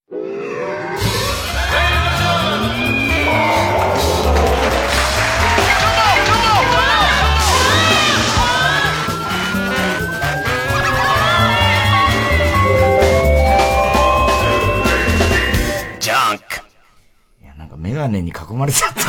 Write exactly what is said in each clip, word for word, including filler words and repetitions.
メガネに囲まれちゃった。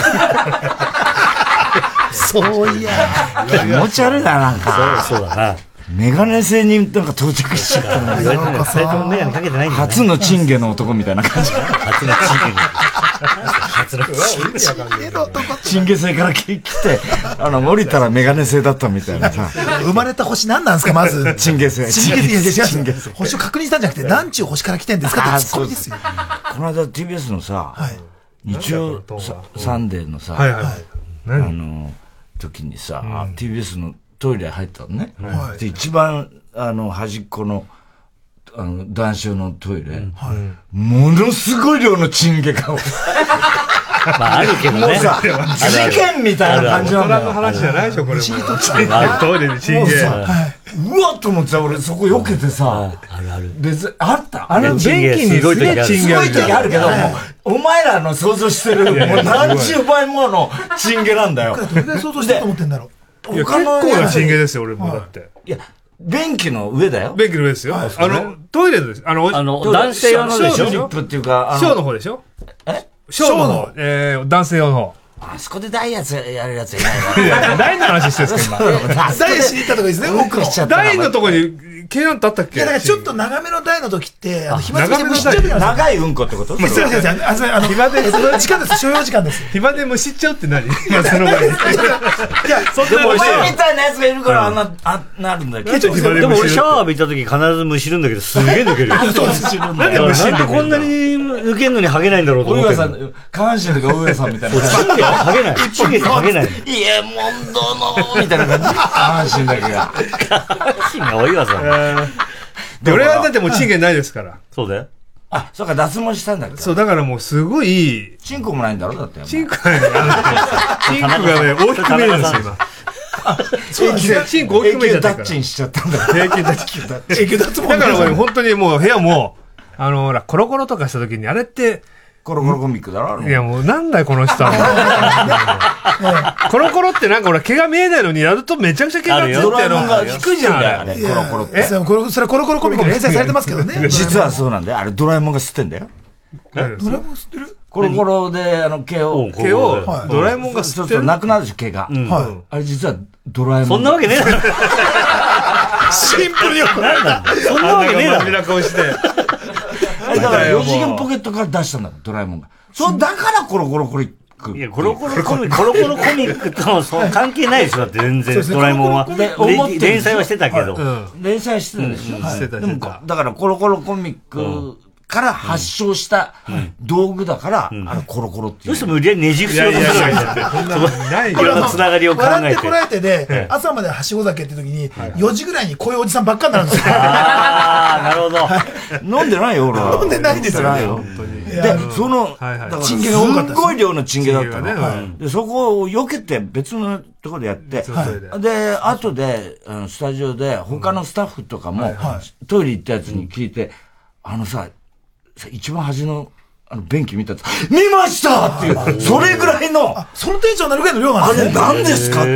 そういや。 気持ち悪いな、なんか。 そう、そうだな。 メガネ星になんか到着しちゃったな。 なんか二人ともメガネかけてないんだね。 初のチンゲの男みたいな感じ。 初のチンゲ。初のチンゲの男。チンゲ星から来て、あの、降りたらメガネ星だったみたいなさ。 生まれた星何なんですか、まず。 チンゲ星。 チンゲ星。チンゲ星。星を確認したんじゃなくて、何ちゅう星から来てんですかってツッコミですよ。 この間 ティービーエス のさ、日曜サンデーのさ、 はいはい、 あの時にさ、うん、ティービーエス のトイレ入ったのね、はい、で一番あの端っこのあの男子用のトイレ、うんはい、ものすごい量のチンゲがまああるけどね。 もうさ、事件みたいな感じなんだよ。 の話じゃないでしょ、これも。トイレでチンゲ。 うわっと思ってさ、俺そこ避けてさ、 あるある。 別、あったあの、便器にすごい時ある。 すごい時あるけど、もう、お前らの想像してる、もう何十倍ものチンゲなんだよ。 どれぐらい想像してると思ってんだろう。いや、結構なチンゲですよ、俺もだって。 いや、便器の上だよ。 便器の上ですよ。あの、トイレです。あの、 あの、男性用のでしょ。 ショーリップっていうか、 ショーの方でしょ。 えショーの方、えー、男性用の方。 あそこでダイヤやるやついないな。いや、ダイの話してるんですか、 今。ダイしに行ったとこですね、 奥しちゃった。 ダイのとこに、毛なんてあったっけ？ いや、だからちょっと長めの台の時って、あの、暇つぶしでむしっちゃう時長いうんこってこと？ すいません、すいません。あ、それ、あの、暇で、時間です、所要時間です。 暇でむしっちゃうって何？まあ、その前に。いや、 そんなお前みたいなやつがいるから、あんな、あ、なるんだけど。 でも俺シャワー浴びた時必ずむしるんだけど、すげえ抜けるよ。 そうです。 なんでむしるんだこんなに抜けんのにハゲないんだろうと思って。 大岩さん、下半身とか大岩さんみたいな。 チンゲハゲない。チンゲハゲない。 いや、もんどのみたいな感じ。下半身だけが。 下半身が大岩さん。 俺はだってもうチンゲないですから。 そうだよ。 あ、そうか、脱毛したんだっけ？ そう、だからもうすごい、 チンコもないんだろだって。 チンコがね、チンコがね、大きく見えるんですよ、今。 あ、そうですね。 チンコ大きく見えちゃったから。 永久脱チンしちゃったんだ。 永久脱チン。 永久脱毛。 だから俺本当にもう部屋も、あの、ほら、コロコロとかした時にあれって、 コロコロコミックだろいやもうなんだよこの人は。コロコロってなんか俺毛が見えないのにやるとめちゃくちゃ毛がついてるの。 ドラえもんが低いじゃんあれ。コロコロって。 それはコロコロコミック連載されてますけどね。 実はそうなんだよ。あれドラえもんが吸ってんだよ。 ドラえもん吸ってる？ コロコロであの毛を毛をドラえもんが吸ってる。 なくなるでしょ毛が。あれ実はドラえもん。 そんなわけねえだろ。 シンプルになんだ。そんなわけねえだろ。 真面目な顔して。 だからよ次元ポケットから出したんだドラえもんが。そうだからコロコロコミック。 いやコロコロコミックコロコロコミックとそう関係ないでしょだって全然ドラえもんは連載はしてたけど連載してたでしょ。 してたしてた。 だからコロコロコミックから発祥した道具だからあのコロコロっていう。 どうしても無理やりねじ伏せようとするわけじゃん。いろんなつながりを考えて。 笑ってこらえてで朝まではしご酒って時によじぐらいにこういうおじさんばっかになるんですよ。 ああなるほど。 飲んでないよ俺は。 飲んでないですよね。 でそのチンゲが多かった。 すごい量のチンゲだったの。でそこを避けて別のところでやってで後でスタジオで他のスタッフとかもトイレ行ったやつに聞いてあのさ一番端の、あの、便器見たと、見ましたっていう、それぐらいの、 そのテンションになるぐらいの量なんですね。 あれ何ですかって、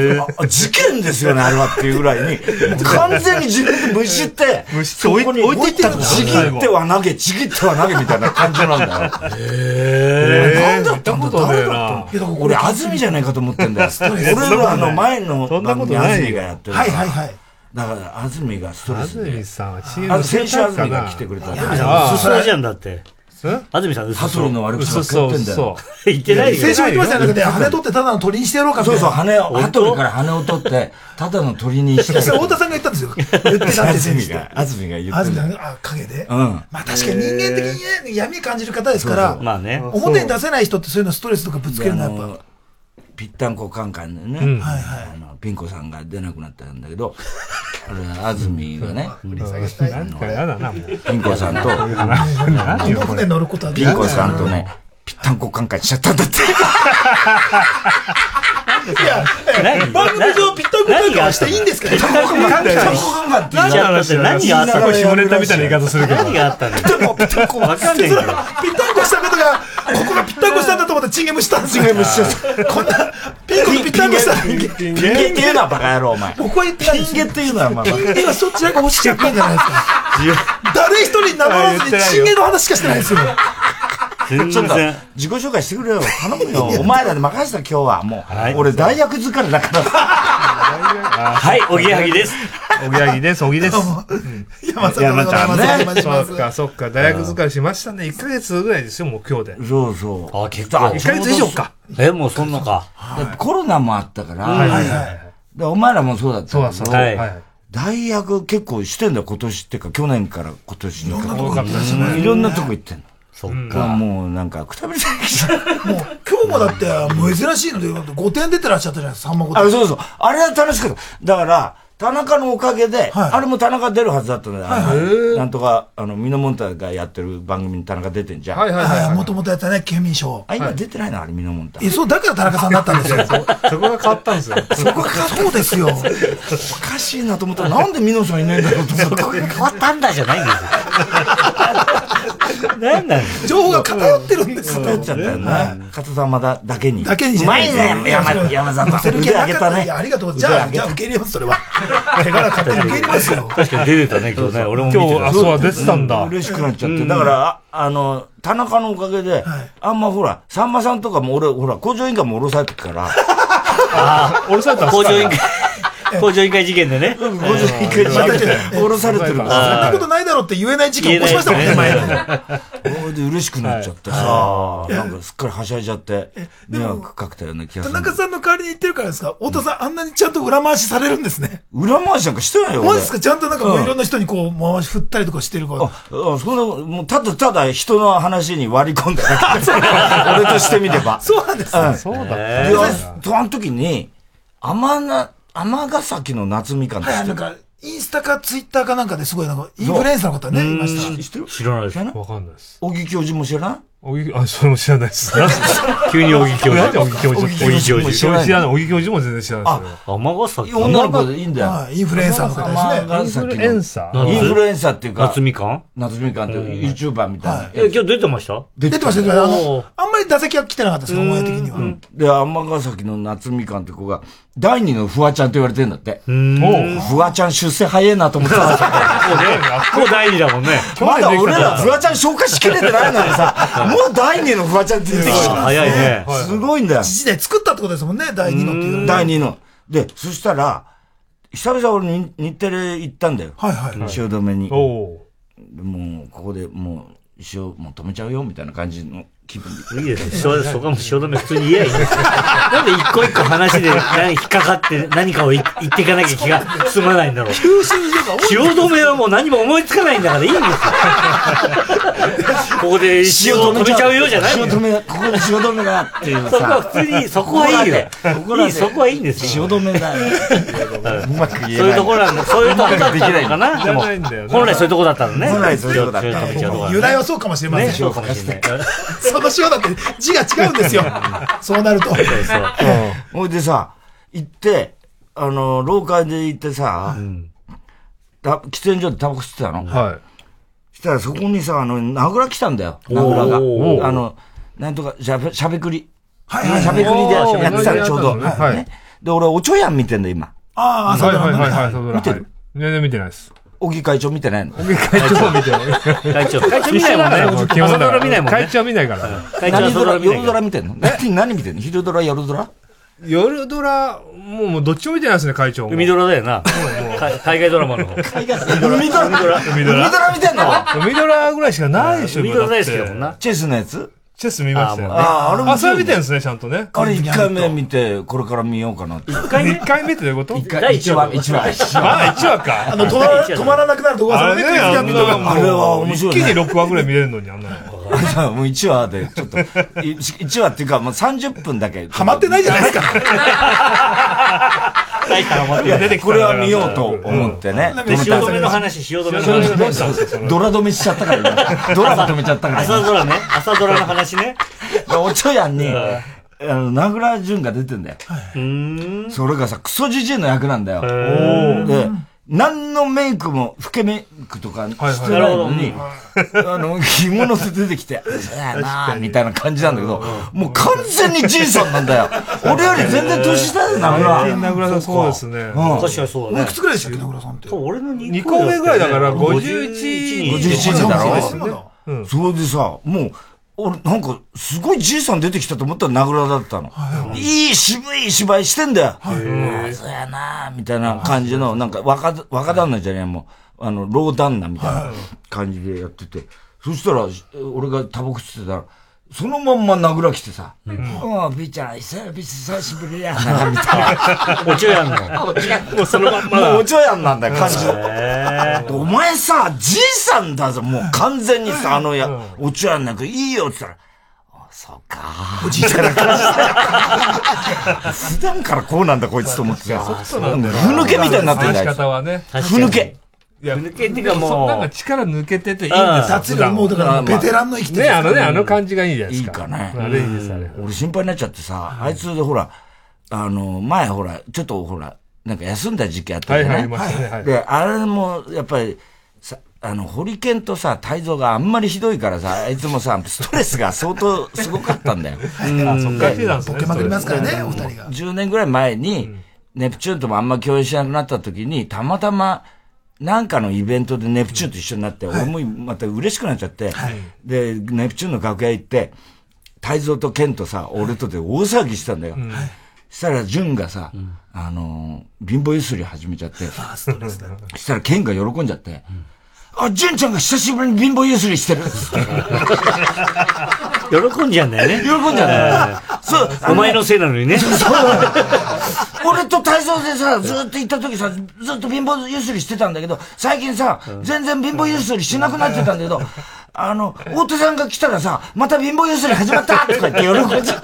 事件ですよね、あれはっていうぐらいに、完全に自分でむしって、そこに置いてったとちぎっては投げ、ちぎっては投げみたいな感じなんだよ。へぇー。何だったんだ誰だったの俺、安住じゃないかと思ってんだよ。俺らの前の番組安住がやってる。 はいはいはい。 だから、安住がストレスで。 安住さんはチーム先週安住が来てくれた。 安住さん、薄そうじゃんだって。安住さん、薄そう。 ハトリの悪口ばっか言ってんだよ。 言ってないよ。 先週言ってましたよね。羽取ってただの鳥にしてやろうかみたいな。 そうそう、羽を、ハトリから羽を取って、ただの鳥にして。 それ太田さんが言ったんですよ。言ってたんですよ。 安住が、安住が言ってた。 安住が、あ、影で。 うん。 まあ確かに人間的にね、闇感じる方ですから、 まあね。 表に出せない人ってそういうのストレスとかぶつけるのやっぱ。 ぴったんこカンカンでね、 はいはい、 あのピン子さんが出なくなったんだけど、あれ安住がね、 なんかやだなもう。 ピン子さんと、 船乗ることはピン子さんとね、ぴったんこカンカンしちゃったんだって。 や、番組上ぴったんこカンカンしていいんですか？ぴったんこカンカンって何があった何があったの？ 下ネタみたいな言い方するけど。 何があったの？ ぴったんこ、ぴったんこ。 わかんないけど。ぴったんこしたことが、ここがぴったんこしたんだと思ったらチンゲムしたんですよ。チンゲムしたこんな、ピンコとぴったんこしたピンゲって言うな、バカ野郎、お前。 僕は言ってないです。 ピンゲって言うな、まあ。 ピンゲはそちらが欲しかったんじゃないですか。誰一人名乗らずにチンゲの話しかしてないですよ。 全ちょっと然。 自己紹介してくれよ。頼むよ。お前らで任せた今日は。もう、俺大学疲れだから。 はい、おぎやはぎです。 おぎやはぎです、おぎです。 山さんでございます。 そっか、そっか。大学疲れしましたね。いっかげつぐらいですよ、目標で。 そうそう。 あ、結構。 いっかげつ以上か。 え、もうそんなか。 コロナもあったから。 はいはいでお前らもそうだったそうだ、そうだ。はい。 大学結構してんだよ、今年っていうか、去年から今年にかけて。 多かったですね。 いろんなとこ行ってんの。 そっか。 もうなんか、くたびれてきた。 もう、今日もだって珍しいので、ごてん出てらっしゃったじゃないですか、さんまごてん。 あ、そうそう。あれは楽しかった。だから、田中のおかげで、あれも田中出るはずだったので、なんとか、あの、ミノモンタがやってる番組に田中出てんじゃん。 はいはいはい。 もともとやったね、県民賞。 あ、今出てないのあれ、ミノモンタ。 え、そう、だから田中さんだったんですよ。 そこが変わったんですよ。 そこがそうですよ。 おかしいなと思ったら、なんでミノさんいないんだろうと思って。 そこが変わったんだじゃないんですよ。何なんです情報が偏ってるんですよ。 偏っちゃったよな。加藤さんまだだけに。 だけにじゃない。うまいね、山山さんと。 腕上げたね。ありがとう。じゃあ、じゃあ受け入れます、それは。手柄勝手に受け入れますよ。 確かに出てたね、今日ね。俺も見てた。 今日、あ、そう出てたんだ。 嬉しくなっちゃって。だから、あの、田中のおかげで、あんまほら、さんまさんとかも俺、ほら、工場委員会も降ろされてるから。 ああ、降ろされたんですか？ 工場委員会。工場委員会事件でね。 工場委員会事件で降ろされてるから。 そんなことないだろうって言えない事件起こしましたもんね、前に。 それで嬉しくなっちゃってさ、なんかすっかりはしゃいじゃって、迷惑かけたような気がする。 田中さんの代わりに言ってるからですか？太田さん、あんなにちゃんと裏回しされるんですね。 裏回しなんかしてないよ。 マジですか？ちゃんとなんかもういろんな人にこう回し振ったりとかしてるから。 あ、そんな、もうただただ人の話に割り込んだだけ。俺としてみれば。 そうなんですね。 そうだった。 で、あの時に、甘な、甘ヶ崎の夏みかんって知ってる？ はい、なんか、インスタかツイッターかなんかですごいなんか、インフルエンサーの方ね、いました。 知ってる？ 知らないです。 わかんないです。 小木教授も知らない？ 小木、あ、それも知らないです。 急に小木教授。 小木教授。 小木教授。 知らない。小木教授も全然知らないです。 甘ヶ崎。 女の子でいいんだよ。 インフルエンサーの方ですね。 インフルエンサーインフルエンサーっていうか。 夏みかん夏みかんって YouTuber みたいな。 え、今日出てました？ 出てました、出てました。あの、あんまり打席は来てなかったですよ、オンエア的には。 で、甘ヶ崎の夏みかんって子が、第二のフワちゃんと言われてるんだって。フワちゃん出世早いなと思ってた。 もう第二だもんね。 まだ俺らフワちゃん紹介しきれてないのにさ、もう第二のフワちゃんって出てきた。 早いね。 すごいんだよ。 時代作ったってことですもんね、第二のっていう。 第二の。で、そしたら、久々俺に日テレ行ったんだよ。 はいはい。 汐留に。 もう、ここでもう、一生、もう止めちゃうよ、みたいな感じの気分で。 いいですよ。そこも汐留普通に言えばいいんですよ。なんで一個一個話で引っかかって何かを言っていかなきゃ気が進まないんだろう。汐留はもう何も思いつかないんだからいいんですよ。ここで潮止めちゃうよじゃない潮止め、ここで潮止めがっていうさ。 そこは普通に、そこはいいよ。いい、そこはいいんですよ。潮止めだよ。うまく言えない。 そういうところなんだ。そういうところだったのかな。でも、本来そういうところだったのね。 本来そういうところだった。 由来はそうかもしれません。 そうかもしれない。 その塩だって字が違うんですよ。そうなると。 ほいでさ、行って、あの、廊下で行ってさ、喫煙所でタバコ吸ってたの。 はい。 したらそこにさ、あの、名倉来たんだよ。名倉が。あの、なんとか、しゃべ、しゃべくり。 はいはい。 しゃべくりでやってたの、ちょうど。で、俺、おちょやん見てんだ、今。 ああ、朝ドラの。 はいはいはい。 見てる？ 全然見てないです。 小木会長見てないの？ 小木会長見てない。 会長。会長見ないもんね。朝ドラ見ないもんね。 会長は見ないから。 会長は朝ドラ見ない。夜ドラ見てんの？何見てんの？昼ドラ、夜ドラ？ 夜ドラ、もう、もうどっちも見てないですね、会長も。 海ドラだよな。海外ドラマの方。 海外ドラ。海ドラ。海ドラ。海ドラ見てんの？ 海ドラぐらいしかないでしょ、 海ドラ大好きだもんな。 チェスのやつ？ チェス見ましたよね。 ああ、あれも。 あ、それ見てるんですね、ちゃんとね。 あれ一回目見て、これから見ようかなって。 一回目一回目ってどういうこと？ 一回、一話、一話。 あ、一話か。 あの、止まらなくなるとこは、 あれね、あれは面白い。 一気にろくわぐらい見れるのに、あんなの。 もういちわで、ちょっと、いちわっていうか、もうさんじゅっぷんだけ。 ハマってないじゃないですか。 いや、これは見ようと思ってね。 汐留の話、汐留の話。 ドラ止めしちゃったからね。ドラが止めちゃったから。 朝ドラね。朝ドラの話ね。 おちょやんに、 あの、名倉潤が出てんだよ。それがさ、クソジジイの役なんだよ。で、何のメイクも、老けメイクとかしてないのに、あの、着物で出てきて、そうやなみたいな感じなんだけど、もう完全にじいさんなんだよ。俺より全然年下だよ、名倉。 名倉さんそうですね。 確かにそうだね。 いくつくらいでしたっけ、名倉さんって。 そう、俺のにこめぐらいだから、ごじゅういち。 ごじゅういちだろ。それでさ、もう、俺、なんか、すごいじいさん出てきたと思ったら名倉だったの。いい渋い芝居してんだよ。そうやなみたいな感じの、なんか若、若旦那じゃねえ、もう、あの、老旦那みたいな感じでやってて。そしたら、俺がタバコ吸ってたら、そのまんま名倉来てさ、うん、もう、ビーちゃん、久しぶりやな、みたいな。 おちょやんの。 もうそのまんま。もうおちょやんなんだよ、感じ。お前さ、じいさんだぞ、もう完全にさ、あのや、おちょやんなんかいいよって言ったら、そうかおじいちゃんな感じ。普段からこうなんだ、こいつと思ってさ。ふぬけみたいになってんだよ。 話し方はね。 ふぬけ。 いや、抜けってかもう。 なんか力抜けてていいんですよ。 達がもうだからベテランの生きてる。 ね、あのね、あの感じがいいじゃないですか。 いいかね。 あれいいです、あれ。 俺心配になっちゃってさ、あいつでほら、あの、前ほら、ちょっとほら、なんか休んだ時期あったじゃない。はいはい。で、あれも、やっぱり、さ、あの、ホリケンとさ、泰造があんまりひどいからさ、あいつもさ、ストレスが相当すごかったんだよ。 うん、そっか、ポケまくりますからね、お二人が。 じゅうねんぐらい前に、ネプチューンともあんま共演しなくなった時に、たまたま、なんかのイベントでネプチューンと一緒になって、俺もまた嬉しくなっちゃって、で、ネプチューンの楽屋行って、泰造とケンとさ、俺とで大騒ぎしたんだよ。そしたら、ジュンがさ、あの、貧乏ゆすり始めちゃって、そしたらケンが喜んじゃって、あ、ジュンちゃんが久しぶりに貧乏ゆすりしてるっつって。 喜んじゃうんだよね。 喜んじゃうんだよ。 そう。お前のせいなのにね。 俺と体操でさ、ずっと行った時さ、ずっと貧乏ゆすりしてたんだけど、最近さ、全然貧乏ゆすりしなくなってたんだけど、あの、大手さんが来たらさ、また貧乏ゆすり始まったとか言って喜んじゃって。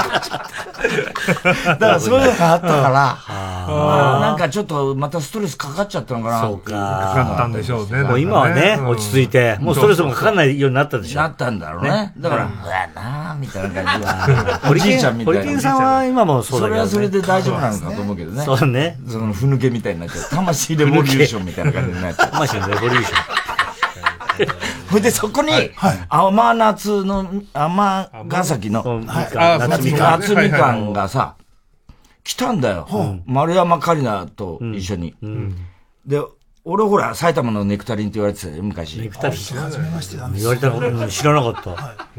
だからそういうのがあったから、まあ、なんかちょっとまたストレスかかっちゃったのかな。 そうか。 かかったんでしょうね。 もう今はね、落ち着いて、もうストレスもかかんないようになったでしょ。 なったんだろうね。だから、うわなぁ、みたいな感じは。おじいちゃんみたいな。 ホリケンさんは今もそうだけど。 それはそれで大丈夫なのかと思うけどね。 そうね。 その、ふぬけみたいになっちゃう。魂レボリューションみたいな感じになっちゃう。 魂のレボリューション。 ほいで、そこに、甘夏の、甘ヶ崎の、夏みかん、夏みかんがさ、来たんだよ。丸山桂里奈と一緒に。で、俺ほら、埼玉のネクタリンって言われてたよ、昔。 ネクタリン知らめましてたんです。 言われたこと知らなかった。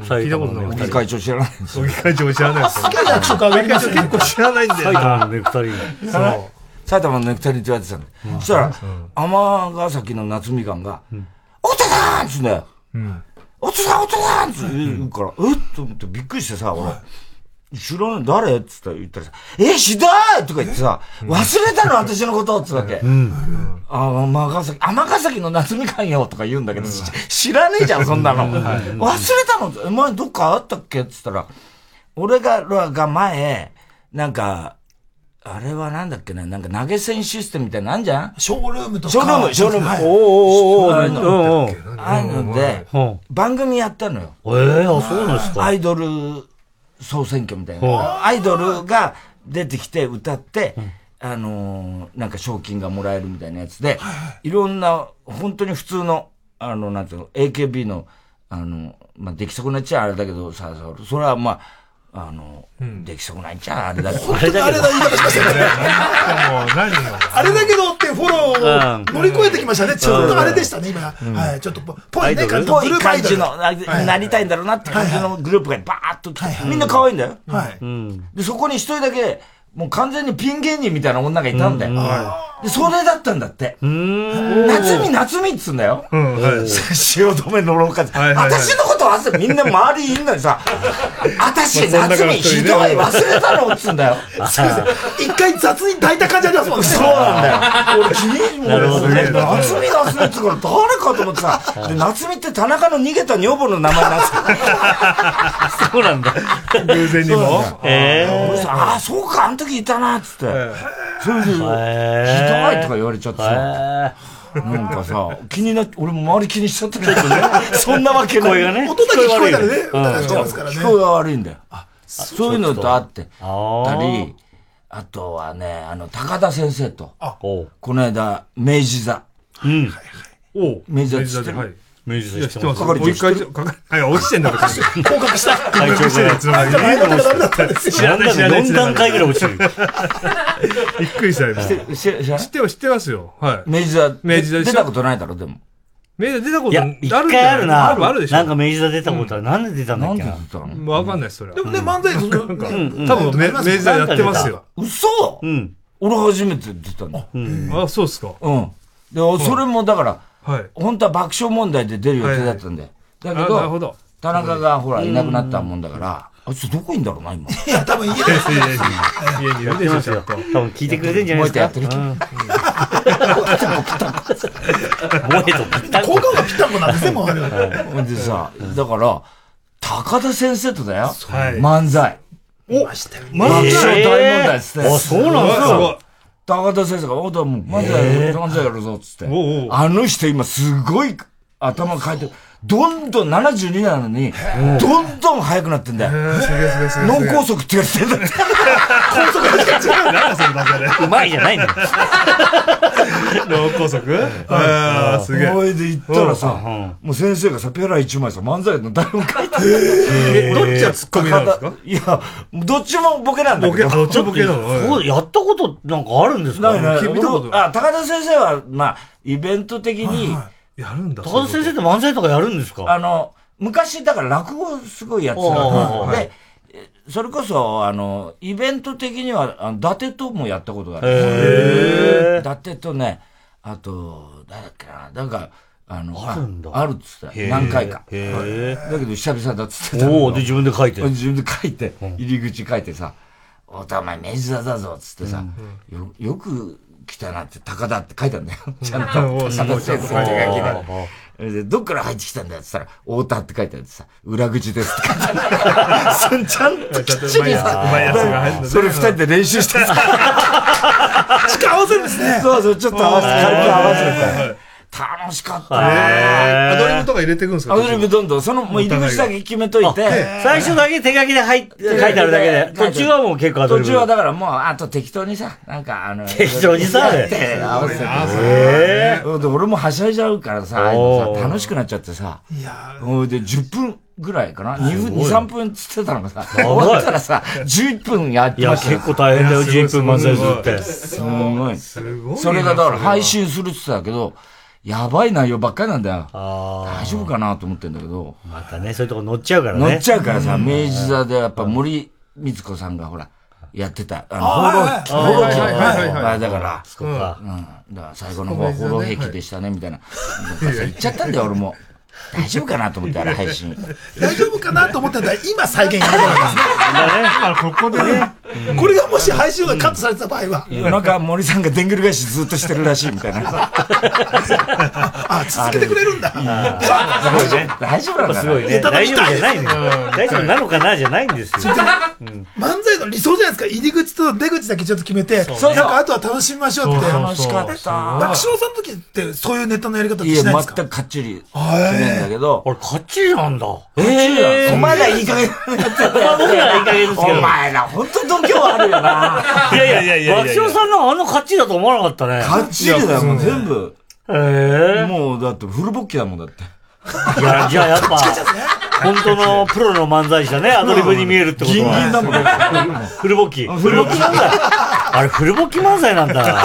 埼玉のネクタリン。 小木会長知らないんですよ。小木会長知らないです。 好きな役所か上に結構知らないんで。 埼玉のネクタリン。 そう。埼玉のネクタリンって言われてたんだ。そしたら、甘ヶ崎の夏みかんが、おとさんっつうんだよ。おとさんおとさんっつって言うから、えっと思ってびっくりしてさ、俺。知らない、誰っつったら言ったらさ、え、ひどいとか言ってさ、忘れたの私のことっつうわけ。うん。あ、甘ヶ崎、甘ヶ崎の夏みかんよとか言うんだけど、知らねえじゃん、そんなの。忘れたのお前どっかあったっけっつったら、俺が、が前、なんか、あれはなんだっけな、なんか投げ銭システムみたいなのあんじゃん？ ショールームとか。 ショールーム、ショールーム。 おーおーおーおーああいうので、番組やったのよ。 ええ、あ、そうなんですか。 アイドル総選挙みたいな。アイドルが出てきて歌って、あの、なんか賞金がもらえるみたいなやつで、いろんな、本当に普通の、あの、なんていうの、エーケービー の、あの、まあ、でき損なっちゃあれだけどさ、それはまあ、あの、うん、できそうないんちゃあれだけど。 あれだけど。あれだ言い方しましたね。あれだけどってフォローを乗り越えてきましたね。ちょうどあれでしたね、今。はい。ちょっと、ぽいね、 感じの。ぽい感じの、なりたいんだろうなって感じのグループがバーッと来て、みんな可愛いんだよ。はい。で、そこに一人だけ、もう完全にピン芸人みたいな女がいたんだよ。で、それだったんだって。夏美夏美っつうんだよ。汐留の廊下で。私のこと忘れ、みんな周りいんのにさ、私夏美ひどい忘れたのっつうんだよ。 一回雑に抱いた感じありますもんね。 そうなんだよ。俺気に入るもんね。夏美夏美っつうから誰かと思ってさ、で、夏美って田中の逃げた女房の名前なんですよ。 そうなんだ。 偶然にも。 ええ。 ああ、そうか、あの時いたな、つって。それで、ひどいとか言われちゃってさ。なんかさ、気になって、俺も周り気にしちゃったけどね。そんなわけない。 声がね。 音だけ聞こえたらね、歌がしてますからね。 聞こえが悪いんだよ。 そういうのとあってたり、あとはね、あの、高田先生と、この間、明治座。 うん。 お明治座って知ってる？ 明治座知ってます。 係長知ってる？はい、落ちてんだから。 降格した。 会長してるやつの前がダメだったんですよ。知らない、知らない。よん段階ぐらい落ちてる。 びっくりしたよ。知ってます、知ってますよ。はい。 明治座。明治座出たことないだろ、でも。 明治座出たことあるん一回あるな。 ある、あるでしょ。 なんか明治座出たことはなんで出たんだっけな。 なんで出たの？ わかんないです、それは。 でもね、漫才の、 多分明治座やってますよ。 嘘？うん。俺初めて出たの。 あ、そうっすか。 うん。で、それもだから、 はい。 本当は爆笑問題で出る予定だったんで。だけど、 なるほど。 田中がほら、いなくなったもんだから、あいつどこいんだろうな、今。 いや、多分家です。 家にいるでしょ、ちゃんと。 多分聞いてくれてんじゃないですか。 やってる。 萌えとぴったんこ。 効果がぴったんこなんですね、もうあれは。 ほんでさ、だから、高田先生とだよ。漫才。 おましたよね。 爆笑大問題っつって。 あ、そうなんですか。 高田先生が、おだもう漫才やる、漫才やるぞ、つって。あの人今すごい頭変えてる。どんどんななじゅうになのに、どんどん速くなってんだよ。脳梗塞って言われてんだよ。 高速が違う。 なんだそれバカで。 うまいじゃないの。 脳梗塞？ああ、すげえ。 それで言ったらさ、もう先生がさ、ペラ一枚さ、漫才の台本書いてる。 どっちはツッコミなんですか？ いや、どっちもボケなんだけど。 どっちもボケなの？ そう、やったことなんかあるんですか？ ないない。あ、高田先生は、まあ、イベント的に、 やるんだ。 高田先生って漫才とかやるんですか？ あの、昔、だから落語すごいやってた。で、それこそ、あの、イベント的には、あの、伊達ともやったことがある。へ伊達とね、あと、誰だっけな、なんか、あの、 あるんだ。 あるっつって何回か。 へだけど久々だっつってた。 おおで、自分で書いて。 自分で書いて、入り口書いてさ、おたお前明治座だぞっつってさ、よ、よく、来たなって、高田って書いたんだよ。ちゃんと。高田先生の手書きで。で、どっから入ってきたんだよって言ったら、太田って書いてあってさ、裏口ですって書いてある。ちゃんときっちりさ、それ二人で練習してさ、 力合わせるんですね。 そうそう、ちょっと合わせて、軽く合わせて。楽しかったね。アドリブとか入れていくんですか？ アドリブどんどん、その、もう入り口だけ決めといて。 最初だけ手書きで入って、書いてあるだけで。途中はもう結構アドリブ。 途中はだからもう、あと適当にさ、なんかあの、 適当にさ、 合わせて。ええ。俺もはしゃいじゃうからさ、楽しくなっちゃってさ。 いやで、じゅっぷんぐらいかな ?に 分、に、さんぷんつってたのがさ、終わったらさ、じゅっぷんやってました。 いや、結構大変だよ、じゅっぷん漫才するって。 すごい。すごい。それがだから配信するって言ってたけど、やばい内容ばっかりなんだよ。大丈夫かなと思ってんだけど。 またね、そういうとこ乗っちゃうからね。 乗っちゃうからさ、明治座でやっぱ森光子さんがほら、やってた。あの、放浪記。放浪記。だから、 そうか。 うん。だから最後の方は放浪壁でしたね、みたいな。言っちゃったんだよ、俺も。大丈夫かなと思って、あれ配信。 大丈夫かなと思ってたら、今再現やるからですね。 今ここでね。 これがもし配信がカットされてた場合は。 なんか森さんがでんぐり返しずっとしてるらしいみたいな。 あ、続けてくれるんだ。 大丈夫なんだ。 すごいね。大丈夫じゃないのよ。大丈夫なのかなじゃないんですよ。 漫才の理想じゃないですか。入り口と出口だけちょっと決めて、なんかあとは楽しみましょうって。 楽しかった。 爆笑さんの時ってそういうネタのやり方ってしないですか？ 全くかっちり決めんだけど。 俺かっちりなんだ。 ええ。お前らいい加減。 僕らいい加減ですけど。 お前ら本当度胸あるよな。 いやいやいや爆笑さんのあのかっちりだと思わなかったね。 かっちりだよ、もう全部。 ええ。 もうだってフルボッキだもんだって。 いや、じゃあやっぱ、本当のプロの漫才師だね、アドリブに見えるってことは。 ギンギンだもんね。 フルボッキ。フルボッキ漫才。あれ、フルボッキ漫才なんだ。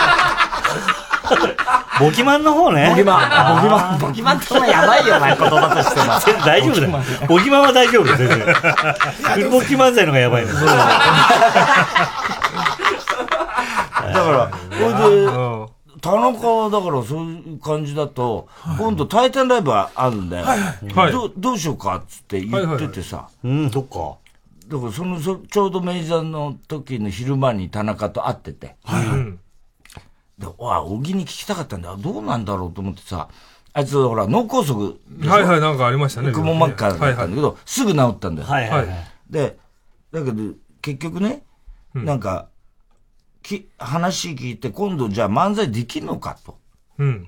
ボキマンの方ね。 ボキマン。ボキマン。ボキマンってのはやばいよ、お前、言葉としても。 大丈夫だよ。ボキマンは大丈夫だよ、全然。フルボキ漫才のがやばいの。だから、これで、田中だからそういう感じだと、今度タイタンライブあるんで、どどうしようかっつって言っててさ。 うん、そっか。 だからその、ちょうど明治座の時の昼間に田中と会ってて。で、わ、小木に聞きたかったんだ。どうなんだろうと思ってさ、あいつほら脳梗塞はいはい、なんかありましたね。 くも膜下だったんだけど、すぐ治ったんだよ。 はいはい。 で、だけど結局ね、なんか、き、話聞いて、今度じゃあ漫才できるのかと。 うん。 ね。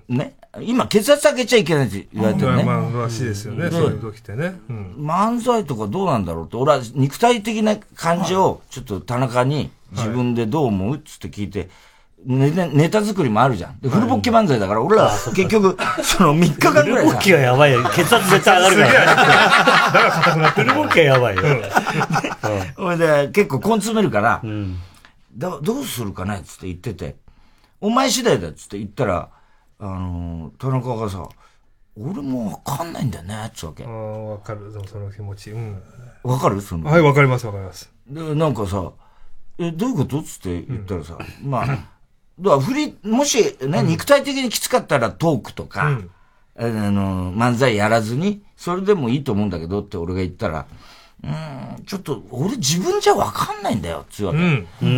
今血圧上げちゃいけないって言われてるね。 まあ、らしいですよね、そういう時ってね。 漫才とかどうなんだろうって、俺は肉体的な感じを、ちょっと田中に自分でどう思うっつって聞いて、ネタ、ネタ作りもあるじゃん。で、フルボッキ漫才だから、俺ら結局、そのみっかかんぐらいさ。 フルボッキはやばいよ。血圧絶対上がるから。 だから硬くなってる。 フルボッキはやばいよ。 それで、結構根詰めるから、だどうするかねっつって言ってて、お前次第だっつって言ったら、あの、田中がさ、俺もわかんないんだよね、っつうわけ。 ああ、わかる。でもその気持ち。うん。 わかるその。 はい、わかります、わかります。 で、なんかさ、え、どういうことっつって言ったらさ、うん、まあ、だから振り、もしね、うん、肉体的にきつかったらトークとか、うん、あの、漫才やらずに、それでもいいと思うんだけどって俺が言ったら、うん、ちょっと、俺自分じゃわかんないんだよ、つうわけ。うん。うん。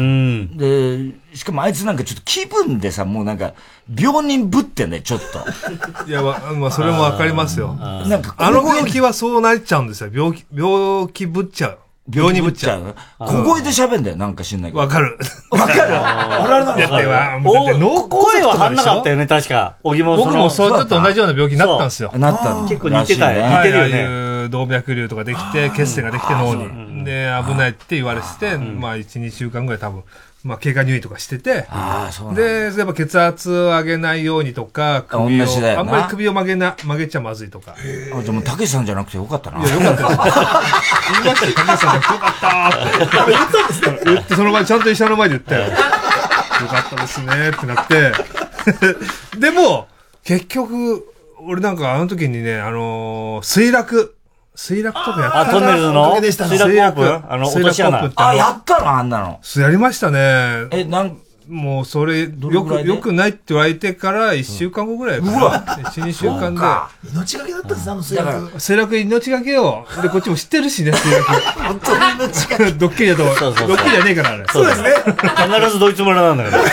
で、しかもあいつなんかちょっと気分でさ、もうなんか、病人ぶってね、ちょっと。 いや、まあ、まあ、それもわかりますよ。なんか、あの病気はそうなっちゃうんですよ。病気、病気ぶっちゃう。病にぶっちゃう。 小声で喋んだよ、なんか知んないけど。 わかる。 わかる。あららだっては、 声は張んなかったよね、確か。 僕もそう、ちょっと同じような病気になったんですよ。 なったの。 結構似てたよ。似てるよね。 動脈瘤とかできて、血栓ができて脳に。で、危ないって言われてて、まあ、いち、にしゅうかんぐらい多分、まあ、経過入院とかしてて、で、やっぱ血圧を上げないようにとか、首を、あんまり首を曲げな、曲げちゃまずいとか。 あ、でも、たけしさんじゃなくてよかったな。 いや、よかったです。言いましたよ、たけしさんじゃなくてよかったって。言ったんですか？言って、その前、ちゃんと医者の前で言ったよ。よかったですね、ってなって。でも、結局、俺なんかあの時にね、あのー、墜落。墜落とかやったあ、トンネルの墜落オープンあの、落とし穴。 あ、やったのあんなの。 やりましたね。 え、なん、 もうそれ、よく、よくないって言われてから一週間後ぐらいかな。うわ一、二週間で。 命がけだったんです、あの墜落。 墜落命がけよ。で、こっちも知ってるしね、墜落。 本当に命がけ。 ドッキリだと、ドッキリじゃねえから、あれ。 そうですね。 必ずドイツ村なんだから。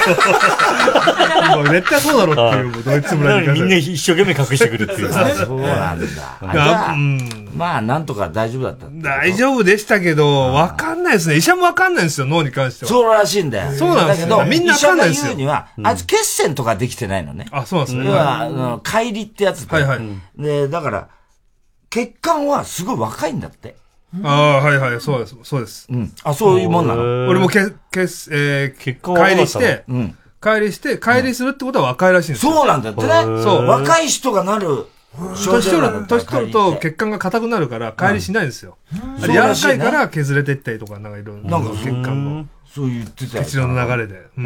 もう絶対そうだろっていう、ドイツ村に。 みんな一生懸命隠してくるっていう。 そうなんだ。まあ、なんとか大丈夫だった。 大丈夫でしたけど、わかんないですね。医者もわかんないんですよ、脳に関しては。 そうらしいんだよ。 そうなんですよ。みんなわかんないですよ。 医者が言うには、あいつ血栓とかできてないのね。 あ、そうなんですね。 要は、あの、乖離ってやつで。 はいはい。 で、だから、血管はすごい若いんだって。 ああ、はいはい、そうです、そうです。 うん。あ、そういうもんなの。 俺もけ、け、えー、 血管乖離して、 うん。 乖離して、乖離するってことは若いらしいんですよ。 そうなんだってね。そう。若い人がなる。 年取る、年取ると血管が硬くなるから、乖離しないんですよ。あれ柔らかいから削れていったりとか、なんかいろいろ。なんか血管の。 そう言ってたよ。 血の流れで。うん。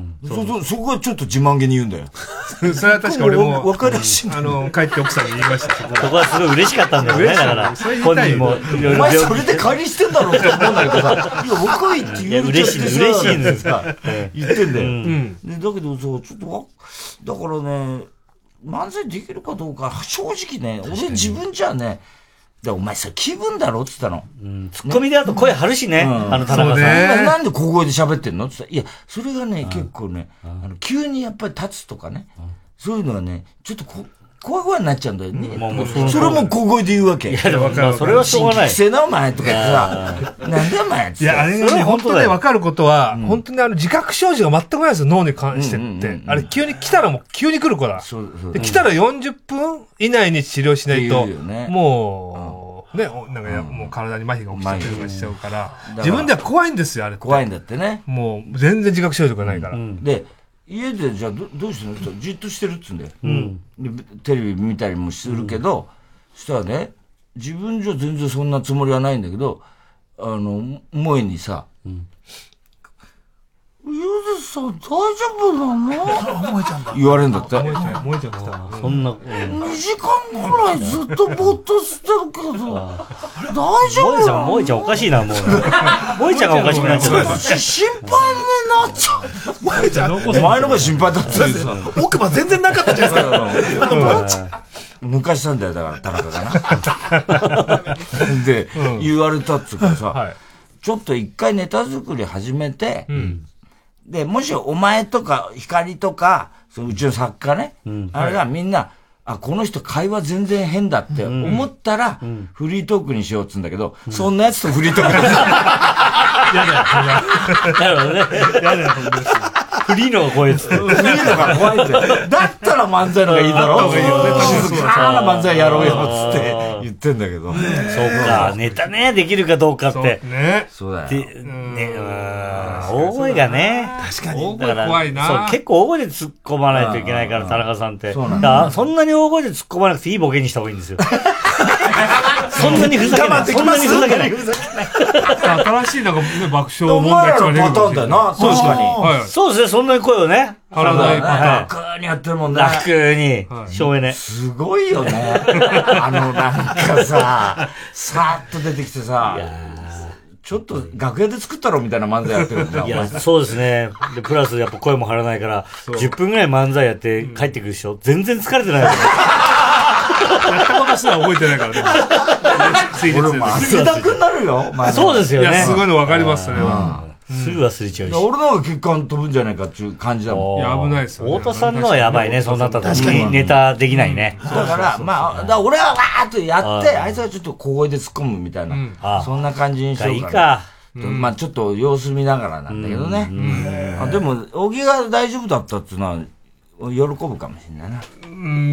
そうそう、そこはちょっと自慢げに言うんだよ。 それは確か俺も、 わかりやすい。 あの、帰って奥さんに言いました。 そこはすごい嬉しかったんだよね、だから。本人も。 お前それで帰りしてんだろうって思うんだけどさ、いや、若いって言う嬉しい、嬉しいんですか。 言ってんだよ。だけどさ、ちょっと、だからね、漫才できるかどうか、正直ね、俺自分じゃね、お前さ、気分だろって言ったの。 うん。ツッコミであと声張るしね。あの田中さん。なんで小声で喋ってんのって言ったら、いや、それがね、結構ね、あの、急にやっぱり立つとかね、そういうのはね、ちょっとこ、怖い怖いになっちゃうんだよね。それも小声で言うわけ。 いや、でも、それはしょうがない。 新規性なお前とか言ってさ、なんでお前って。 いや、あれがね、本当に分かることは、本当にあの、自覚症状が全くないですよ、脳に関してって。あれ、急に来たらもう、急に来るから。で、来たらよんじゅっぷん以内に治療しないと、もう、ね、なんか、もう体に麻痺が起きちゃったりとかしちゃうから、自分では怖いんですよ、あれ。 怖いんだってね。 もう、全然自覚症状がないから。 で、家でじゃあどどうしてんのってじっとしてるっつうんだよ、うん、でテレビ見たりもするけど、うん、そしたらね自分じゃ全然そんなつもりはないんだけどあの萌えにさ、うんゆずさん大丈夫なの萌えちゃんだ言われるんだって萌えちゃん萌えちゃん来たそんな、うん、 にじかんぐらいずっとぼーっとしてるけど大丈夫萌えちゃん萌えちゃんおかしいなもう萌えちゃんがおかしくなっちゃった心配になっちゃう萌えちゃんお前のが心配だったんですよ奥歯全然なかったじゃないですか昔したんだよだから田中がなで、うん、言われたっつうからさ、はい、ちょっと一回ネタ作り始めて、うんで、もしお前とか光とか、そのうちの作家ね、うん、あれがみんな、はい、あ、この人会話全然変だって思ったら、うん、フリートークにしようっつうんだけど、うん、そんなやつとフリートークにしよう。 やだよ、それは。 なるほどね。 やだよ、 フリーのが怖いっつって。 フリーのが怖いって。だったら漫才のがいいだろ。静かな漫才やろうよっつって言ってんだけど。 そうか、ネタね、できるかどうかって。 ね。 そうだよ。 ね、大声がね。 確かに。 大声怖いな。そう、 結構大声で突っ込まないといけないから、田中さんって。そうなんだ。そんなに大声で突っ込まなくていいボケにした方がいいんですよ。そんなにふざけない。そんなにふざけない。 新しいなんか爆笑問題のパターンだよな。確かに。 そうですね、そんなに声をね。 張らないパターン。 楽にやってるもんね。 楽に。省エネ。 すごいよね。あのなんかさ、さーっと出てきてさ、ちょっと楽屋で作ったろみたいな漫才やってるんだ。 いや、そうですね。で、プラスやっぱ声も張らないから、じゅっぷんぐらい漫才やって帰ってくるでしょ。全然疲れてない。 やったことすら覚えてないからね。 俺も汗だくになるよ。 そうですよね。 いや、すごいの分かります、それは。 すぐ忘れちゃうし。 俺の方が血管飛ぶんじゃないかっていう感じだもん。 いや、危ないですよ。 太田さんのはやばいね、そうなった時にネタできないね。 だから、まあ、だから俺はわーっとやって、あいつはちょっと小声で突っ込むみたいな、そんな感じにしようかな。いいか。まあちょっと様子見ながらなんだけどね。でも、小木が大丈夫だったっていうのは、喜ぶかもしれないな。 うん、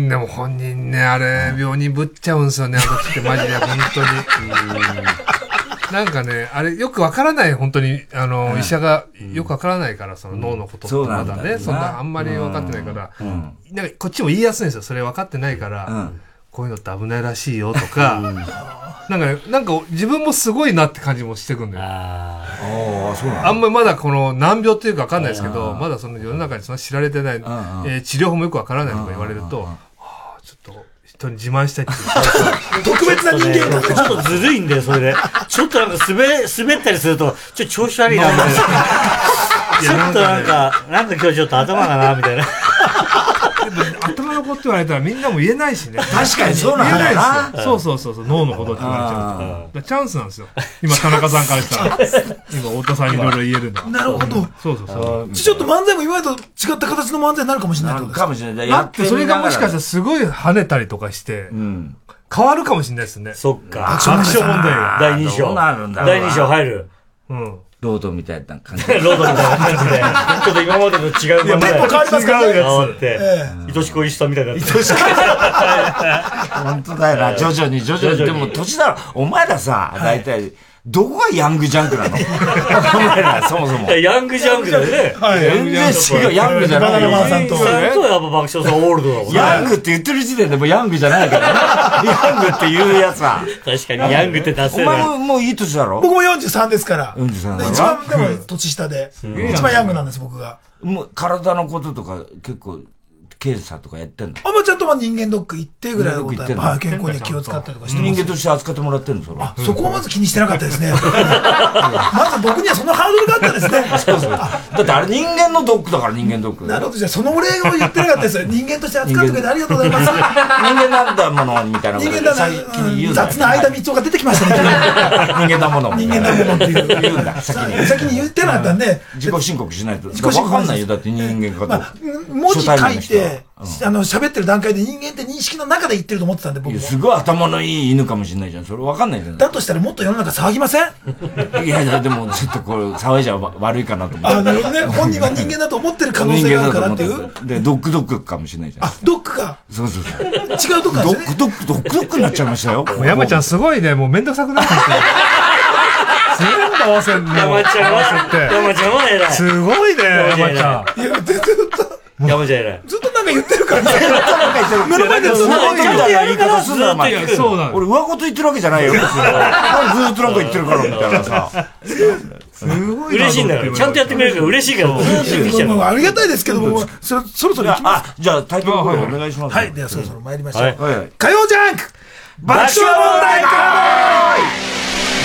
でも本人ね、あれ、病人ぶっちゃうんですよね、あの時ってマジで、本当に。なんかね、あれ、よくわからない、本当に、あの、医者がよくわからないから、その脳のことってまだね、そんなあんまり分かってないから、なんかこっちも言いやすいんですよ、それ分かってないから、こういうのって危ないらしいよとか、なんかね、なんか自分もすごいなって感じもしてくんだよ。ああ、そうなんだ。あんまりまだこの難病っていうかわかんないですけど、まだその世の中にそんな知られてない、えー、治療法もよくわからないとか言われると、はあ、ちょっと人に自慢したいっていう。 特別な人間だちょっとずるいんだよ、それで。ちょっとなんか滑、滑ったりすると、ちょっと調子悪いな、みたいな。ちょっとなんか、なんか今日ちょっと頭がな、みたいな。 頭のこと言われたらみんなも言えないしね。 確かにそうなんだよな。 そうそうそうそう、脳のことって言われちゃうと。チャンスなんですよ。今田中さんからしたら。今太田さんにいろいろ言えるんだ。 なるほど。 そうそうそう。 ちょっと漫才も今までと違った形の漫才になるかもしれないってことですか。 かもしれない。 だってそれがもしかしたらすごい跳ねたりとかして、変わるかもしれないですね。 そっか。 爆笑問題が。だいに章。だいに章入る。うん。 ロードみたいな感じ。 ロードみたいな感じで。ちょっと今までと違う漫才。 変わりますからね。 変わって。愛しこいしさみたいな。愛しこいしさ。 本当だよな。徐々に徐々に。でも年だろ。お前らさ、だいたい、どこがヤングジャンクなのお前ら、そもそも。 ヤングジャンクだよね。 全然違う。ヤングじゃない。 バナナマンさんと。 さんとやっぱ爆笑さんオールドだもんね。 ヤングって言ってる時点でもうヤングじゃないからね。ヤングって言うやつは。 確かにヤングって出せる。 お前ももういい年だろ僕もよんじゅうさんですから。 よんじゅうさんだろ一番でも年下で。一番ヤングなんです、僕が。 もう体のこととか結構、検査とかやってんのあんまちゃんとま人間ドック行ってぐらいのことは、健康に気を使ったりとかしてます。 人間として扱ってもらってるのそれ。 あ、そこをまず気にしてなかったですね。まず僕にはそのハードルがあったんですね。 そうそう。だってあれ人間のドックだから人間ドック。 なるほど、じゃあそのお礼を言ってなかったですよ。人間として扱ってくれてありがとうございます。人間なんだものみたいなこと。 人間だもの。雑な間三つが出てきましたね。 人間だもの。 人間だものっていう。 言うんだ、先に。 先に言ってなかったんで。 自己申告しないと。自己申告。わかんないよ、だって人間かと。 文字書いて、あの、喋ってる段階で人間って認識の中で言ってると思ってたんで、僕も。 すごい頭のいい犬かもしれないじゃん。それわかんないじゃん。 だとしたらもっと世の中騒ぎませんいやいや、でもちょっとこれ、騒いじゃ悪いかなと思って。 あ、なるほどね。本人は人間だと思ってる可能性があるからっていう。 で、ドックドックかもしれないじゃん。 あ、ドックか。 そうそうそう。 違うドックか。 ドックドック、ドックドックになっちゃいましたよ。 もう山ちゃんすごいね、もうめんどくさくなってきて。全部合わせんの。 山ちゃんは、山ちゃんは偉い。 すごいね、山ちゃん。 いや、全然山ちゃん偉い。 ずっとなんか言ってるからね。ずっとなんか言ってる。目の前ですごいみたいな言い方すんだよ、お前。 そうなの。 俺、上言言ってるわけじゃないよ。ずっとなんか言ってるから、みたいなさ。 すごい。 嬉しいんだから。ちゃんとやってくれるから嬉しいから。 ありがたいですけども、そろそろ行きます。 あ、じゃあ、タイトルコールお願いします。 はい。では、そろそろ参りましょう。 はい。 火曜ジャンク爆笑問題カーボーイ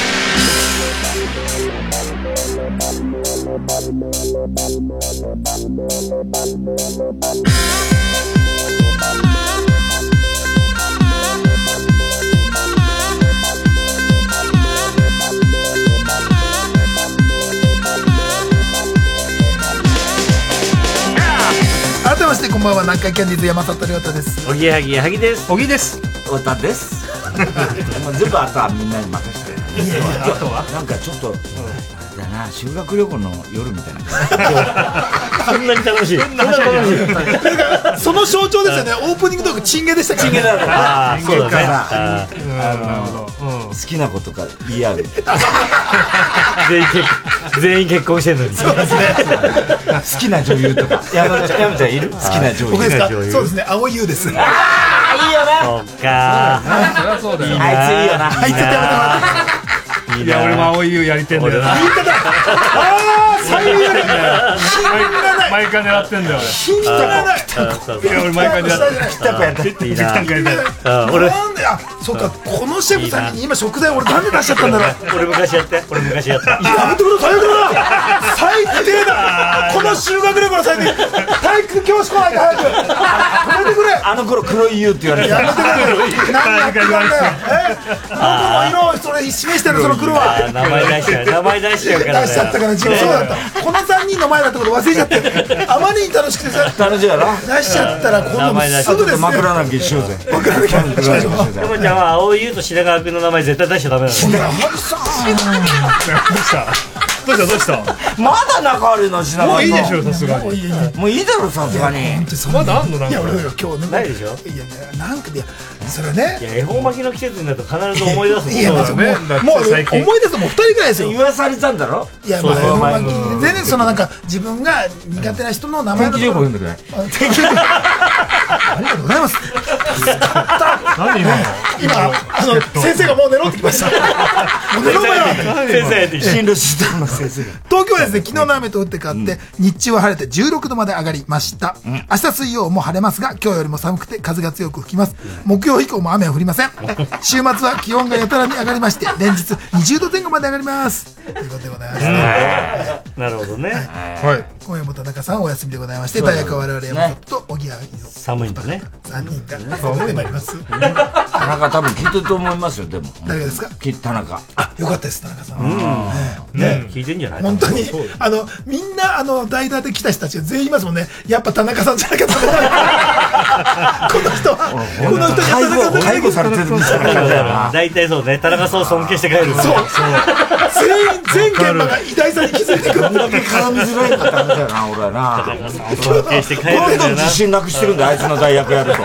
改めましてこんばんは、南海キャンディーズ山里亮太です。 おぎやはぎやはぎです。 おぎです。 太田です。全部あとはみんなに任せて。 あとはなんかちょっとだな、修学旅行の夜みたいな。 そんなに楽しい。そんな楽しい。その象徴ですよね。オープニングトークチンゲでしたから。 チンゲだから。 ああ、そうだね。 あの好きな子とか言い合う。 全員結全員結婚してんのに。 そうですね。 好きな女優とか。山ちゃん山ちゃんいる？好きな女優。 僕ですか？そうですね。青井優です。 ああいいよな。 そっか。 そりゃそうだよ。 あいついいよな。 あいつってやめてもらって。 いや、俺も青い優やりてんだよな。 ああ、最悪だよ。 毎回狙ってんだよ、 信じられない。 俺。いや、俺毎回狙ってんだよ。 ピタパやって。 いいな。 俺なんで、あ、そっか、このシェフさんに今食材俺なんで出しちゃったんだろう。 俺昔やって。俺昔やった。 やめてください、最悪だ。最低だ。この修学旅行の最低。体育教師来ないで早く。止めてくれ。 あの頃黒い優って言われてた。 やめてくれ。何やってんだよ。え、僕の色をそれ示してるその黒は。 名前出しちゃう。名前出しちゃうから。 出しちゃったから自分そうだった。このさんにんの前だったこと忘れちゃって。あまりに楽しくてさ。 楽しいやろ。 出しちゃったらこんなのすぐですね。 枕投げしようぜ。 枕投げしましょう。 山ちゃんは青井優と品川君の名前絶対出しちゃダメなの。 品川さん。 どうしたどうしたまだ仲悪いの品川。 もういいでしょさすがに。 もういいだろさすがに。 まだあんのなんか。 いや俺今日ね。 ないでしょ。 いやなんかでそれね。 いや恵方巻きの季節になると必ず思い出す。 いやもう思い出すもう二人ぐらいですよ。 言わされたんだろ。 いやまあ恵方巻き全然そのなんか自分が苦手な人の名前の。 天気情報読んでくれ。 天気情報。ありがとうございます。 何今の？ 今あの先生がもう寝ろってきました。もう寝ろよ。 先生って進路指導の先生が。 東京はですね昨日の雨と打って変わって日中は晴れてじゅうろくどまで上がりました。明日水曜も晴れますが今日よりも寒くて風が強く吹きます。木曜以降も雨は降りません。週末は気温がやたらに上がりまして連日にじゅうどぜん後まで上がります。ということでございます。 なるほどね。 はい。 今夜も田中さんお休みでございまして大学は我々山本とおぎやはぎの寒いんだね。 さんにんが続いてまいります。 田中多分聞いてると思いますよでも。 誰がですか？ 田中。 あ、よかったです田中さん。 ね聞いてんじゃない？ 本当にあのみんなあの代打で来た人たちが全員いますもんね。やっぱ田中さんじゃなかった。この人はこの人に田中さん介護されてるみたいな感じだよな。 大体そうね。田中さんを尊敬して帰る。 そう。全員全現場が偉大さに気づいてくる。 こんだけ絡みづらいんだったんだよな俺はな。 尊敬して帰るんだよな。 どんどん自信なくしてるんだよあいつの代役やると。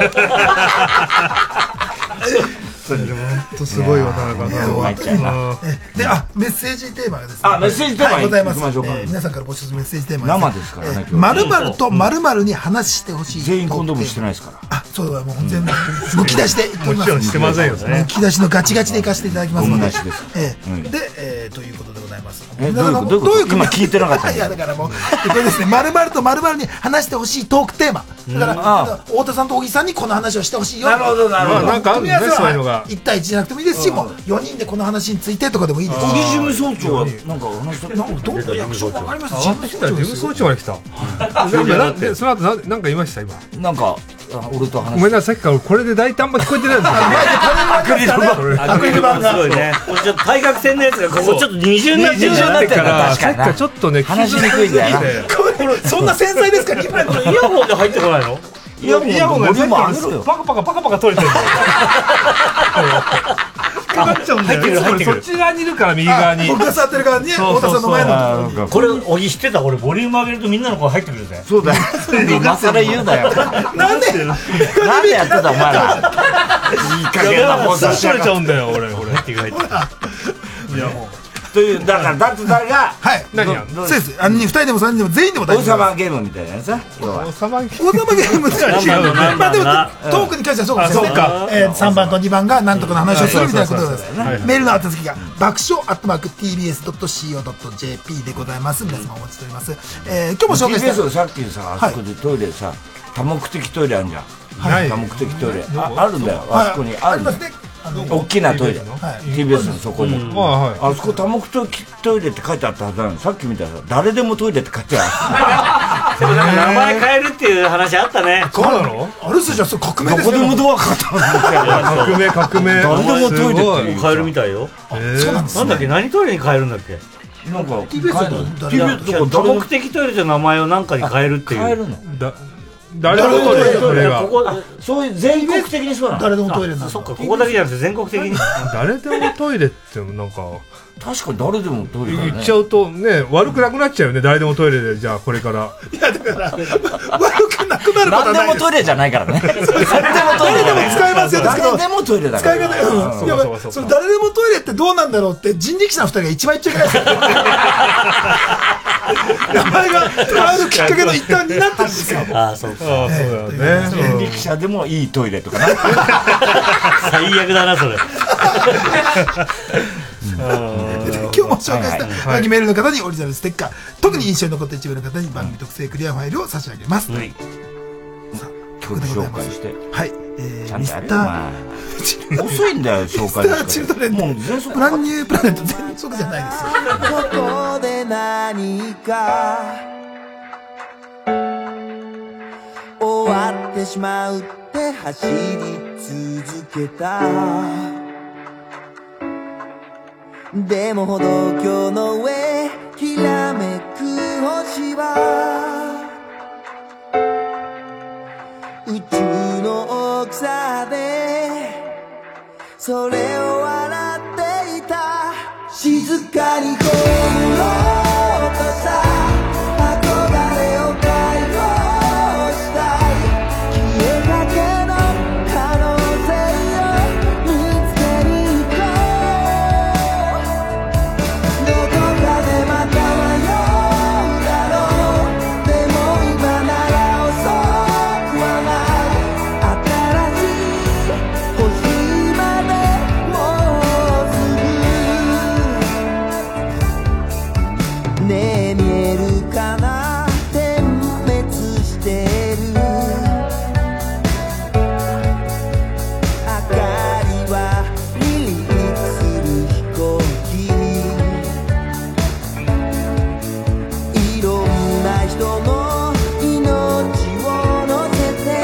本当すごいわ田中さんは。で、あ、メッセージテーマがですね。 あ、メッセージテーマございます。 皆さんから募集するメッセージテーマ生ですからね。 まるまるとまるまるに話してほしい。 全員コンドームしてないですから。 あ、そうだもう全部むき出しで言っております。 もちろんしてませんよね。 むき出しのガチガチでいかせていただきますので。 で、 ええということでございます。 どういうことどういうこと今聞いてなかった。 いやだからもうこれですね。まるまるとまるまるに話してほしいトークテーマ。だから太田さんと小木さんにこの話をしてほしいよ。 なるほどなるほど。 なんかあるんですねそういうのが。 一対一じゃなくてもいいですし、もうよにんでこの話についてとかでもいいですし。 小木事務総長はなんか話した。なんかどんな役所わかります？ 事務総長まで来た。その後なんか言いました今。 なんか俺と話。 ごめんなさいさっきからこれで大体あんま聞こえてないんですよ。 アクリル板。 アクリル板がすごいね。これちょっと対角線のやつがここちょっと二重になってるから、さっきからちょっとね話しにくいんだよな。 そんな繊細ですか？イヤホンで入ってこないの？ イヤホンイヤホンが全部上げろよ。 パカパカパカパカ取れてる。入ってる入ってる。そっち側にいるから右側に。 僕が座ってる側に太田さんの前の。 これ小木知ってた？俺ボリューム上げるとみんなの声入ってくるぜ。 そうだよ。今更言うなよ。 なんで？ なんでやってたお前ら。いい加減な放送しちゃうんだよ俺俺。 入ってくる入ってくる。 いやもう。というだからだって誰がはい何やそうですあのふたりでもさんにんでも全員でも大丈夫。 王様ゲームみたいなやつ。 王様ゲーム。王様ゲームってまあでもトークに関してはそうですね。さんばんとにばんが何とかの話をするみたいなことです。メールの宛先が爆笑アットマーク ティービーエスドットシーオードットジェーピー でございます。皆様お待ちしております。今日も紹介した。 さっきさあそこでトイレさ多目的トイレあるじゃん。多目的トイレあるんだよあそこにあるんだよ。大きなトイレ ティービーエス のそこにあそこ多目的トイレって書いてあったはずなのにさっき見たら誰でもトイレって書いてある。 でもなんか名前変えるっていう話あったね。 そうなの？あれっすじゃあ革命ですよ。どこでもドアかかったん革命革命。 誰でもトイレって変えるみたいよ。 そうなんです。 なんだっけ何トイレに変えるんだっけ？ なんかティービーエス多目的トイレという名前を何かに変えるっていう。 変えるの？ 誰でもトイレそれがここそういう全国的にそうなの。 誰でもトイレなんだ。 そっか、ここだけじゃなくて全国的に誰でもトイレってなんか確かに誰でもトイレだね。 言っちゃうとね悪くなくなっちゃうよね。誰でもトイレでじゃあこれからいやだから悪くなくなることはない。 何でもトイレじゃないからね。誰でもトイレ誰でも使えますよ。 誰でもトイレだから。 使い方、うん。やばい。その誰でもトイレってどうなんだろうって人力車の二人が一番言っちゃいけないですよ。名前が変わるきっかけの一端になったんですよ。 ああ、そうか。 ああ、そうだね。 人力車でもいいトイレとかね。 最悪だな、それ。 今日も紹介した番組メールの方にオリジナルステッカー、特に印象に残った一部の方に番組特製クリアファイルを差し上げます。 曲で紹介して。 はい。えー、ミスちゃんとやれタよ。遅いんだよ、紹介ミスターチルドレンもう全速ブランニュープラネット全速じゃないですよ。 ここで何か終わってしまうって走り続けた。でも歩道橋の上きらめく星は宇宙の大きさでそれを笑っていた。静かにこうろうとした憧れを解放したい。消えかけの可能性を見つけに行こう。どこかでまた迷うだろう。でも今なら遅くはない。新しい星までもうすぐ。ねえ見えるかな点滅してる明かりは離陸する飛行機。いろんな人の命を乗せて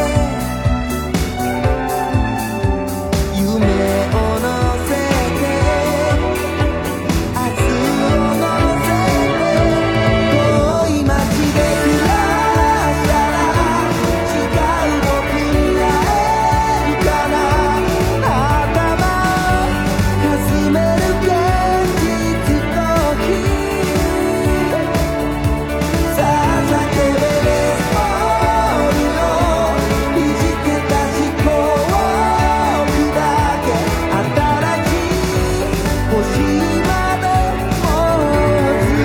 夢を乗せて明日を乗せて遠い街で暮らしたら違う僕に会えるかな。頭をかすめる現実ときさあ叫べレスポールよ。いじけた思考を砕け新しい星までもうす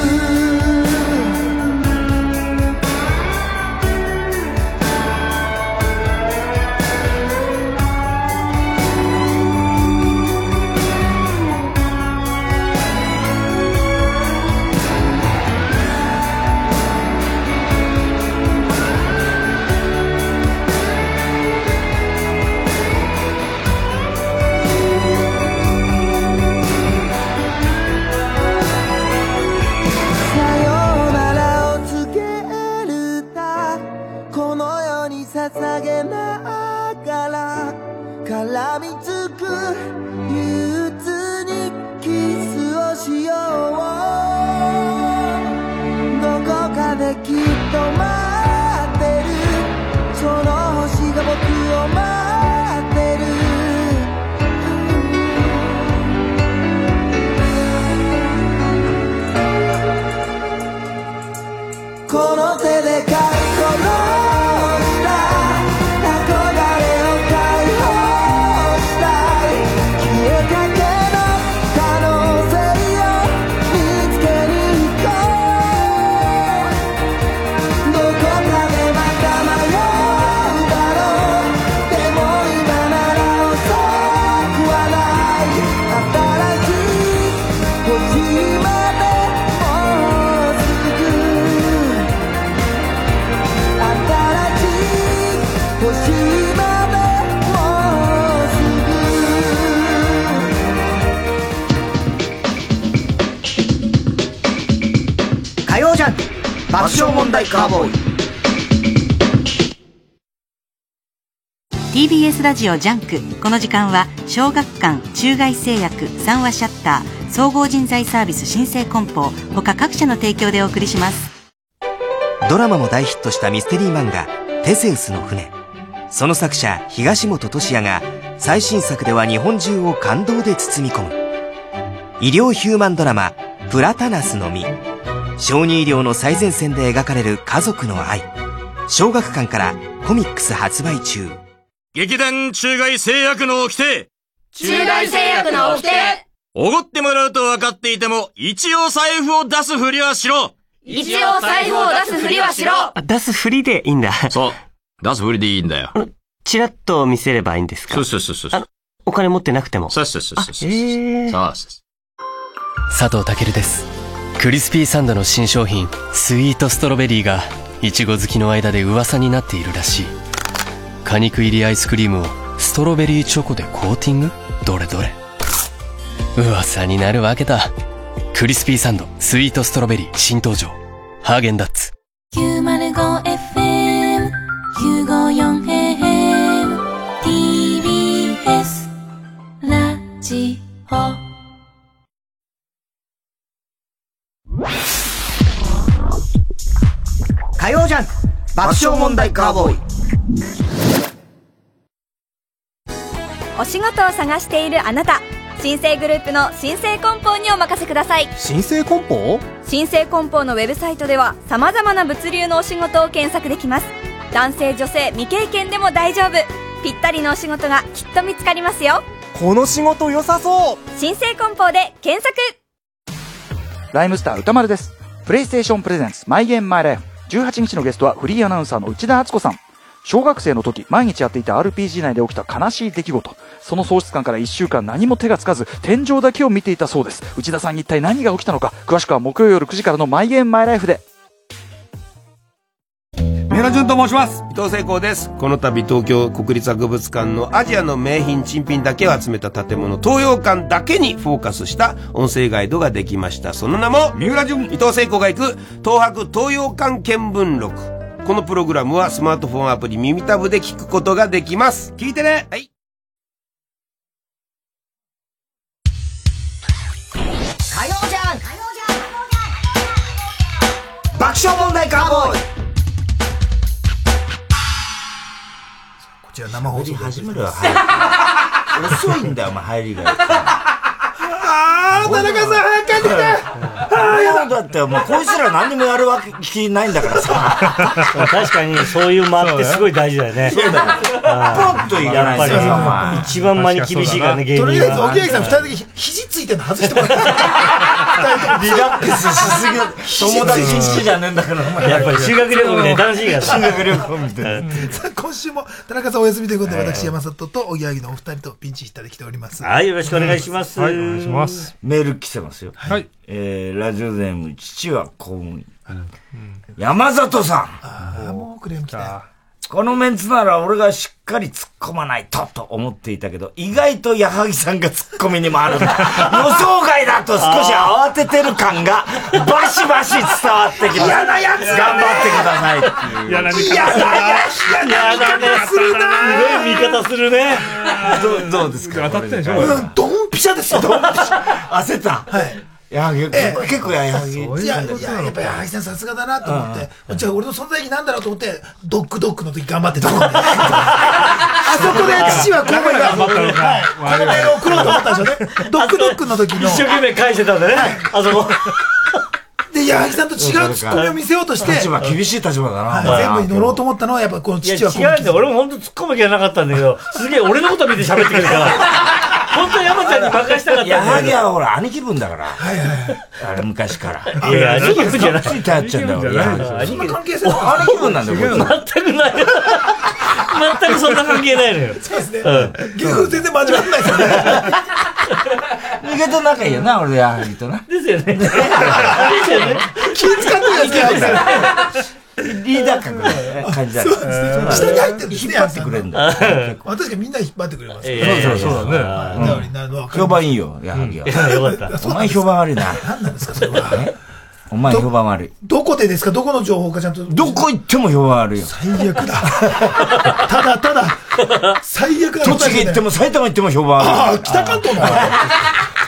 さよならを告げるたこの世に捧げながら絡みつく憂鬱にキスをしよう。どこかできっと待ってるその星が僕を待ってる。この手で買い殺した憧れを解放したい。消えかけの可能性を見つけに行こう。どこかでまた迷うだろう。でも今なら遅くはない。新しい星までもうすぐ。新しい星までもうすぐ。火曜ジャンク爆笑問題カーボーイ。 ティービーエス ラジオジャンク。この時間は小学館、中外製薬、三話シャッター、総合人材サービス新生梱包他各社の提供でお送りします。 ドラマも大ヒットしたミステリー漫画テセウスの船。その作者東本俊也が最新作では日本中を感動で包み込む医療ヒューマンドラマプラタナスの実。小児医療の最前線で描かれる家族の愛。小学館からコミックス発売中。 劇団中外製薬の掟。 中外製薬の掟。 おごってもらうと分かっていても一応財布を出すふりはしろ。 一応財布を出すふりはしろ。 出すふりでいいんだ。 そう。出すふりでいいんだよ。 チラッと見せればいいんですか？ そうそうそうそう。 お金持ってなくても。 そうそうそうそう。 えー、 そうそう。 佐藤健です。クリスピーサンドの新商品スイートストロベリーがいちご好きの間で噂になっているらしい。果肉入りアイスクリームをストロベリーチョコでコーティング。どれどれ、噂になるわけだ。クリスピーサンドスイートストロベリー新登場。ハーゲンダッツきゅうまるごエフエム きゅうごよんエーエム ティービーエス ラジオ。 火曜ジャンク爆笑問題カーボーイ。 お仕事を探しているあなた、新生グループの新生梱包にお任せください。 新生梱包？ 新生梱包のウェブサイトでは様々な物流のお仕事を検索できます。男性女性未経験でも大丈夫。ぴったりのお仕事がきっと見つかりますよ。 この仕事良さそう。 新生梱包で検索。 ライムスター歌丸です。プレイステーションプレゼンツマイゲームマイライフ。じゅうはちにちのゲストはフリーアナウンサーの内田敦子さん。小学生の時毎日やっていた アールピージー 内で起きた悲しい出来事。その喪失感からいっしゅうかん何も手がつかず天井だけを見ていたそうです。内田さんに一体何が起きたのか、詳しくは木曜夜くじからのマイゲームマイライフで。 三浦淳と申します。 伊藤聖光です。この度東京国立博物館のアジアの名品珍品だけを集めた建物東洋館だけにフォーカスした音声ガイドができました。その名も三浦淳伊藤聖光が行く東博東洋館見聞録。このプログラムはスマートフォンアプリ耳タブで聞くことができます。 聞いてね。 はい。 火曜ジャンク爆笑問題カーボーイ。 こちら生放送始めるわ。遅いんだよお前入りが。 あー、田中さん早く帰ってきて。 ああ、だってもうこいつら何にもやるわけ気ないんだからさ。 確かにそういう間ってすごい大事だよね。 そうだよ。ポッといかないですよ。 一番間に厳しいからね、芸人は。 とりあえず、おぎやきさん二人だけ肘ついてるの外してもらって。 リラックスしすぎ。友達んちじゃねえんだから。 やっぱり修学旅行みたいな楽しいから。 修学旅行みたいな。 今週も田中さんお休みということで、私山里とおぎやきのお二人とピンチヒッターで来ております。 はい、よろしくお願いします。 はい、お願いします。 メール来てますよ。 はい。 えー、ラジオネーム、父は公務員。山里さん。 ああ、もうクレーム来た。 このメンツなら俺がしっかり突っ込まないと、と思っていたけど、意外と矢作さんが突っ込みにもあるんだ。予想外だと少し慌ててる感が、バシバシ伝わってきます。 嫌なやつだね。 頑張ってくださいっていう。 嫌な見方するな。 嫌な見方するな。 すごい見方するね。 どう、どうですか？ 当たってんでしょ？ ドンピシャですよ、ドンピシャ。 焦った。 はい。 いや、結構や、や、 いや、いや、やっぱ矢作さんさすがだなと思って、じゃあ俺の存在意義なんだろうと思って、ドックドックの時頑張ってた。あそこで父は公務員が、このメールを送ろうと思ったんでしょうね。ドックドックの時の。 一生懸命返してたんだね。あそこ。 で、矢作さんと違うツッコミを見せようとして。 立場、厳しい立場だな。 全部に乗ろうと思ったのは、やっぱこの父は公務員。違うんだよ。俺も本当突っ込む気はなかったんだけど、すげえ俺のこと見て喋ってくるから。本当に山ちゃんに任したかったんだけど。 矢作はほら、兄貴分だから。はいはい。あれ昔から。 いや、兄貴分じゃない。 ついてやっちゃうんだよ。 そんな関係性兄貴分なんだよ、 全くない。全くそんな関係ないのよ。 そうですね。逆全然交わらないですよね。 逃げと仲いいよな、俺で矢作とな。 ですよね。ですよね。 気遣ってるやつがリーダー格の感じだ。 そうですね。下に入ってるんですね。 引っ張ってくれるんだ。 私がみんな引っ張ってくれます。 そうそうそうだね。評判いいよ、矢作は。 よかった。 お前評判悪いな。 何なんですか、それは。 お前評判悪い。 どこでですか？どこの情報かちゃんと。 どこ行っても評判悪いよ。 最悪だ。ただただ、最悪だ。 栃木行っても埼玉行っても評判悪い。 ああ、北関東の。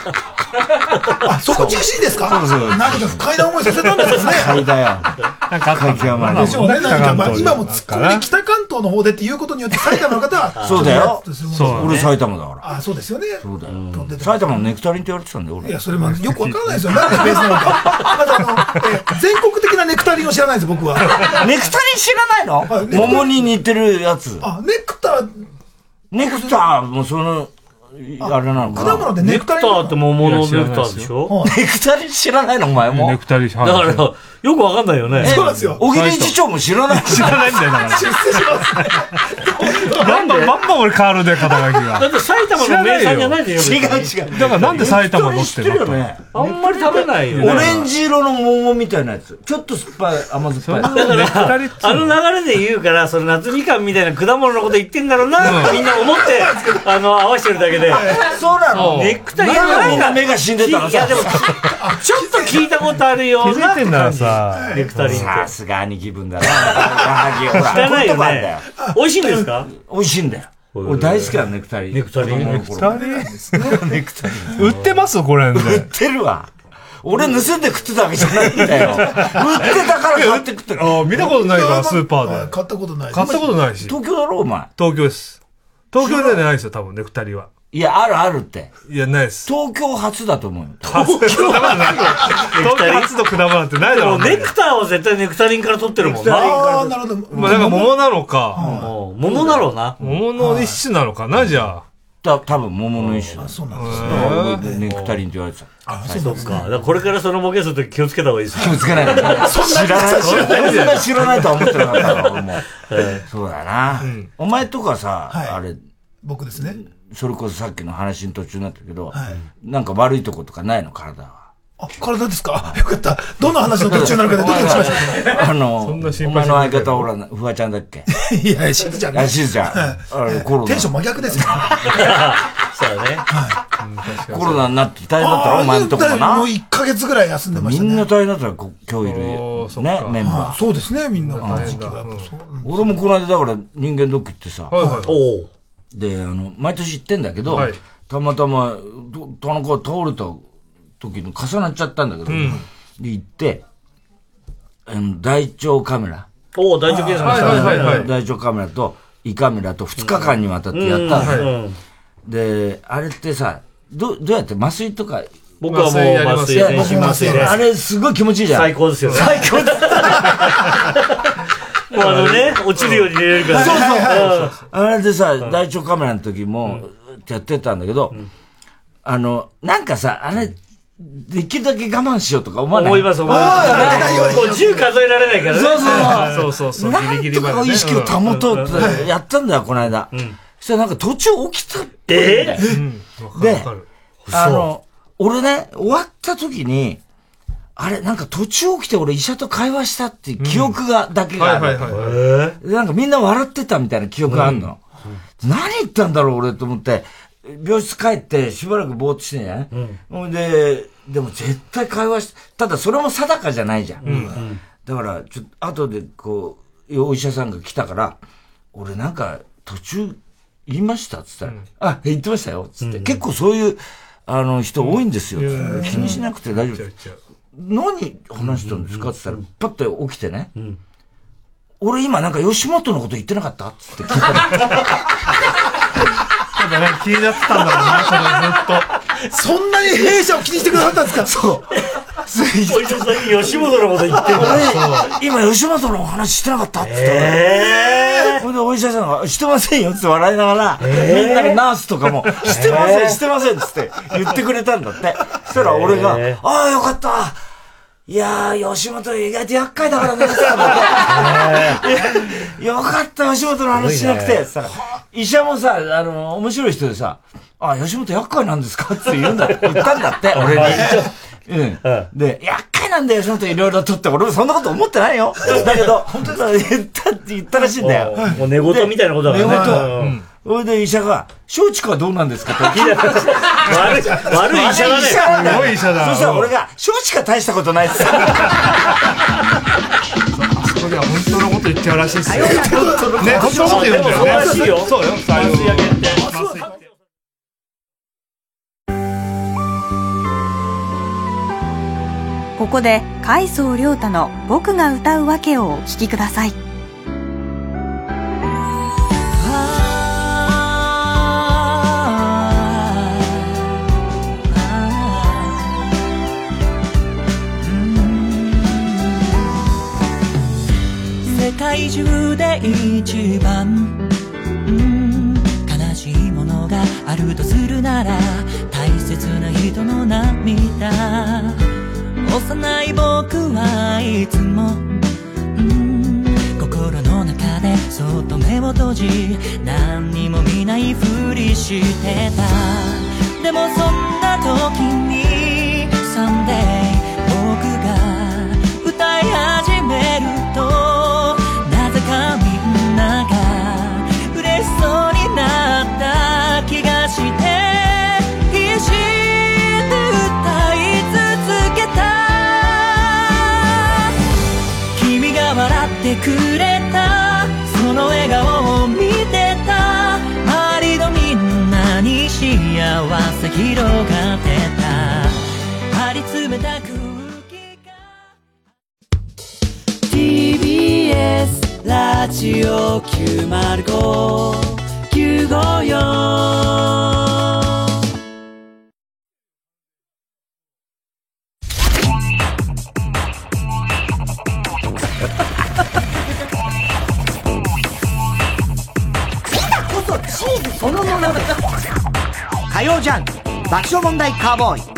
あ、そこ中心ですか？ そうそう。 なんか深いな思いさせたんですね。 深いだよ。 なんかあったんだでしょうね。なんかまあ今も突っ込んで北関東の方でっていうことによって埼玉の方は。 そうだよ。 そう。 俺埼玉だから。 あ、そうですよね。 そうだよ。埼玉のネクタリンって言われてたんだよ、俺。 いや、それもよくわからないですよ。なんでベースなのか。まだあの、全国的なネクタリンを知らないです、僕は。 ネクタリン知らないの？桃に似てるやつ。 あ、ネクタ、 ネクタもその、あれなのかな。 果物でネクタリン。 ネクターって桃のネクターでしょ？ ネクタリン知らないのお前も。 ネクタリン。だから、よくわかんないよね。 そうなんですよ。 小木理事長も知らない。 知らないんだよ、だから。 出世します。 バンバン、バンバン俺変わるね、肩書きが。 だって埼玉の名産じゃないでよ。 違う違う。 だからなんで埼玉のってるよね。 あんまり食べないよ。 オレンジ色の桃みたいなやつ。ちょっと酸っぱい、甘酸っぱい。 だから、あの流れで言うから、その夏みかんみたいな果物のこと言ってんだろうな、みんな思って、あの、合わせてるだけで。 そうなの？ ネクタリンがみんな目が死んでたのさ。 いやでも、ちょっと聞いたことあるような。 気づいてんならさ、 ネクタリン。 さすが兄貴分だな。ほら、 知らないよね。美味しいんですか？ 美味しいんだよ。俺大好きなネクタリン。 ネクタリン。 ネクタリンネクタリン。 売ってますこれ。売ってるわ。俺盗んで食ってたわけじゃないんだよ。売ってたから買って食ってる。 ああ、見たことないからスーパーで。 買ったことない。 買ったことないし。 東京だろお前。 東京です。東京ではないですよ、多分ネクタリンは。 いや、あるあるって。 いや、ないです。 東京初だと思うよ。 東京初東京初の果物なんてないだろうね。ネクターは絶対ネクタリンから取ってるもんな。 ああ、なるほど。 まあ、なんか桃なのか。 桃だろうな。 桃の一種なのかな、じゃあ。 た多分桃の一種だ。 そうなんですね。ネクタリンって言われてた。 あ、そうですか。 だからこれからそのボケするとき気をつけた方がいいですよ。 気をつけない。知らない。そんな知らないとは思ってなかったから俺も。そうだな。お前とかさ、あれ。 僕ですね。 それこそさっきの話の途中になったけど、なんか悪いとことかないの体は。 あ、体ですか？よかった。どの話の途中なのかでドキドキしました。 あの、お前の相方ほら、フワちゃんだっけ？ いや、しずちゃんね。 しずちゃん。あれ、コロナ。 テンション真逆ですよ。 そうだね。 コロナになって大変だったろお前のとこかな。 もういっかげつぐらい休んでましたね。 みんな大変だったら、今日いるね、メンバー。 そうですね、みんな。 俺もこの間だから人間ドック行ってさ。 おで、あの、毎年行ってんだけど、たまたま、田中が倒れた時に重なっちゃったんだけど、で、行って、あの、大腸カメラ。 お大腸検査の大腸カメラと胃カメラとふつかかんにわたってやったの。で、あれってさ、ど、どうやって麻酔とか、 僕はもう麻酔、全身麻酔で。 あれすごい気持ちいいじゃん。 最高ですよね。 最高だもうあのね、落ちるように入れるから。 そうそうそう。あれでさ、大腸カメラの時も、やってたんだけど、あの、なんかさ、あれ、できるだけ我慢しようとか思わない？ 思います、思います。もうじゅう数えられないからね。 そうそうそう。 なんとか意識を保とうってやったんだよ、この間。そしたらなんか途中起きたってえで、あの、俺ね、終わった時に、あれ、なんか途中起きて俺医者と会話したっていう記憶が、だけがある。なんかみんな笑ってたみたいな記憶があるの。何言ったんだろう俺と思って、病室帰ってしばらくぼーっとしてんじゃない？ほんで、でも絶対会話して、ただそれも定かじゃないじゃん。だから、ちょっと後でこう、お医者さんが来たから、俺なんか途中言いましたっつったら、あ、言ってましたよっつって。結構そういう、あの人多いんですよ。気にしなくて大丈夫。何話したんですかって言ったら、パッと起きてね。俺今なんか吉本のこと言ってなかったつって聞いたら。 気になってたんだろうな、それずっと。 そんなに弊社を気にしてくださったんですか？ そう。 お医者さんに吉本のこと言ってる今吉本のお話してなかったって言ったら。えー。ほんでお医者さんが、してませんよって笑いながら、みんなのナースとかも、してません、してませんって言ってくれたんだって。そしたら俺が、ああよかった。いやー、吉本意外と厄介だからね、よかった、吉本の話しなくて、さ、医者もさ、あの、面白い人でさ、あ、吉本厄介なんですかって言うんだ、言ったんだって、俺に。うん。で、厄介なんだよ、吉本いろいろとって、俺もそんなこと思ってないよ。だけど、本当に言ったって言ったらしいんだよ。 もう寝言みたいなことだからね。それで医者が、松竹はどうなんですかって聞いたら、 悪い、悪い医者だね。 すごい医者だ。 そしたら俺が、松竹は大したことないって言った。 それは本当のこと言っちゃうらしいっすよ。ね、本当のこと言うんだよね。 そうよ。 そうよ、最後。 ここで海藻亮太の僕が歌うわけをお聴きください。 世界中で一番、うん、悲しいものがあるとするなら大切な人の涙。幼い僕はいつも、うん、心の中でそっと目を閉じ何にも見ないふりしてた。でもそんな時にサンデー僕が歌い始めるとなぜかみんなが嬉しそうになった気がして必死で歌い続けた。君が笑ってくれたその笑顔を見てた。周りのみんなに幸せ広がってた。張り詰めた空気が ティービーエス ラジオきゅうまるご きゅうごよん。 チーズそのもの火曜ジャンク爆笑問題カーボーイ。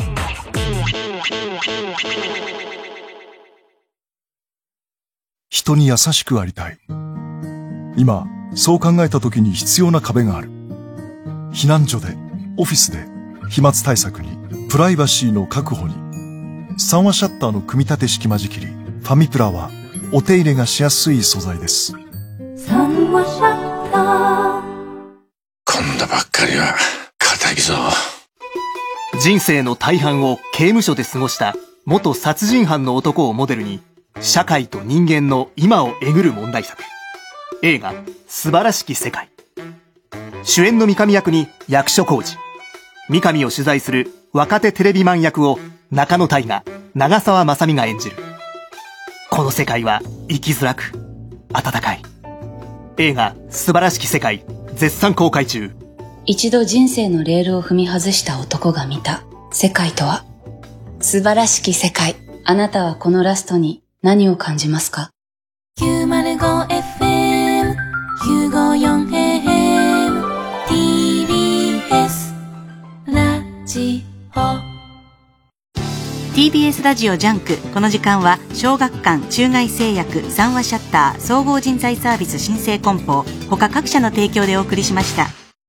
人に優しくありたい。今そう考えた時に必要な壁がある。避難所で、オフィスで、飛沫対策に、プライバシーの確保に。三話シャッターの組み立て式間仕切りファミプラはお手入れがしやすい素材です。 三話シャッター。 今度ばっかりは固いぞ。 人生の大半を刑務所で過ごした元殺人犯の男をモデルに社会と人間の今をえぐる問題作。映画素晴らしき世界。主演の三上役に役所広司、三上を取材する若手テレビマン役を中野大河、長澤まさみが演じる。この世界は生きづらく温かい。映画素晴らしき世界絶賛公開中。 一度人生のレールを踏み外した男が見た世界とは。素晴らしき世界。あなたはこのラストに何を感じますか？ きゅうまるごエフエム きゅうごよんエフエム ティービーエス ラジオティービーエス ラジオジャンク。この時間は小学館、中外製薬、三話シャッター、総合人材サービス新生梱包他各社の提供でお送りしました。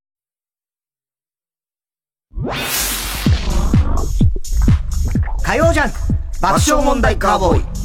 火曜ジャンク爆笑問題カーボーイ。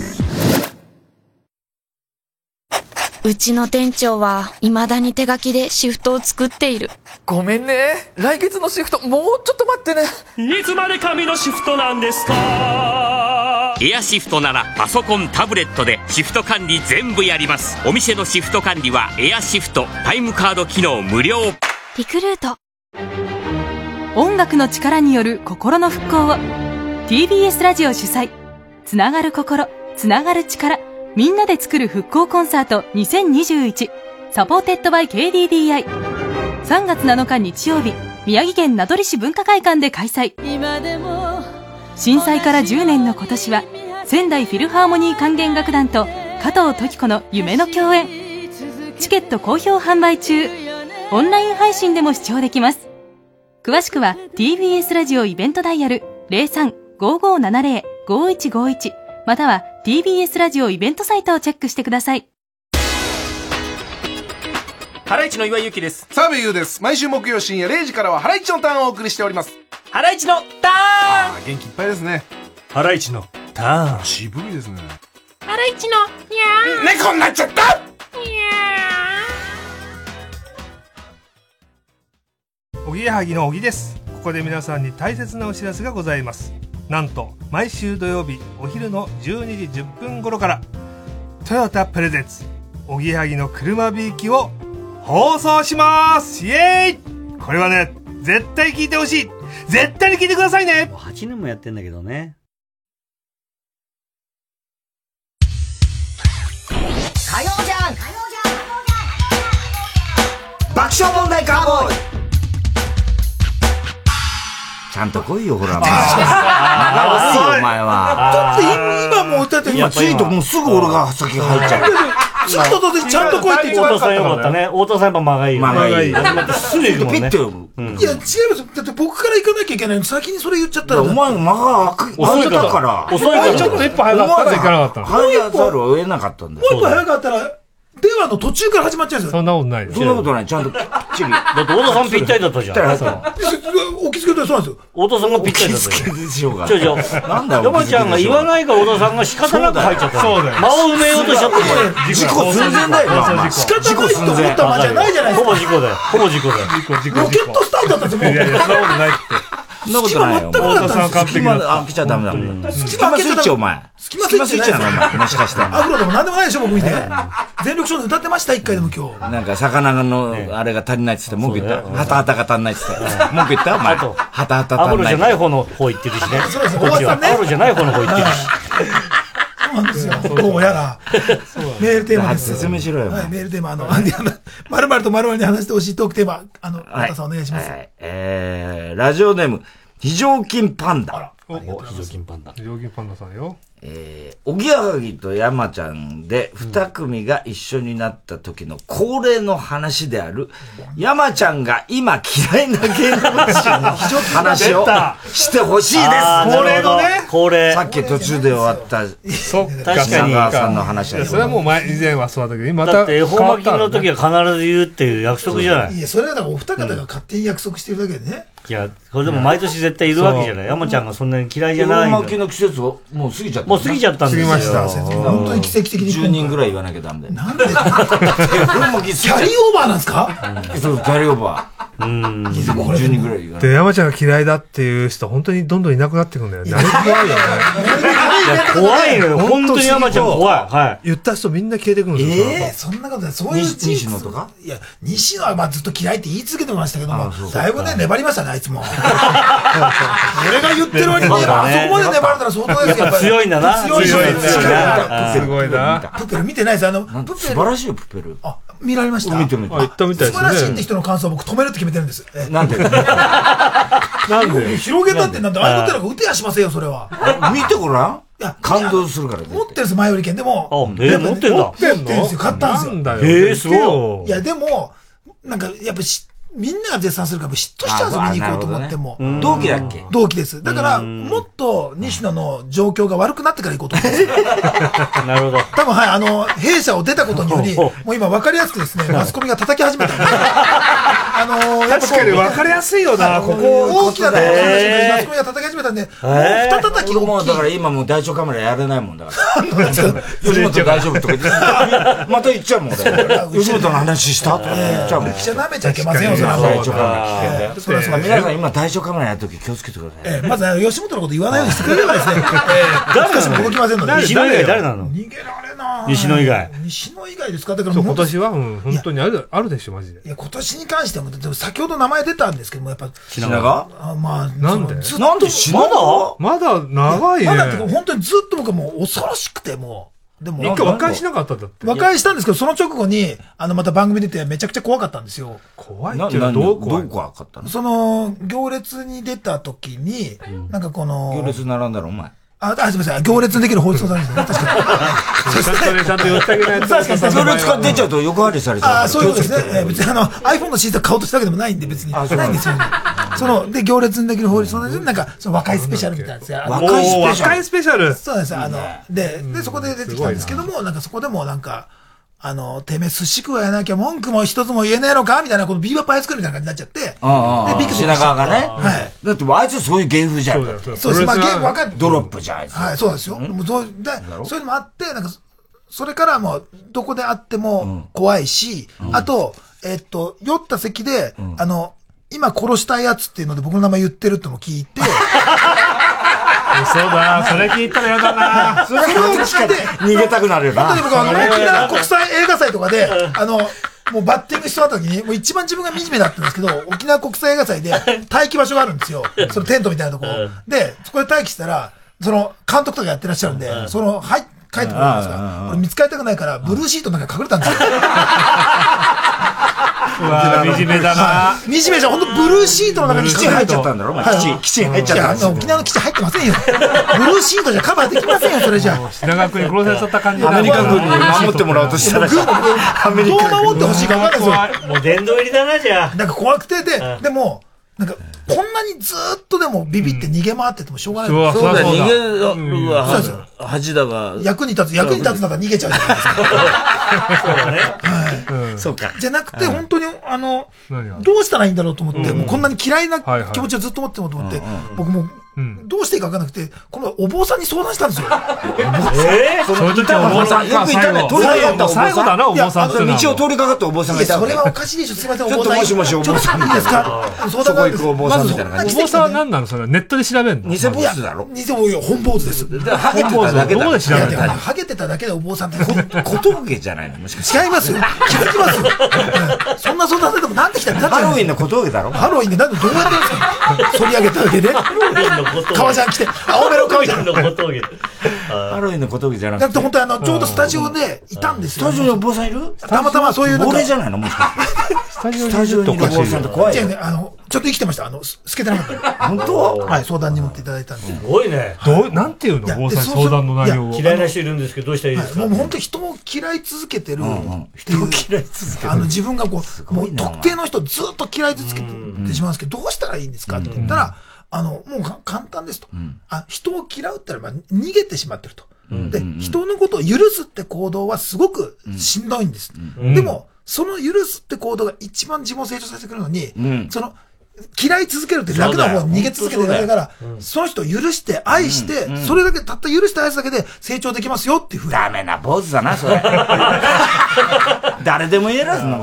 うちの店長は未だに手書きでシフトを作っている。 ごめんね。来月のシフトもうちょっと待ってね。 いつまで紙のシフトなんですか？ エアシフトならパソコン、タブレットでシフト管理全部やります。お店のシフト管理はエアシフト、タイムカード機能無料。 リクルート。 音楽の力による心の復興を ティービーエス ラジオ主催、つながる心、つながる力、みんなで作る復興コンサートにせんにじゅういち、サポーテッドバイ ケーディーディーアイ。 さんがつなのか日曜日、宮城県名取市文化会館で開催。震災からじゅうねんの今年は仙台フィルハーモニー管弦楽団と加藤登紀子の夢の共演。チケット好評販売中。オンライン配信でも視聴できます。詳しくは ティービーエス ラジオイベントダイヤル ゼロさん ごーごーななゼロ ごーいちごーいち または ティービーエス ラジオイベントサイトをチェックしてください。 ハライチの岩井ゆきです。 澤部優です。毎週木曜深夜れいじからはハライチのターンをお送りしております。 ハライチのターン。 あ、元気いっぱいですね。 ハライチのターン。 渋いですね。 ハライチのニャー。 猫になっちゃった。 ニャおぎやはぎのおぎです。ここで皆さんに大切なお知らせがございます。なんと毎週土曜日お昼のじゅうにじじゅっぷん頃からトヨタプレゼンツおぎやはぎの車びいきを放送します。イエーイ。これはね、絶対聞いてほしい。絶対に聞いてくださいね。 はちねんもやってんだけどね。 爆笑問題カーボーイ。ちゃんと来いよ、ほら。長いよ、お前は。 だって今もう、だって今ついともうすぐ俺が先入っちゃう。 すぐととちゃんと来いって言っ太田さんよかったね。太田さんやっぱ間がいいよ。 間がいい。 すぐ行くもんね。 いや、違いますよ。だって僕から行かなきゃいけないのに先にそれ言っちゃったら。 お前間が遅いから。遅いから。 ちょっと一歩早かったら行かなかったの。 早ざるを得なかったんだよ。 もう一歩早かったら、電話の途中から始まっちゃうんですよ。 そんなことないよ。 そんなことない。ちゃんときっちり。 だって太田さんぴったりだったじゃん。 お気づけてそうなんですよ。 太田さんがぴったりだったじゃん。 でしょうが。 ちょちょ。なんだよ。山ちゃんが言わないから太田さんが仕方なく入っちゃった。そうだよ。間を埋めようとしちゃった。 事故寸前だよ。 仕方ないと思った間じゃないじゃないですか。 ほぼ事故だよ。ほぼ事故だよ。 事故、事故。 ロケットスタートだったんですよ。 いやいや、そんなことないって。 そんなことないよ。 太田さん完璧だ。開けちゃダメだもん。隙間スイッチお前。 隙間スイッチなのお前。もしかして。 アフロでもなんでもないでしょ、僕見て。全力少年歌ってました、一回でも今日。 なんか、魚の、あれが足りないっつって、文句言った。ハタハタが足んないっつって。文句言ったお前。ハタハタ足んない。 アフロじゃない方の方行ってるしね。 そうですよ、 こっちは。アフロじゃない方の方行ってるし。 そうなんですよ。どうやら。メールテーマです。 説明しろよ。 はい、メールテーマ、あの、まるまるとまるまるに話してほしいトークテーマ、あの、太田さんお願いします。 えー、ラジオネーム、非常勤パンダ。 あら、非常勤パンダ。 非常勤パンダさんよ。 えー、おぎやはぎと山ちゃんで二組が一緒になった時の恒例の話である、山ちゃんが今嫌いな芸能人の話をしてほしいです。 恒例のね。 恒例。 さっき途中で終わった、 そっか、 確かに。川さんの話だよ。それはもう前、以前はそうだけど、今また。 だって恵方巻きの時は必ず言うっていう約束じゃない。 いや、それはだからお二方が勝手に約束してるだけでね。 いや、これでも毎年絶対いるわけじゃない。山ちゃんがそんなに嫌いじゃない。 恵方巻きの季節をもう過ぎちゃった。 もう過ぎちゃったんですよ。 過ぎました。 本当に奇跡的に。 じゅうにんぐらい言わなきゃダメだよ。 なんでキャリーオーバーなんですか？ そう、キャリーオーバー。うん。じゅうにんぐらい言わない。 で、山ちゃんが嫌いだっていう人、本当にどんどんいなくなってくるんだよ。何怖いよね。 怖いのよ。本当に山ちゃん怖い。はい。 言った人みんな消えてくるんですよ。 ええ、そんなことない。そういう西野とか？ いや、西野はまあずっと嫌いって言い続けてましたけども、だいぶね、粘りましたね、あいつも。俺が言ってるわけに、あそこまで粘れたら相当ですよ。 強いんだな。 強いんだよ。すごいな。 プペル見てないです。あの、 プペル。素晴らしいよ、プペル。 あ、見られました？ 見てみた。 言ったみたいですね。 素晴らしいって人の感想を僕止めるって決めてるんです。 なんでなんで広げたってなんで、ああいうことなんか打てやしませんよ、それは。 見てごらん。 いや、 感動するから。 持ってるんです、前売り券。でも。 あ、え、持ってんだ。 持ってるんですよ、買ったんですよ。 なんだよ。 え、すごい。いや、でも、なんか、やっぱし、みんなが絶賛するから嫉妬しちゃうんですよ、見に行こうと思っても。 同期だっけ？ 同期です。だから、もっと西野の状況が悪くなってから行こうと思うんですよ。 なるほど。 多分、はい、あの、弊社を出たことにより、もう今分かりやすくですね、マスコミが叩き始めたんで。あの、やっぱ確かに分かりやすいよな、ここ。 大きなね、マスコミが叩き始めたんで、もう二叩きもうだから今もう大腸カメラやれないもんだから。吉本大丈夫とか言って、また言っちゃうもんだ吉本の話したとか言っちゃうもん。 記者舐めちゃいけませんよ、それは。 大腸カメラ聞けて。皆さん今大腸カメラやるとき気をつけてください。 まず吉本のこと言わないようにしてくれればですね。誰かしも動きませんので。 西野以外誰なの？ 逃げられな西野以外。 西野以外ですか？だから今年はうん本当にあるあるでしょマジで。 いや今年に関してはでも先ほど名前出たんですけどもやっぱ品川？ あまあなんで？ なんで品川？ まだ長いね。 まだって本当にずっと僕はもう恐ろしくてもう。 でも一回和解しなかったんだって。 和解したんですけどその直後にあのまた番組出てめちゃくちゃ怖かったんですよ。 怖いっていうのはどう怖い？ どう怖かったの？ その行列に出た時になんかこの行列並んだろお前。 あ、あ、すみません。行列にできる法律相談ですね。確かに。 ちゃんとね、ちゃんと言ってあげないと。 確かに。 行列が出ちゃうと横張りされちゃう。 あ、そういうことですね。別にあの、iPhone のシート買おうとしたわけでもないんで、別に。ないんですよね。その、で、行列にできる法律相談所なんか、その和解スペシャルみたいなですよ。 和解スペシャル。 和解スペシャル。 そうなんですよ。あの、で、で、そこで出てきたんですけども、なんかそこでもなんか、あの、てめえ寿司食わやなきゃ文句も一つも言えねえのかみたいな、このビーバップハイスクールみたいな感じになっちゃって。 ああ、で、ビク品川がね。 はい。 だってあいつそういう芸風じゃん。 そうです。まあ、芸風わかる。 ドロップじゃん、あいつ。 はい、そうですよ。もうそう、で、そういうのもあって、なんか、それからもう、どこであっても怖いし、あと、えっと、酔った席で、あの、今殺したいやつっていうので僕の名前言ってるってのを聞いて、 そうだ、それ聞いたらやだな。 それを聞いて、 逃げたくなるよな。 本当に僕は、沖縄国際映画祭とかで、あの、もうバッティングしてもらった時に、もう一番自分が惨めだったんですけど、沖縄国際映画祭で待機場所があるんですよ。そのテントみたいなとこ。で、そこで待機したら、その監督とかやってらっしゃるんで、その、はい、 帰ってこないんですか。俺見つかりたくないから、ブルーシートの中に隠れたんですよ。 うわ惨めだな。 惨めじゃん、ほんとブルーシートの中に基地入っちゃったんだろ、お前。基地、基地入っちゃったんだよ。沖縄の基地入ってませんよ。ブルーシートじゃカバーできませんよ、それじゃ。 品川区に殺されちゃった感じ。 アメリカ軍に守ってもらおうとしたら、 アメリカ軍どう守ってほしいか分かんないですよ。 もう殿堂入りだな、じゃあ。 なんか怖くて、で、でも、なんか、こんなにずっとでもビビって逃げ回っててもしょうがない。 そうだ、逃げるは恥だが。 役に立つ、役に立つなら逃げちゃうじゃないですか。 そうだね。 はい。そうか。じゃなくて、本当に、あの、どうしたらいいんだろうと思って、もうこんなに嫌いな気持ちをずっと持ってもと思って、僕も、どうしていいか分からなくて、このお坊さんに相談したんですよ。 えぇその時お坊さん、よくいたね。通りかかったお坊さん。 最後だな、お坊さんって。 道を通りかかったお坊さんがいた。 それはおかしいでしょ、すみません、お坊さん。 ちょっともしもしお坊さん。 いいですかそこ行くお坊さんみたいな感じ。 お坊さんは何なのそれネットで調べるの偽坊主だろ偽坊主、本坊主です。 ハゲてただけだ。 どこで調べるのハゲてただけでお坊さんって。 小峠じゃないのもしかして。 違いますよ。気づきますよ。そんな相談されてもなんで来たのハロウィンの小峠だろハロウィンでなんでどうやってるんですか反り上げただけで。革ジャン着て、青めの革ジャン。 ハロウィンの小峠じゃなくて。 だって本当にあの、ちょうどスタジオでいたんですよ。 スタジオにお坊さんいるたまたまそういう。 俺じゃないのもしかして。スタジオにいるお坊さんって怖いよ。 あの、ちょっと生きてました。あの、透けてなかった。 本当はい、相談に乗っていただいたんで。 すごいね。 どう、なんていうの坊さん相談の内容を。 嫌いな人いるんですけど、どうしたらいいですかもう本当に人を嫌い続けてる。 人を嫌い続けてる。 あの、自分がこう、もう特定の人ずっと嫌い続けてしまうんですけど、どうしたらいいんですかって言ったら、あの、もう簡単ですと。あ、人を嫌うって言ったら逃げてしまってると。で、人のことを許すって行動はすごくしんどいんです。でも、その許すって行動が一番自分を成長させてくるのに、その、嫌い続けるって楽な方に逃げ続けてるだけだから、その人を許して愛して、それだけ、たった許して愛すだけで成長できますよっていうふうに。 ダメな坊主だな、それ。誰でも言えるそんなこと。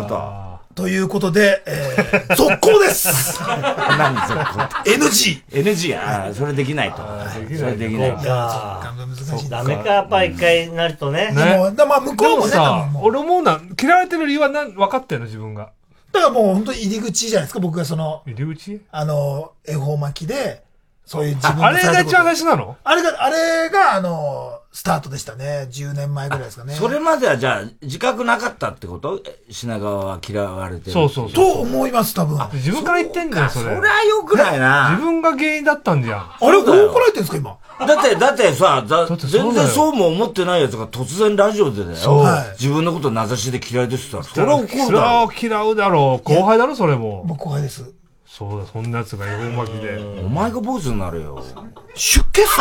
ということで、えー、続行です何続行エヌジー。エヌジー、ああ、それできないと。それできない。 ダメか、やっぱ一回なるとね。 でも、まあ向こうもね。 俺思うな、嫌われてる理由は何、分かってんの自分が。 だからもう本当に入り口じゃないですか、僕がその。 入り口あの、恵方巻きで、そういう自分あれが一番最初なのあれが、あれが、あの、スタートでしたね。じゅうねんまえぐらいですかね。 それまではじゃあ、自覚なかったってこと品川は嫌われてる。 そうそうそう。 と思います、多分。 自分から言ってんだよ、それ。 そりゃ良くないな。 自分が原因だったんじゃん。 あれ、どう怒られてんですか、今。 だって、だってさ、全然そうも思ってないやつが突然ラジオでだよ。自分のこと名指しで嫌いですって言ったら、それは怒るだろ。 それは嫌うだろう。後輩だろ、それも。 僕後輩です。 そうだ、そんな奴が恵方巻きで。 お前が坊主になるよ。 出家っすか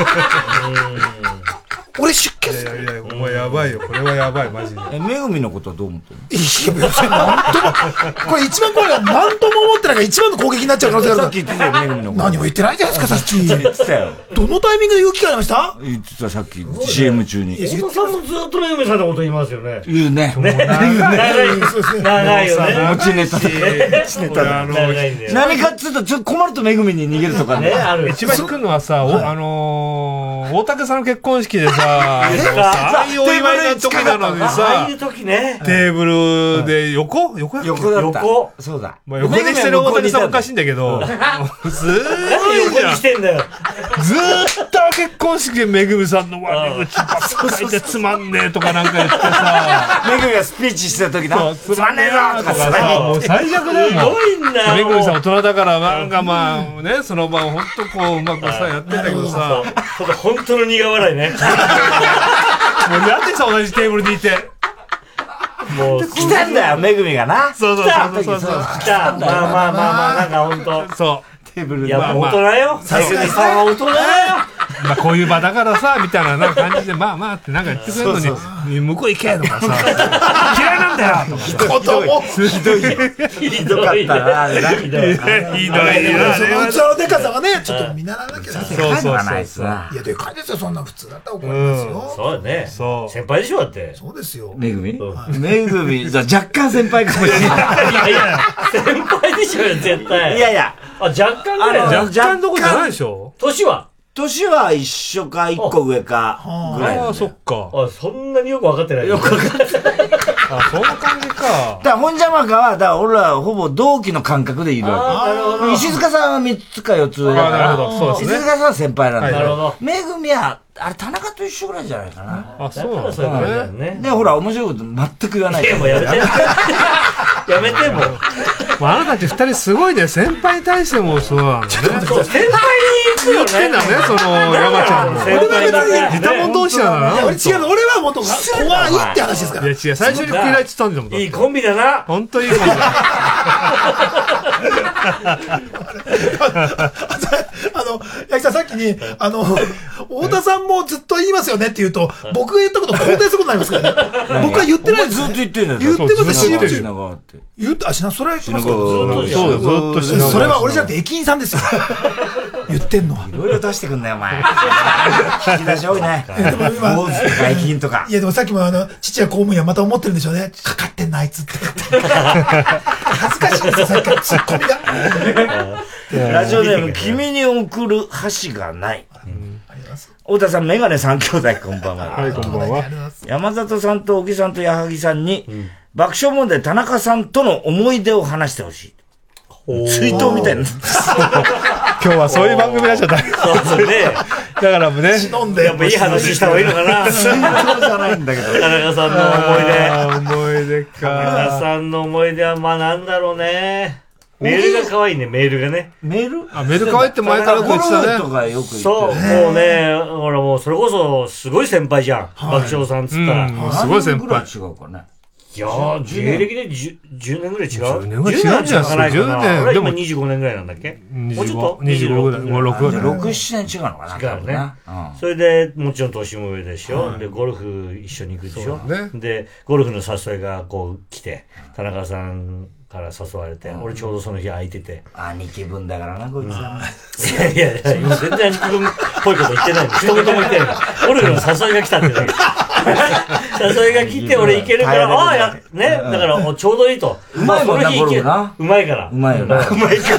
俺出家っすかいやいや、お前やばいよ。これはやばい、マジで。 え、めぐみのことはどう思ってるの？ いや、別になんとも、これ一番怖いのは何とも思ってないから一番の攻撃になっちゃう可能性がある。 さっき言ってたよ、めぐみのこと。 何も言ってないじゃないですか、さっき。 言ってたよ。 どのタイミングで言う機会ありました？ 言ってた、さっき シーエム 中に。 小野さんもずっとめぐみさんのこと言いますよね。 言うね。 長い。長いよね。 持ちネタで。持ちネタで。何かっつうと、ちょっと困るとめぐみに逃げるとかね。 ある。一番引くのはさ、あの、大竹さんの結婚式でさ、ああいうお祝いの時なのにさ、 ああいう時ね。 テーブルで横横横だった。 横。 そうだ。 まあ横にしてる大竹さんおかしいんだけど、ずーっと横にしてんだよ。 ずーっと結婚式でめぐみさんの悪口ばっかりでつまんねえとかなんか言ってさ、 めぐみがスピーチしてた時な、つまんねえなとかさ、 もう最悪だよ。 すごいんだよ。 めぐみさん大人だからなんかまあね、その場をほんとこううまくさやってんだけどさ、 本当の苦笑いね。 もうやってさ、同じテーブルにいて。 もう、 来たんだよ、めぐみがな。 そうそうそうそう。 来た。まあまあまあまあ、なんかほんと。 そう。 テーブルいや、大人よ。さすがにさんは大人だよ。 まあこういう場だからさ、みたいな感じで、まあまあってなんか言ってくれるのに、向こう行けとかさ、嫌いなんだよとか。 子供ひどい。ひどかったな、あれな。ひどい。 ひどい。 その器のでかさはね、ちょっと見習わなきゃそうそうそう。 いや、でかいですよ、そんな普通だったら怒りますよ。 そうだね。 そう。 先輩でしょ、だって。 そうですよ。 めぐみめぐみ、じゃ若干先輩かもしれない。 いやいや、先輩でしょよ、絶対。 いやいや。 あ、若干ぐらい若干どこじゃないでしょ？ 年は年は一緒か一個上かぐらい。 ああ、そっか。 あ、そんなによくわかってない。 よくわかってない。 あ、そんな感じか。だから、本邪魔かは、だから俺らほぼ同期の感覚でいるわけ。なるほど。石塚さんはみっつかよっつ上だから。 なるほど。そうですね。 石塚さんは先輩なんだ。 なるほど。 めぐみは、あれ、田中と一緒ぐらいじゃないかな。 あ、そうなんだね。で、ほら、面白いこと全く言わない。 いや、もうやめて。やめて、もう。 まあ、あなたたち二人すごいね。先輩に対してもそうなんだね。先輩に言ってんだね、その、山ちゃんも。 先輩に言って似たもん同士だな。 いや、俺違うの。俺はもっと怖いって話ですから。 いや、違う。最初に食いられてたんだもん。 いいコンビだな。 ほんといいコンビだ。 あの、八木さんさっきに、あの、太田さんもずっと言いますよねって言うと、僕が言ったこと肯定することになりますからね。僕は言ってないです。 ずっと言ってんだよ。 言ってます、シーエム 中。 品川って。 言って、あ、品、それは言ってますかそうだ、ずっと品川。 それは俺じゃなくて駅員さんですよ。言ってんのは。 いろいろ出してくんだよ、お前。引き出し多いね。坊主とか駅員とか。 いや、でもさっきもあの、父は公務員はまた思ってるんでしょうね。かかってんな、あいつって。恥ずかしいですよ、さっきからツッコミが。 ラジオネーム、君に送る箸がない。太田さん、メガネ三兄弟、こんばんは。 はい、こんばんは。 山里さんと小木さんと矢作さんに、爆笑問題田中さんとの思い出を話してほしい。追悼みたいな。 今日はそういう番組になっちゃった。 そうですね。 だからもね。 飲んで。 やっぱいい話した方がいいのかな。 追悼じゃないんだけど。 田中さんの思い出。 思い出か。 田中さんの思い出は、まあなんだろうね。メールが可愛いね、メールがね。 メールあ、メール可愛いって前からよく言ってたね。 とかよく言ってそう、もうね、ほらもうそれこそすごい先輩じゃん。爆笑さんっつったら。 すごい先輩。 違うかね。 いやー、芸歴でじゅうねんぐらい違う ?じゅう年ぐらい違うんじゃないですか。じゅうねん。 でもにじゅうごねんぐらいなんだっけもうちょっと ? にじゅうごぐらい。もうろく、 ろく、ななねん違うのかな。 違うね。それで、もちろん年も上でしょ。で、ゴルフ一緒に行くでしょ。で、ゴルフの誘いがこう来て、田中さんから誘われて、俺ちょうどその日空いてて。 兄貴分だからな、こいつは。 いやいやいや、今全然兄貴分っぽいこと言ってないの。一言も言ってないの。ゴルフの誘いが来たってだけ。誘いが来て、俺行けるから、ああ、や、ね、だからちょうどいいと。 うまいもんな、ゴルフな。 うまいから。 うまいよな。 うまいから。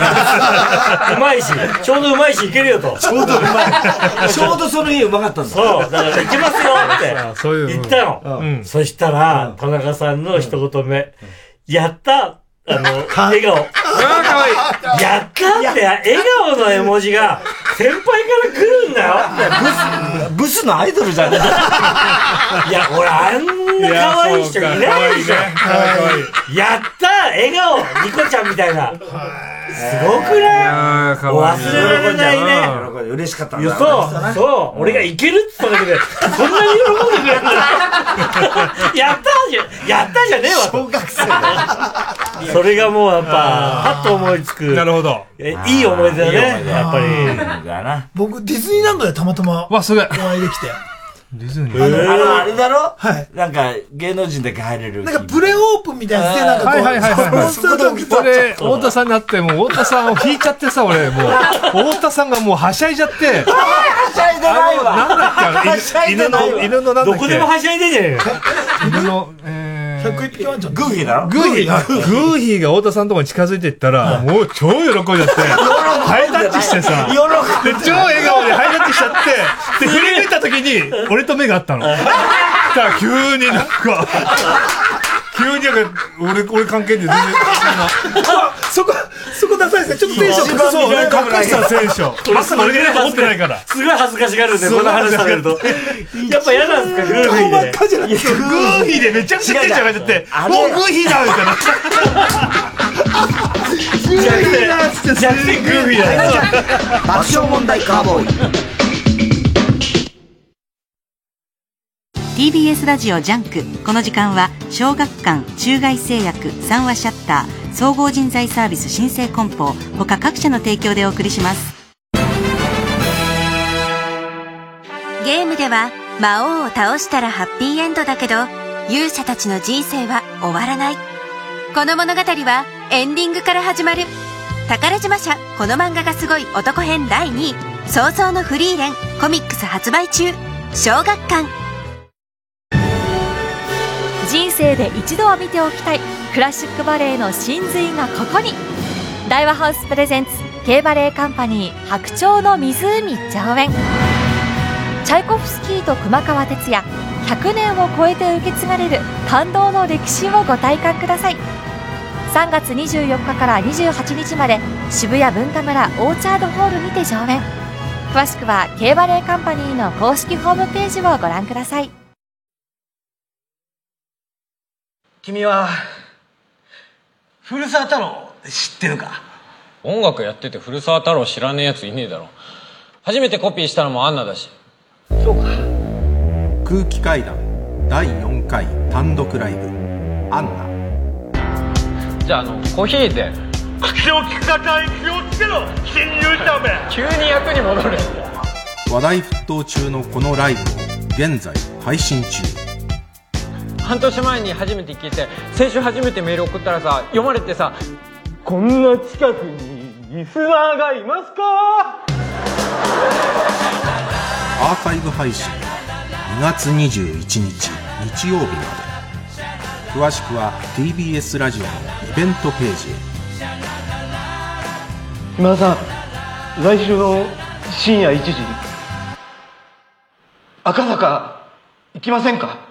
うまいし、ちょうどうまいし、いけるよと。 ちょうどうまい。ちょうどその日うまかったんだ。 そう、だから行けますよって言ったの。そしたら、田中さんの一言目、やったあの、笑顔。やったって、笑顔の絵文字が、先輩から来るんだよ。 ブス、ブスのアイドルじゃねえ。いや、俺、あんな可愛い人いないでしょ。やった笑顔ニコちゃんみたいな。すごくない忘れられないね。 嬉しかったんだ。 そう、そう。俺がいけるって言っただけで、そんなに喜んでくれるんだ。やったじゃ、やったじゃねえわ。 小学生それがもうやっぱ、はっと思いつく。 なるほど。 いい思い出だね。やっぱり。 僕、ディズニーランドでたまたま、 わ、すごい。 お会いできて。 ディズニーあの、あれだろはい。なんか、芸能人だけ入れる。 なんか、プレオープンみたいなやつで、なんかこう、 はいはいはいはい。そこで、俺、太田さんになって、もう、太田さんを引いちゃってさ、俺、もう、太田さんがもう、はしゃいじゃって。はしゃいでないわ。 なんだっけ、犬の、犬のなんだっけ。 どこでもはしゃいでんじゃねえよ。 犬の、えー、 ひゃくいっぴきワンちゃん。 グーフィーだろグーフィー、グーフィーが太田さんのとこに近づいていったら、もう超喜んじゃって、ハイタッチしてさ、で、超笑顔でハイタッチしちゃって、で、振り向いた時に、俺と目があったの。そしたら急になんか、急になんか、俺、俺関係で全然、 そこ、そこダサいですね。ちょっとテンション高そうね。隠したテンション。まさか俺が思ってないから。 すごい恥ずかしがるんで、この話されると。やっぱ嫌なんですか、グーフィーで。 ばっかじゃなくて、 グーフィーでめちゃくちゃテンション上がっちゃって、もうグーフィーだみたいな。 グーフィーだっつって、 逆転グーフィーだ。 爆笑問題カーボーイ。 ティービーエス ラジオジャンク。この時間は小学館、中外製薬、三話シャッター、総合人材サービス新生梱包他各社の提供でお送りします。 ゲームでは魔王を倒したらハッピーエンドだけど、勇者たちの人生は終わらない。この物語はエンディングから始まる。宝島社この漫画がすごい男編だいにい、創造のフリーレンコミックス発売中。小学館。 人生で一度は見ておきたいクラシックバレエの真髄がここに。大和ハウスプレゼンツ K バレエカンパニー白鳥の湖上演。チャイコフスキーと熊川哲也、ひゃくねんを超えて受け継がれる感動の歴史をご体感ください。さんがつにじゅうよっかからにじゅうはちにちまで渋谷文化村オーチャードホールにて上演。詳しくは K バレエカンパニーの公式ホームページをご覧ください。 君は古澤太郎知ってるか？ 音楽やってて古澤太郎知らねえやついねえだろ。初めてコピーしたのもアンナだし。 そうか。 空気階段だいよんかい単独ライブアンナ。 じゃああのコーヒーで。 口を聞く方に気をつけろ新入社め。 急に役に戻るんだ。 話題沸騰中のこのライブも現在配信中。 半年前に初めて聞いて、先週初めてメール送ったらさ、読まれてさ、こんな近くにリスナーがいますか？ アーカイブ配信にがつにじゅういちにち日曜日まで。詳しくは ティービーエス ラジオのイベントページへ。 今田さん、来週の深夜いちじ赤坂行きませんか？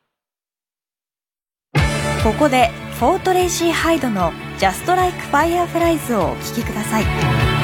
ここでフォートレイシー・ハイドの Just Like Fireflies をお聴きください。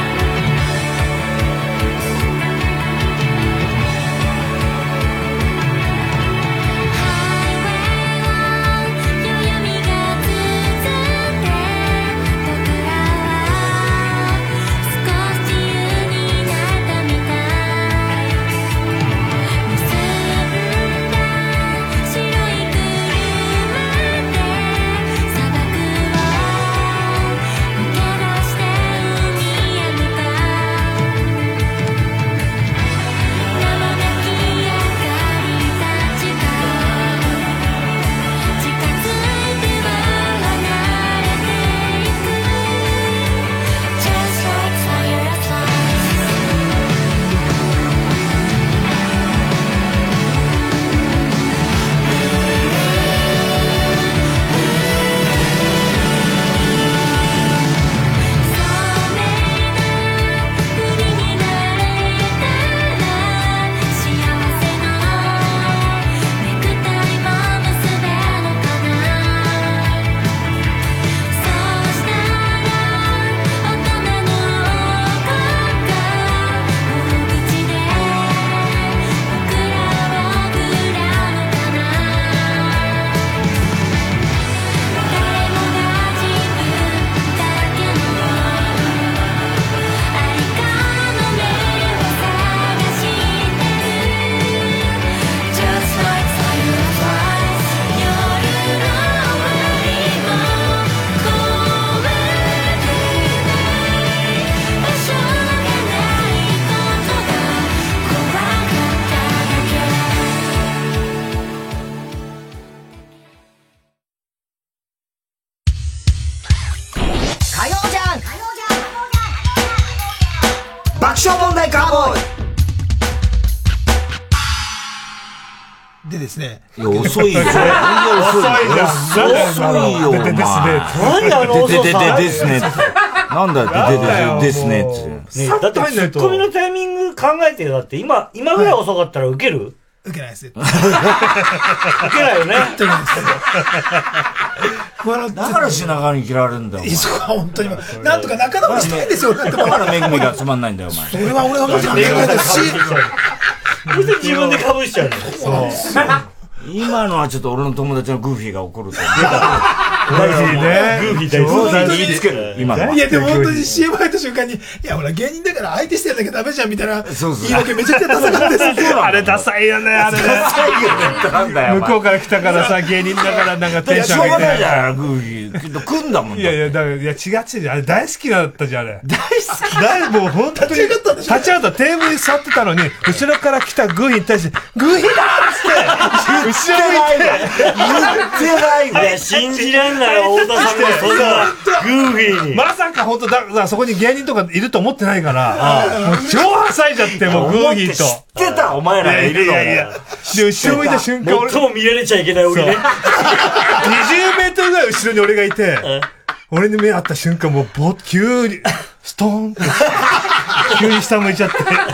でですね。 いや、遅いよ。遅いよ。遅いよ。 ですね。何あの遅さ。 で、ですね。なんだよ、で、ですね。 だってツッコミのタイミング考えてよ。だって今、今ぐらい遅かったら受ける？ 受けないですよ。 受けないよね。 だから品川に嫌われるんだよ。 そこは本当に。なんとか仲直りしたいんですよ。 だからめぐみがつまんないんだよ、お前。 それは俺は関係ないですし。 そして自分で被しちゃうんだよ。そう。 今のはちょっと俺の友達のグーフィーが怒ると。 大事ね。 グーフィー大好き。 大事に言いつける。今のは。 いや、でも本当に シーエム 入った瞬間に、いや、ほら、芸人だから相手してやんなきゃダメじゃん、みたいな。そうそう。言い訳めちゃくちゃダサかったですよ。 あれダサいよね、あれね。 ダサいよね。なんだよ。 向こうから来たからさ、芸人だからなんかテンション上げて。しょうがないじゃん、グーフィー。組んだもんいやいや、だから、いや、違う違う。あれ大好きだったじゃん、あれ。 大好き大、もう本当に。立ち上がったんでしょ立ち上がったテーブルに座ってたのに、後ろから来たグーフィーに対して、グーフィーだーって、後ろ向いて。 言ってないね。いや、信じらんないよ、太田さんがそんな、グーフィーに。 まさか本当だ、だそこに芸人とかいると思ってないから、もう超はしゃいじゃって、もうグーフィーと。知ってた、お前らがいるの。いやいや。 で、後ろ向いた瞬間、 最も見られちゃいけない俺ね。にじゅうメートルぐらい後ろに俺がいて、俺に目合った瞬間、もう、ぼ、急に、 ストーンって、急に下向いちゃって。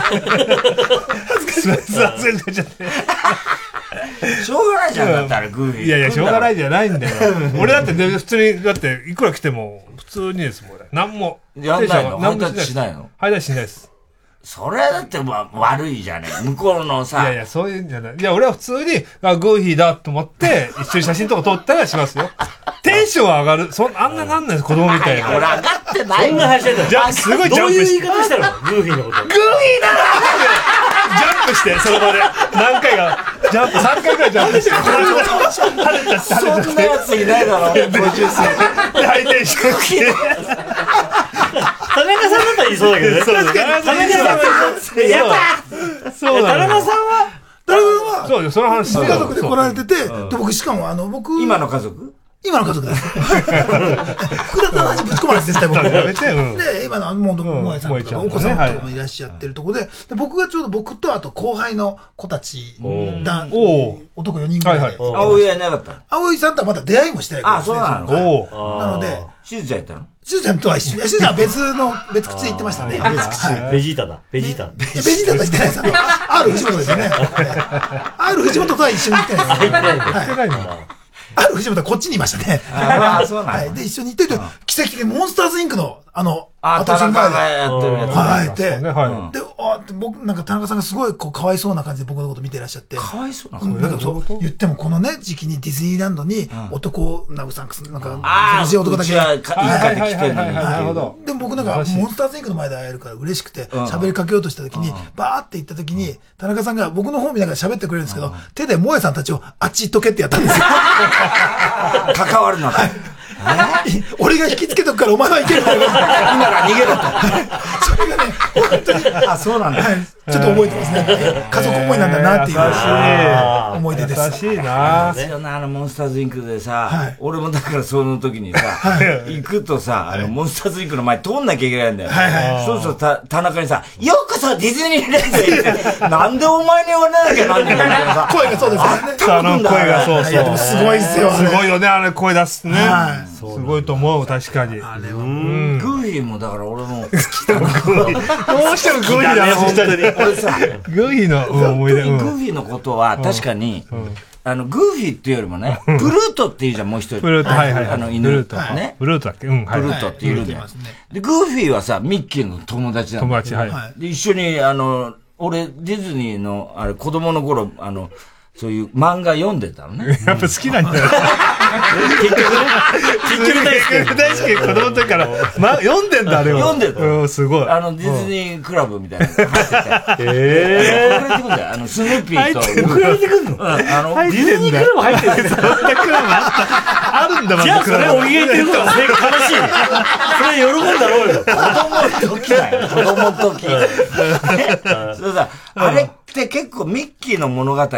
恥ずかしい。恥ずかしい。しょうがないじゃん、だったらグーフィー。 いやいや、しょうがないじゃないんだよ。俺だって、ね、普通に、だって、いくら来ても、普通にですもん、俺。なんも。 やんないの？ハイタッチしないの？ ハイタッチしないです。 それだってまあ悪いじゃねえ。向こうのさ。 いやいや、そういうんじゃない。いや、俺は普通に、あ、グーフィーだと思って、一緒に写真とか撮ったらしますよ。テンション上がる。そんあんななんないです、子供みたいな。 俺上がってない。 そんな話してたじゃあ、すごいジャンプして。 どういう言い方したのグーフィーのこと。 グーフィーだジャンプして、その場で。何回か、ジャンプ、さんかいくらいジャンプして。 跳ねちゃって、跳ねちゃって。そんなやついないだろ。ごじゅっさい。 で、ハイテンションして。 田中さんだったらいそうだけどね。 そうです。 田中さんは、やったそう田中さんは田中さんは、 そうよ、その話して家族で来られてて、で、僕しかもあの、僕、 今の家族今の家族です。福田さんの話ぶち込まれて絶対僕。で、今のもう、もえさんとか、お子さんとかもいらっしゃってるところで、僕がちょうど僕とあと後輩の子たち、男よにんぐらいで。 青井はいなかった青井さんとはまだ出会いもしてないからあ、そうなのなので、 しずちゃん行ったのしずちゃんとは一緒に。しずちゃんは別の、別口で行ってましたね。別口。 ベジータだ。ベジータ。 ベジータとは言ってないです。R 藤本ですよね。R 藤本とは一緒に行ってないです。行ってないのある藤本はこっちにいましたね。 ああ、そうなんだ。はい。 で、一緒に行ってて、奇跡的にモンスターズインクの、あの、 あ、田中がやってるやつ。 はい。で、 で、 あ僕、なんか田中さんがすごい、こう、かわいそうな感じで僕のこと見てらっしゃって。 かわいそうな感じなんかそう、言ってもこのね、時期にディズニーランドに、男、なぐさん、なんか、 ああ、 男だけ。 はいはいはいはい。なるほど。 でも僕なんか、モンスターズインクの前で会えるから嬉しくて、喋りかけようとした時に、バーって行った時に、田中さんが僕の方見ながら喋ってくれるんですけど、手で萌えさんたちをあっち行っとけってやったんですよ。 関わるな。 俺が引きつけとくからお前は行けるんだよ。今から逃げろと。 それがね、本当に。 あ、そうなんだ。 ちょっと覚えてますね。家族思いなんだなっていう思い出です。 優しいな。 そうよな、あのモンスターズインクでさ、俺もだからその時にさ、行くとさ、あのモンスターズインクの前通んなきゃいけないんだよ。そうそう、田中にさ、ようこそディズニーランドへって、なんでお前に言われなきゃなんねんみたいなさ。 声がそうですね。 あの声がそうそう。いやでもすごいっすよ。 すごいよね、あれ声出すね。すごいと思う、確かに。 あれは。グーフィーもだから俺も好きだ。 どうしてもグーフィーだね、本当に。 俺さ、 グーフィーの思い出。 グーフィーのことは確かに、あの、グーフィーっていうよりもね、プルートっていうじゃん、もう一人。 プルート、はいはい。 あの、犬。 プルート。ね。プルートだっけうん、 はい。プルートっているんだよ。で、グーフィーはさ、ミッキーの友達なの。 友達、はい。 で、一緒に、あの、俺、ディズニーの、あれ、子供の頃、あの、そういう漫画読んでたのね。 やっぱ好きなんだよ。 結局ね。結局大好き。 結局大好き。子供の時から、ま、読んでんだ、あれは。 読んでた。 うん、すごい。 あの、ディズニークラブみたいなの入ってて。 ええ。送られてくんだよ。あの、スヌーピーと。 送られてくんのあの、ディズニークラブ入ってるんだよ。 そんなクラブあった。あるんだ、 じゃあ、それ、おぎげってることは正解正しい。それ、喜んだろうよ。 子供の時だよ。子供の時。そうだ、あれって結構ミッキーの物語って、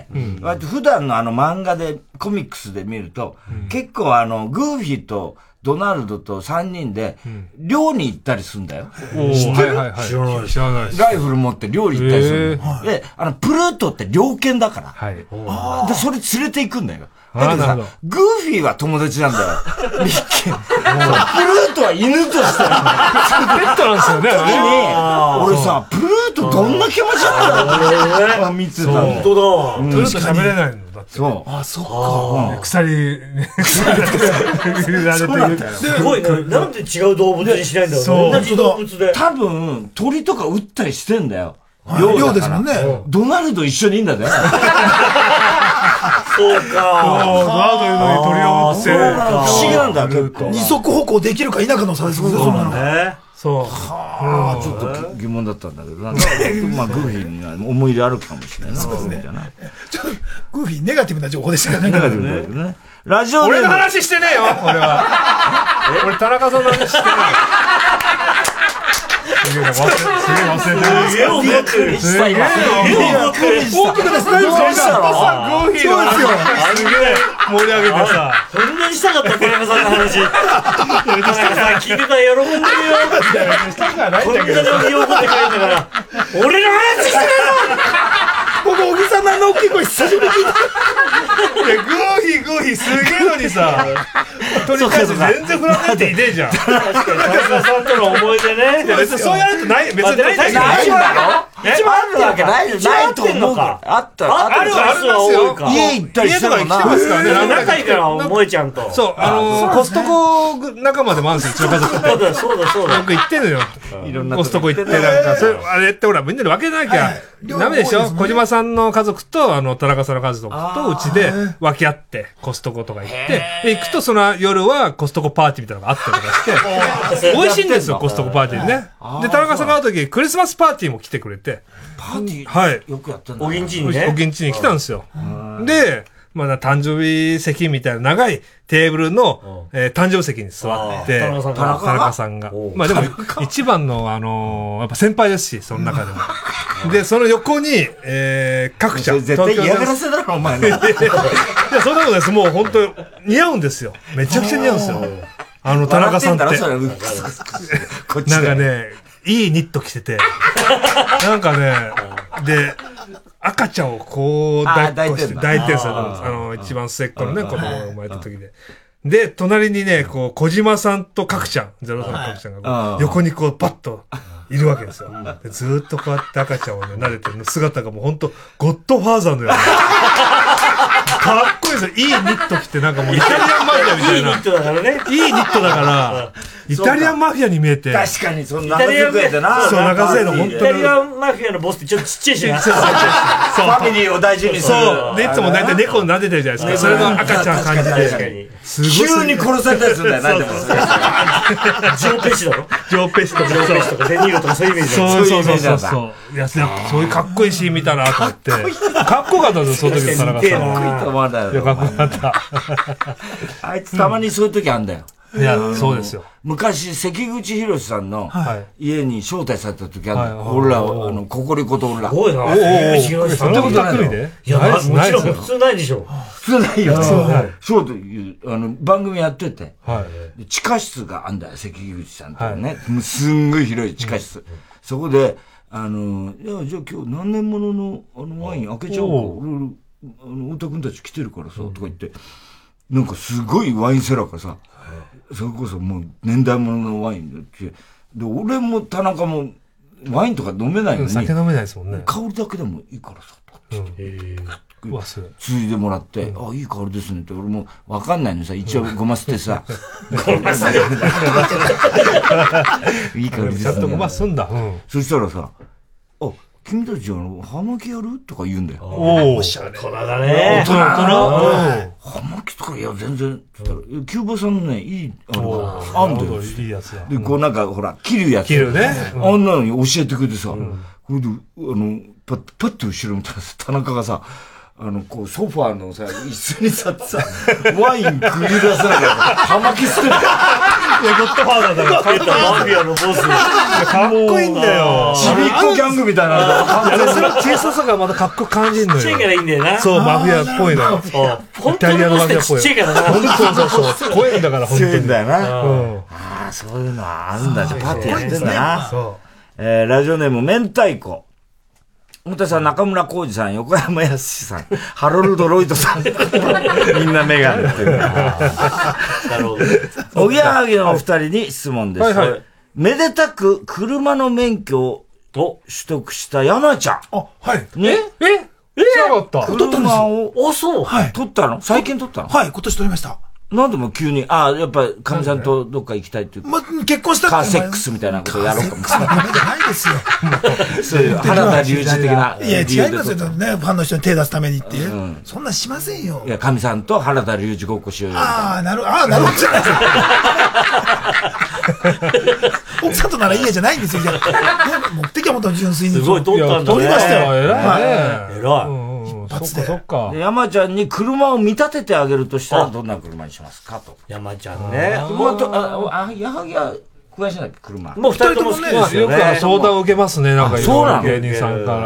割と普段のあの漫画で、コミックスで見ると、結構あの、グーフィーとドナルドとさんにんで、漁に行ったりするんだよ。知ってる？ 知らない、知らない。 ライフル持って漁に行ったりする。で、あの、プルートって猟犬だから。 はい。 で、それ連れて行くんだよ。だけどさ、グーフィーは友達なんだよ。ミッキー。プルートは犬として。ペットなんですよね。 俺さ、プルートどんな気持ちなんだろう見てた。 本当だ。 プルート喋れないのだって。 そう。 あ、そっか。 鎖、鎖られてるみたいな。 すごいね。なんで違う動物にしないんだろう。同じ動物で。 多分、鳥とか撃ったりしてんだよ。 量ですもんね。 ドナルド一緒にいんだね。 そうか。 そう、ガードいうのに鳥を撃って。 不思議なんだ、結構。 二足歩行できるか否かの差ですもんね、そんなの。 そう。 はあ、ちょっと疑問だったんだけど、なんか、まあ、グーフィーには思い入れあるかもしれないな。そうですね。 ちょっと、グーフィーネガティブな情報でしたね。 ネガティブだけどね。ラジオ俺の話してねえよ、俺は。俺、田中さんの話してない。すげえ忘れてる。 すげえ覚えてる。 すげえ覚えてる。 大きくですね、 どうしたのグーフィーの話すげえ盛り上げてさ。 こんなにしたかった田中さんの話。田中さん聞いてたら喜んでるよ。 したくはないんこんなにだけど。 喜んでくれるんだから。俺の話してる僕、小木さんのあの大きい声久しぶりに聞いた。 いや、グーフィー、グーフ費すげえのにさ、とにかく全然振らないっていねえじゃん。 確かに、田中さんとの思い出ね。 別にそうやるとない、別にないんだけど。 一番あるわけないないと思うから。あったら。 あるありますよ。 家行ったりしてるもんな。 家とか来てますからね。 仲いいから、萌えちゃんと。 そう、あの、コストコ仲間でもあるんですよ、うちの家族。 そうだ、そうだ、そうだ。 僕行ってんのよ。いろんなコストコ行って、なんか、それ、あれってほら、みんなで分けなきゃダメでしょ。小島さんの家族と、あの、田中さんの家族と、うちで分け合って、コストコとか行って、で、行くとその夜はコストコパーティーみたいなのがあったりとかして、美味しいんですよ、コストコパーティーね。で、田中さんが会う時、クリスマスパーティーも来てくれて、 パーティーはい。 よくやってんだ。 おぎんちにね。 おぎんちに来たんですよ。で、まあ、誕生日席みたいな長いテーブルの、えー、誕生日席に座って、田中さんが。まあでも、一番の、あのー、やっぱ先輩ですし、その中でも。で、その横に、えー、各社。 絶対嫌がらせだろ、お前ね。いや、 そんなことです。もう本当似合うんですよ。めちゃくちゃ似合うんですよ。あの、田中さんって。なんかね、いいニット着てて、なんかね、で、赤ちゃんをこう抱っこして抱いてるんですよ。あの、一番末っ子のね、子供が生まれた時で。で、隣にね、こう、小島さんと角ちゃん、ゼロさんの角ちゃんが横にこう、バッといるわけですよ。でずーっとこうやって赤ちゃんをね、撫でてる姿がもうほんと、ゴッドファーザーのような。かっこいいですよ。いいニット着て、なんかもうイタリアンマフィアみたいな。 いいニットだからね。 いいニットだから、イタリアンマフィアに見えて。 確かに、そんな長机やでな。 そう、長机の本当に。 イタリアンマフィアのボスってちょっとちっちゃいしね。 そう、ファミリーを大事にする。 そう。で、いつも大体猫を撫でてるじゃないですか。それの赤ちゃん感じで。 急に殺されたりするんだよな、でも。 ジョーペシだろジョーペシとか、 ジョーペシとか、デニールとかそういうイメージだ。 そうそうそうそう。いや、そういうかっこいいシーン見たなと思って。かっこよかったんですよ、その時の田中さん。 かっこいいと思わないよ。 いや、かっこよかった。 あいつたまにそういう時あんだよ。 いや、そうですよ。 昔、関口博さんの家に招待された時あるんだよ。俺ら、あの、ココリコと俺ら。 すごいな。関口博さん。 そんなことないのでいや、もちろん普通ないでしょ。 普通ないよ。そうという、あの、番組やってて。地下室があんだよ、関口さんとね。すんごい広い地下室。そこで、あの、いや、じゃあ今日何年ものの、あの、ワイン開けちゃおうか。俺、あの、太田君たち来てるからさ、とか言って、なんかすごいワインセラーからさ、それこそもう年代物のワインで、で、俺も田中もワインとか飲めないのに。 酒飲めないですもんね。 香りだけでもいいからさ、とかって。ついでもらって、あ、いい香りですねって、俺もわかんないのさ、一応ごますってさ。ごますって。いい香りですね。 ちゃんとごますんだ。 そしたらさ、あ、君たちあの、葉巻やるとか言うんだよ。 おお、しゃれ。大人だね。 大人。葉巻とか、いや、全然、つったら、キューバさんのね、いい、あの、あんだよ。 いいやつだ。 で、こうなんか、ほら、切るやつ。 切るね。 あんなのに教えてくれてさ、これで、あの、パッ、パッと後ろ見たらさ、田中がさ、あの、こう、ソファーのさ、椅子にさ、さ、ワイン繰り出さなきゃ、葉巻捨てる。 いや、ゴッドファーザーだから、マフィアのボス。 かっこいいんだよ。 ちびっこギャングみたいな。 いや、その小ささがまたかっこ感じんのよ。 ちっちゃいからいいんだよな。 そう、マフィアっぽいのよ。イタリアのマフィアっぽい。 ちっちゃいからな。 そうそうそう。怖いんだから、本当に。 強いんだよな。ああ、そういうのはあるんだ。じゃパーティーやってんだな。えー、ラジオネーム、明太子。太田さん、中村浩二さん、横山やすしさん、ハロルド・ロイドさん。みんなメガネっていう。なるほど。 おぎやはぎのお二人に質問です。はいはい、めでたく車の免許を取得した山ちゃん。 あ、はい。 ね。 ええ知らなかった。 車を。 あ、そう。 はい。取ったの最近取ったのはい、今年取りました。 なんでも急に、ああ、やっぱ、かみさんとどっか行きたいっていう。 ま、結婚したカーセックスみたいなことやろうかも。カーセックスじゃないですよ。 そういう、原田隆二的な。 いや、違いますよね。ファンの人に手出すためにっていう。うん、そんなしませんよ。 いや、かみさんと原田隆二ごっこしようよ。 ああ、なるほど。ああ、なるほどじゃないですか。奥さんとならいいやじゃないんですよ。目的はもっと純粋に。 すごい、取ったんだね。 取りましたよ。 偉いね。 偉い。 そっかそっか。 山ちゃんに車を見立ててあげるとしたらどんな車にしますかと。 山ちゃんね。 もっと、あ、あ、矢作は詳しいんだっけ、車。 もう二人とも好きですよね。 よく相談を受けますね、なんかいろいろ芸人さんから。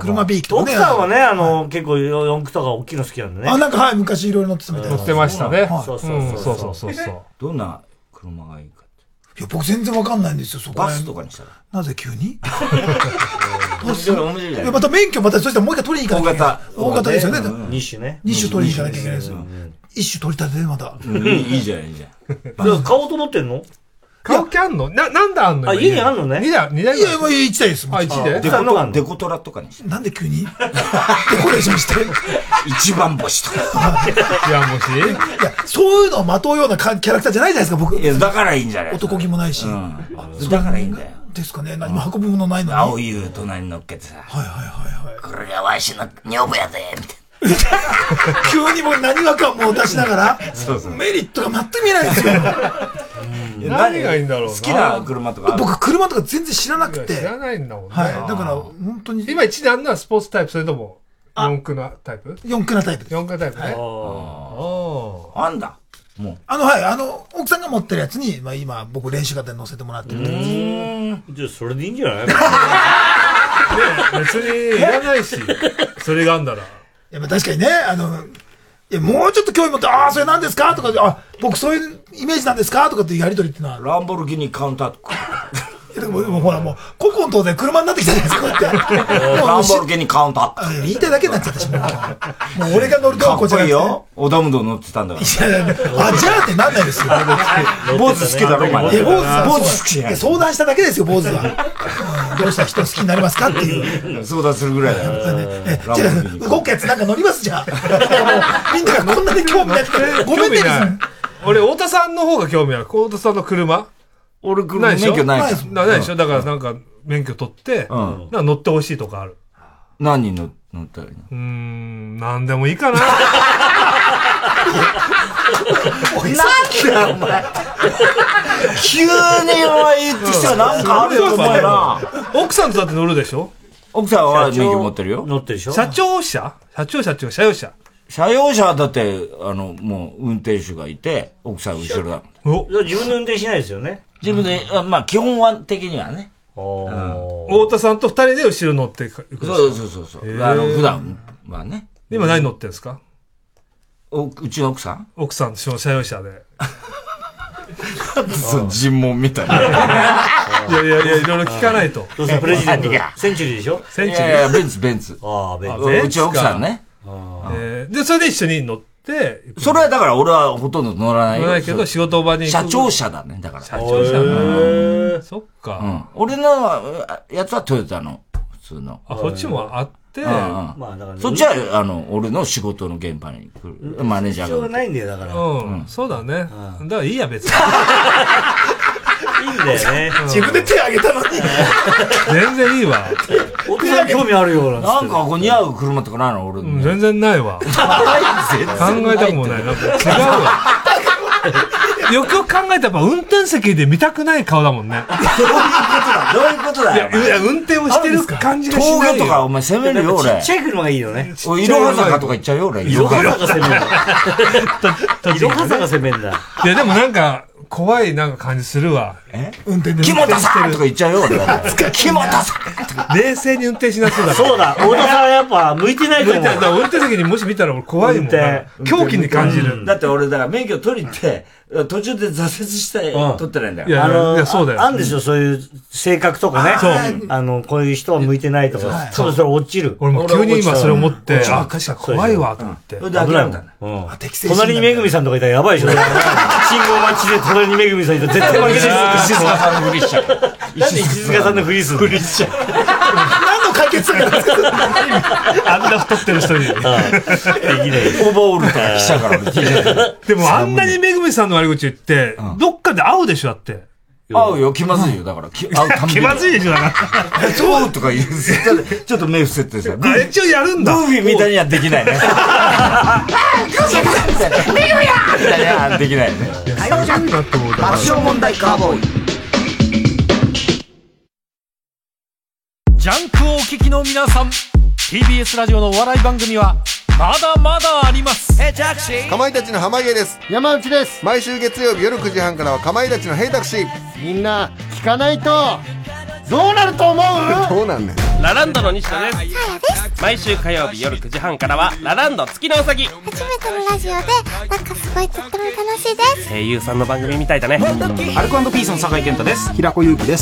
車ビーキとかね。 奥さんはね、あの、結構四駆とか大きいの好きなんだね。 あ、なんかはい、昔いろいろ乗ってたみたいな。 乗ってましたね。 そうそうそうそうそう。 どんな車がいいか。 いや、僕全然わかんないんですよ、そこ。 バスとかにしたら。 なぜ急に面白い、面白いじゃん。 また免許また、そしたらもう一回取りに行かなきゃいけない。大型。大型ですよね。 二種ね。 二種取りに行かなきゃいけないですよ。 一種取り立てでまだ。 いいじゃん、いいじゃん。買おうと思ってんの？ 買う気あんのな、なんであんのあ、家にあんのね。 二台、二台いや、もう一台です。 あ、一台デコト、デコトラとかにして。 なんで急にデコレーションして。 一番星とか。 いや、もしいや、そういうのをまとうようなキャラクターじゃないじゃないですか、僕。 いや、だからいいんじゃない男気もないし。 だからいいんだよ。 ですかね。何も運ぶものないのに。 青い湯隣に乗っけてさ。 はいはいはいはい。 これがわしの女房やで、みたいな。 急にもう何話かもう出しながら、 そうそうメリットが全く見えないんですよ。 何がいいんだろうな。 好きな車とか。 僕、車とか全然知らなくて。 知らないんだもんね。 はい。だから、本当に。 今一台あんのはスポーツタイプ、それとも、四駆なタイプ四駆なタイプです。 四駆タイプね。 ああんだ。もう。 あの、はい、あの、奥さんが持ってるやつに、まあ今、僕練習型に乗せてもらってるんです。 じゃあ、それでいいんじゃない別にいらないし、それがあんだら。 いや、確かにね、あの、いや、もうちょっと興味持って、ああ、それ何ですかとかで、あ、僕そういうイメージなんですかとかっていうやりとりっていうのは。 ランボルギニカウンターとか。 いや、でも、もうほら、もう、古今東西車になってきたじゃないですか、こうやって。 ランボルギニカウンター。言いたいだけになっちゃったし、もう。もう俺が乗るとこじゃなくて。 かっこいいよ。オダムド乗ってたんだから。 いやいや、あ、じゃあってなんないですよ。 坊主好きだろ、お前。 いや、坊主さん。 坊主好きや。 相談しただけですよ、坊主は。どうした人好きになりますかっていう。 相談するぐらいだよ。 じゃあ、動くやつなんか乗りますじゃん。みんながこんなに興味ないってごめんね。 俺、太田さんの方が興味ある。太田さんの車俺、車免許ないです。 ないでしょだからなんか、免許取って、乗ってほしいとかある。 何に乗ったらいいのうーん、なんでもいいかな。 なんだよ、お前。急にお前言ってきたらなんかあるよ、お前な。 奥さんとだって乗るでしょ奥さんは免許持ってるよ。 乗ってるでしょ社長車社長車っていうか、車用車。 車用車はだって、あの、もう運転手がいて、奥さん後ろだもん。自分で運転しないですよね。 自分で、まあ基本は的にはね。 太田さんと二人で後ろ乗っていく。 そうそうそうそう。あの、普段はね。 今何乗ってんですかお、うちの奥さん奥さんと車用車で。 そう、尋問みたいな。 いやいやいや、いろいろ聞かないと。 どうせプレジデント。センチュリーでしょセンチュリー。 いやいや、ベンツ、ベンツ。 ああ、ベンツ。 うちの奥さんね。 で、それで一緒に乗って、 それはだから俺はほとんど乗らないよ。 乗らないけど、仕事場に社長車だね、だから。 社長車。そっか。 俺のやつはトヨタの、普通の。 あ、そっちもあって、 まあだからそっちは、あの、俺の仕事の現場に来る、マネージャーが。 必要がないんだよ、だから。 うん、そうだね。だからいいや、別に。 いいんだよね。 自分で手挙げたのに。 全然いいわ。 奥さん興味あるよ、 なんかこう似合う車とかないの俺。 全然ないわ。考えたくもない。なんか違うわ。よくよく考えたらやっぱ運転席で見たくない顔だもんね。 どういうことだどういうことだよ。 いや、運転をしてる感じがしないよ。 峠とかお前攻めるよ、俺。 ちっちゃい車がいいよね。 いろは坂とか行っちゃうよ、俺。 いろは坂攻めんだ。いろは坂攻めんだ。 いや、でもなんか、怖いなんか感じするわ。 え運転で。 木本さんとか言っちゃうよ、俺。木本さん冷静に運転しなそうだ。 そうだ、太田さんはやっぱ向いてないと思う。 運転席にもし見たら俺怖いもん。狂気に感じる。 だって俺、だから免許取りって、途中で挫折して、取ってないんだよ。 あの、そうだよ。あんですよ、そういう性格とかね。そう。あの、こういう人は向いてないとか。そう、それ落ちる。 俺も急に今それ思って、あ、確か怖いわ、と思って。 それで諦めたんだ。 隣にめぐみさんとかいたらやばいでしょ。信号待ちで隣にめぐみさんいたら絶対負けてる。 石塚さんのふりしちゃう。 なんで石塚さんのふりするの？ふりしちゃう。 何の解決なんですか？ あんな太ってる人に。できない。 オーバーオールとか記者から。 でもあんなにめぐみさんの悪口言って、どっかで会うでしょ、だって。 会うよ、気まずいよ、だから。 会うために。気まずいでしょ、だから。 そうとか言う。ちょっと目伏せてさ。 あ、一応やるんだ。 グーフィーみたいにはできないね。グーフィーめぐみやみたいにはできないね。 爆笑問題カーボーイ。 ジャンクをお聞きの皆さん、 ティービーエス ラジオのお笑い番組はまだまだあります。 かまいたちの濱家です。 山内です。 毎週月曜日夜くじはんからはかまいたちのヘイタクシー。 みんな聞かないとどうなると思う？ どうなんねん。 ラランドの西野です。毎週火曜日夜くじはんからはラランド月のうさぎ。 初めてのラジオでなんかすごいとっても楽しいです。 声優さんの番組みたいだね。 アルコ&ピースの酒井健太です。 平子祐希です。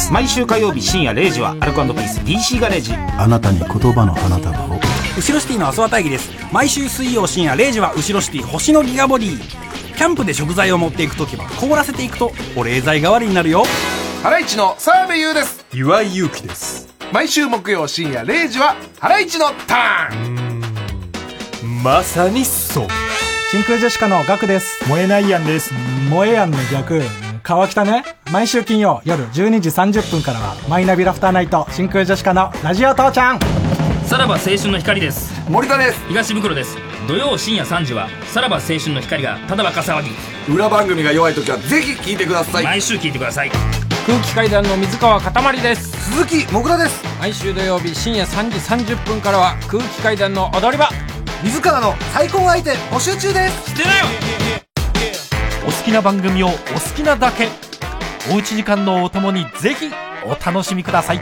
毎週火曜日深夜れいじはアルコ&ピース ディーシー ガレージ。 あなたに言葉の花束を。 後ろシティの阿諏訪大義です。毎週水曜深夜れいじは後ろシティ星のギガボディ。キャンプで食材を持っていくときは凍らせていくと保冷剤代わりになるよ。 ハライチの澤部優です。岩井勇気です。毎週木曜深夜れいじはハライチのターン。 まさにそう。 真空ジェシカのガクです。 燃えないやんです。 燃えやんの逆川北ね。毎週金曜夜じゅうにじさんじゅっぷんからはマイナビラフターナイト真空ジェシカのラジオ父ちゃん。 さらば青春の光です。 森田です。 東袋です。土曜深夜さんじはさらば青春の光がただバカ騒ぎ。 裏番組が弱い時はぜひ聞いてください。 毎週聞いてください。 空気階段の水川かたまりです。 鈴木もぐらです。 毎週土曜日深夜さんじさんじゅっぷんからは空気階段の踊り場。 水川の最高相手募集中です。 してなよ。 お好きな番組をお好きなだけ。おうち時間のお供にぜひお楽しみください。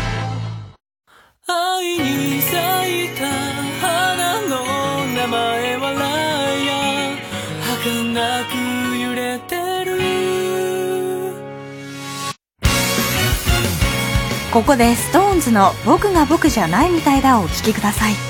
愛に咲いた花の名前はライア。儚く揺れてる。 ここでストーンズの僕が僕じゃないみたいだをお聴きください。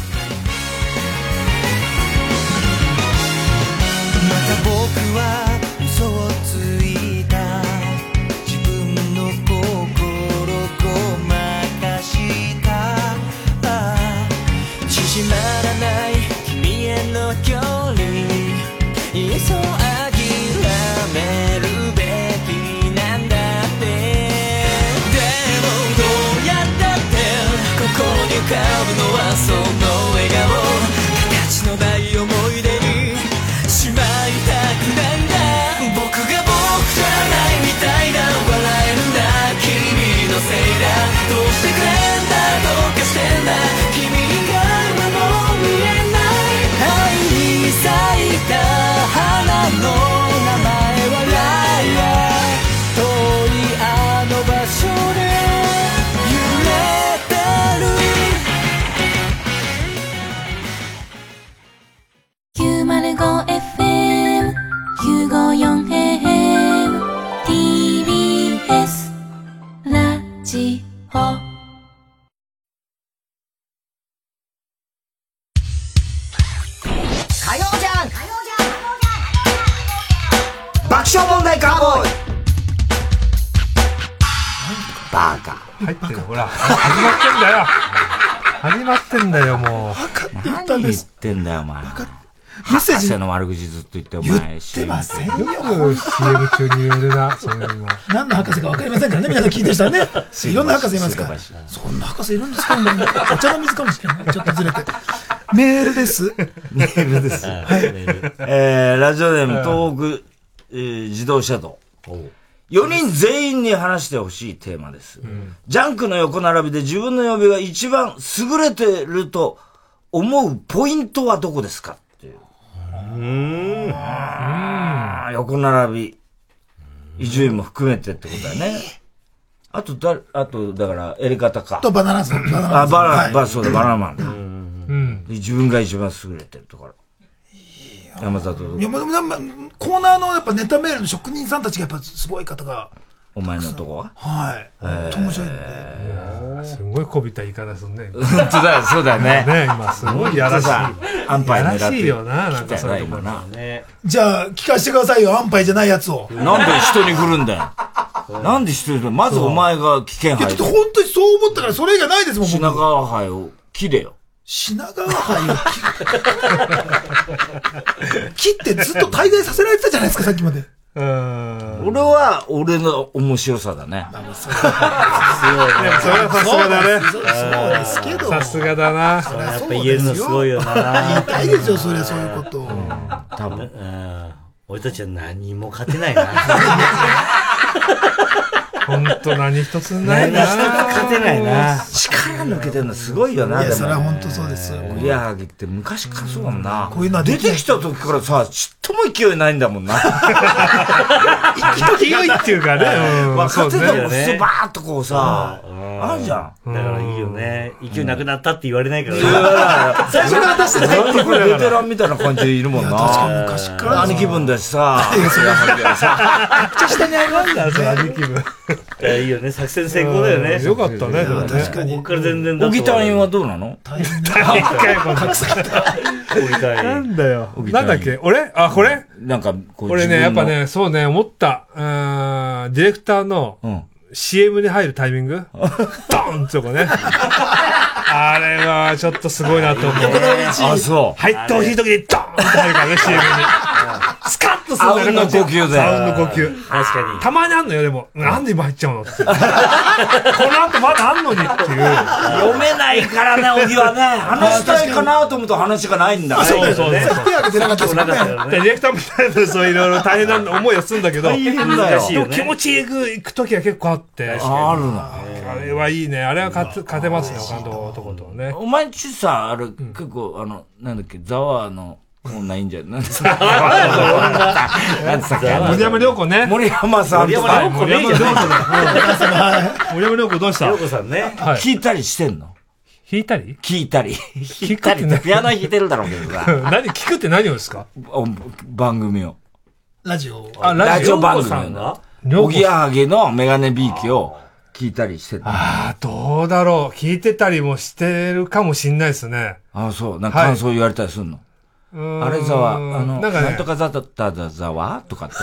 また僕は嘘をついた。自分の心ごまかした。ああ縮まらない君への距離。いっそ諦めるべきなんだって。でもどうやったってここに浮かぶのはその笑顔。形のない思い出にしまいたくないんだ。僕が僕じゃないみたいな。笑えるんだ君のせいだ。どうしてくれんだどうかしてんだ。君以外はもう見えない。愛に咲いた花の名前はライア。遠いあの場所で揺れてる。きゅうまるごエフエムきゅうごよんエーエム ティービーエス ラジオ。 火曜じゃん爆笑問題カーボーイ。バカ入ってる。ほら始まってんだよ。始まってんだよもう。 何言ってんだよお前。 メッセージ博士の悪口ずっと言ってお前。 言ってませんよ。 シーエム 中に言えるな。そういうの何の博士か分かりませんからね。皆さん聞いてる人はね。いろんな博士いますから。そんな博士いるんですか。お茶の水かもしれない。ちょっとずれて。メールです。 メールです。はい。えー、ラジオネーム東北、えー、自動車道。よにん全員に話してほしいテーマです、うん。ジャンクの横並びで自分の曜日が一番優れてると思うポイントはどこですかっていう。うーん。あ横並び。伊集院も含めてってことだね。あとだ、あと、だから、やり方か。 とバナナマン。 あ、バナナ、はい、そうだ、バナナマンだ。うん。自分が一番優れてるところ。山里。 いや、まあ、コーナーのやっぱネタメールの職人さんたちがやっぱすごい方が。 お前のとこははい。本当面白いんで。 すごいこびた言い方するね。 本当だよ、そうだよね。 ね、今すごいやらしい。 安牌狙って。 やらしいよな、なんかそういうのな。 じゃあ、聞かせてくださいよ、安牌じゃないやつを。 なんで人に来るんだよ。なんで人にまずお前が危険杯。 いや、本当にそう思ったからそれ以外ないですもん、 品川杯を切れよ。 品川杯を切ってずっと滞在させられてたじゃないですか、さっきまで。 うん。俺は、俺の面白さだね。 そうそれはさすがだね。 そうですけど。 さすがだな。 やっぱ言えるのすごいよな。 言いたいですよ、それはそういうことを。 多分。俺たちは何も勝てないな。 ほんと何一つないな。 何一つ勝てないな。 力抜けてるのすごいよな。 いや、それはほんとそうですよ。 おぎやはぎって昔からそうだもんな。 こういうのは出てきた時からさ、ちっとも勢いないんだもんな。 勢いっていうかね。 若手でもスバーっとこうさ、あるじゃん。 だからいいよね。勢いなくなったって言われないからね。 最初から出してないってこれベテランみたいな感じでいるもんな。 確かに昔から。 兄貴分だしさ。 めっちゃ下に上がるんだ、それ兄貴分。 いや、いいよね。作戦成功だよね。 よかったね、でもね。 確かに。 ここから全然だ小木隊員はどうなの？ 大変かよ、この小木隊員。なんだよ。なんだっけ俺あ、これなんか、 俺ね、やっぱね、そうね、思った。うん、ディレクターの シーエム に入るタイミングドーンってとこね。あれはちょっとすごいなと思う。 あ、そう。 入ってほしい時にドーンって入るからね、シーエム に。スカッとするんだよね、 あうんの呼吸で。 あうんの呼吸。 確かに。 たまにあんのよ、でも。なんで今入っちゃうのって。この後まだあんのにっていう。 読めないからね、小木はね。話したいかなと思うと話がないんだ。 そうそう。 手挙げてなかったですもんね。 ディレクターみたいな、そういろいろ大変な思いをするんだけど。 大変だよ。 でも気持ちよく行く時は結構あって。 あるな。 あれはいいね。あれは勝てますね、感動男とね。 お前んちさ、あれ、結構、あの、なんだっけ、ザワーの、女いいんじゃない？なんでさっき森山良子ね。 森山さんとか。 森山良子だ。森山良子どうした良子さんね。 聞いたりしてんの？ 弾いたり聞いたり。聞いたりってピアノ弾いてるだろうけどさ。 何聞くって何をですか？ 番組を。 ラジオ。 あ、ラジオ番組を。おぎやはぎのメガネビーキを聞いたりしてた。 ああ、どうだろう。聞いてたりもしてるかもしんないですね。 ああ、そう。なんか感想言われたりするの？あれざわ、あの、なんかね、なんとかざったざざわとかって。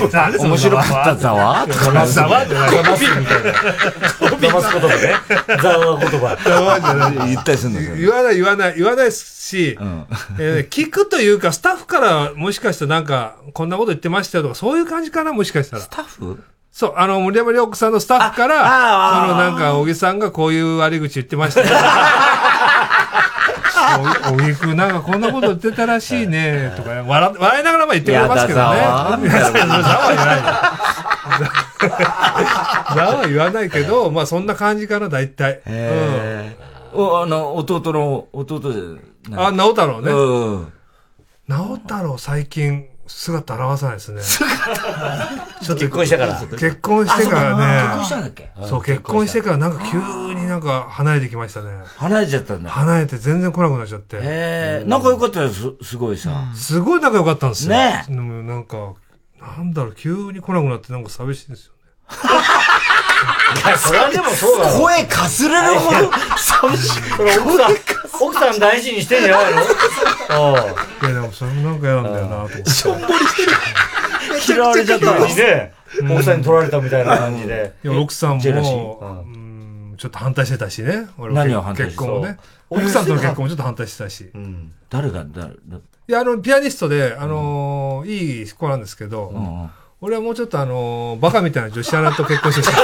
面白かったざわとか。 ざわじゃない。ざますみたいな。 ざます言葉ね。ざわ言葉。 ざわじゃない。 言ったりするんだけど。 言わない言わない。言わないし、聞くというか、スタッフからもしかしたらなんか、こんなこと言ってましたよとか、そういう感じかな、もしかしたら。 スタッフ？ そう、あの、森山良子さんのスタッフから、そのなんか、小木さんがこういう悪口言ってましたよ。おぎくなんかこんなこと言ってたらしいねとか笑笑いながらまあ言ってくれますけどね。ざわ言わない。ざわ言わないけど、まあそんな感じかな大体。 おあの弟の弟で。 あ、直太郎ね。 うん。 直太郎最近姿現さないですね。 ちょっと結婚したから。 結婚してからね。 結婚したんだっけ？ そう、結婚してからなんか急になんか離れてきましたね。 離れちゃったんだ。 離れて全然来なくなっちゃって。 へえ。仲良かったよ、す、すごいさ。 すごい仲良かったんですよ。 ねえ。 なんか、なんだろう、急に来なくなってなんか寂しいですよね。 いや、それはでもそうだろ。 声かすれるほど寂しい。 それ奥さん、奥さん大事にしてんじゃないの？ いや、でもそれもなんか嫌なんだよなと思って。 しょんぼりしてる。 嫌われちゃったのにね、奥さんに取られたみたいな感じで。 いや、奥さんも、ちょっと反対してたしね。 何を反対してた？ 結婚をね。奥さんとの結婚もちょっと反対してたし。 誰が、誰、 いや、あの、ピアニストで、あの、いい子なんですけど、俺はもうちょっとあの、バカみたいな女子アナと結婚してほしい。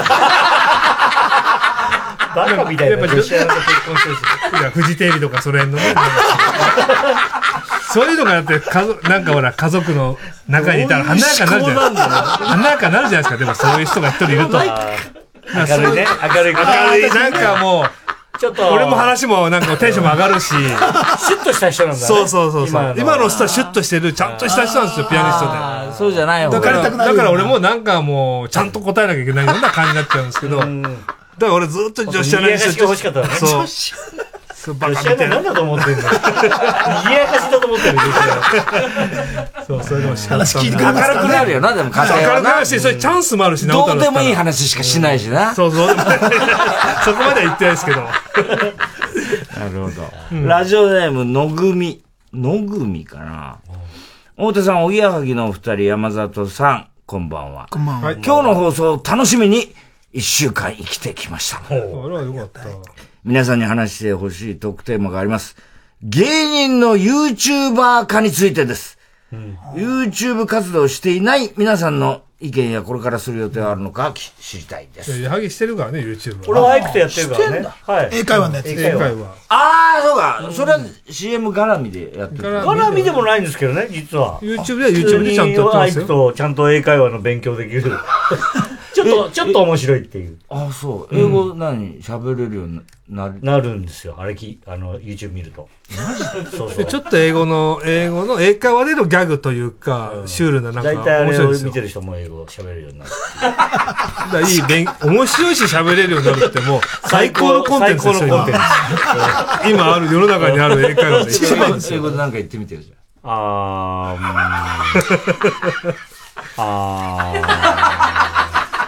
バカみたいな女子アナと結婚してほしい。 いや、フジテレビとかそれのね。そういうのがだって、家族、なんかほら、家族の中にいたら華やかになるじゃないですか。華やかになるじゃないですか。でもそういう人が一人いると。 明るいね。明るい。 明るい。なんかもう、ちょっと。俺も話もなんかテンションも上がるし。シュッとした人なんだね。 そうそうそうそう。今の人はシュッとしてる、ちゃんとした人なんですよ、ピアニストで。 そうじゃないよ。 だから、だから俺もなんかもう、ちゃんと答えなきゃいけないような感じになっちゃうんですけど。だから俺ずっと女子アナにして欲しかったね。 そう。 女子アナ何だと思ってんの？賑やかしだと思ってる。 そう、それでも話聞いてくれますかね。明るくなるよな、でも明るくなるし、それチャンスもあるし、 どうでもいい話しかしないしな。 そうそう。そこまでは言ってないですけど。なるほど。ラジオネーム、のぐみ。のぐみかな。大手さん、おぎやはぎのお二人、山里さん、こんばんは。 こんばんは。 今日の放送を楽しみに、一週間生きてきました。 あら、よかった。 皆さんに話してほしいトークテーマがあります。芸人の YouTuber 化についてです。うん、YouTube 活動をしていない皆さんの意見やこれからする予定はあるのか知りたいです。 矢作してるからね、YouTube。 俺はアイクとやってるからね。 はい。英会話のやつ。 英会話。 ああ、そうか。それは シーエム 絡みでやってる。 絡みでもないんですけどね、実は。 YouTube では YouTube でちゃんとやってますよ。 アイクとちゃんと英会話の勉強できる。ちょっと、ちょっと面白いっていう。 ああ、そう。英語何喋れるようになるなるんですよ。あれき、あの、YouTube 見ると。 そうそう。ちょっと英語の、英語の英会話でのギャグというか、シュールななんか面白いですよ。 大体あれを見てる人も英語喋れるようになる。 だいい勉、面白いし喋れるようになるってもう、最高のコンテンツですよ、今。今ある、世の中にある英会話で一番ですよ。 英語でなんか言ってみてるじゃん。あー、あー。 い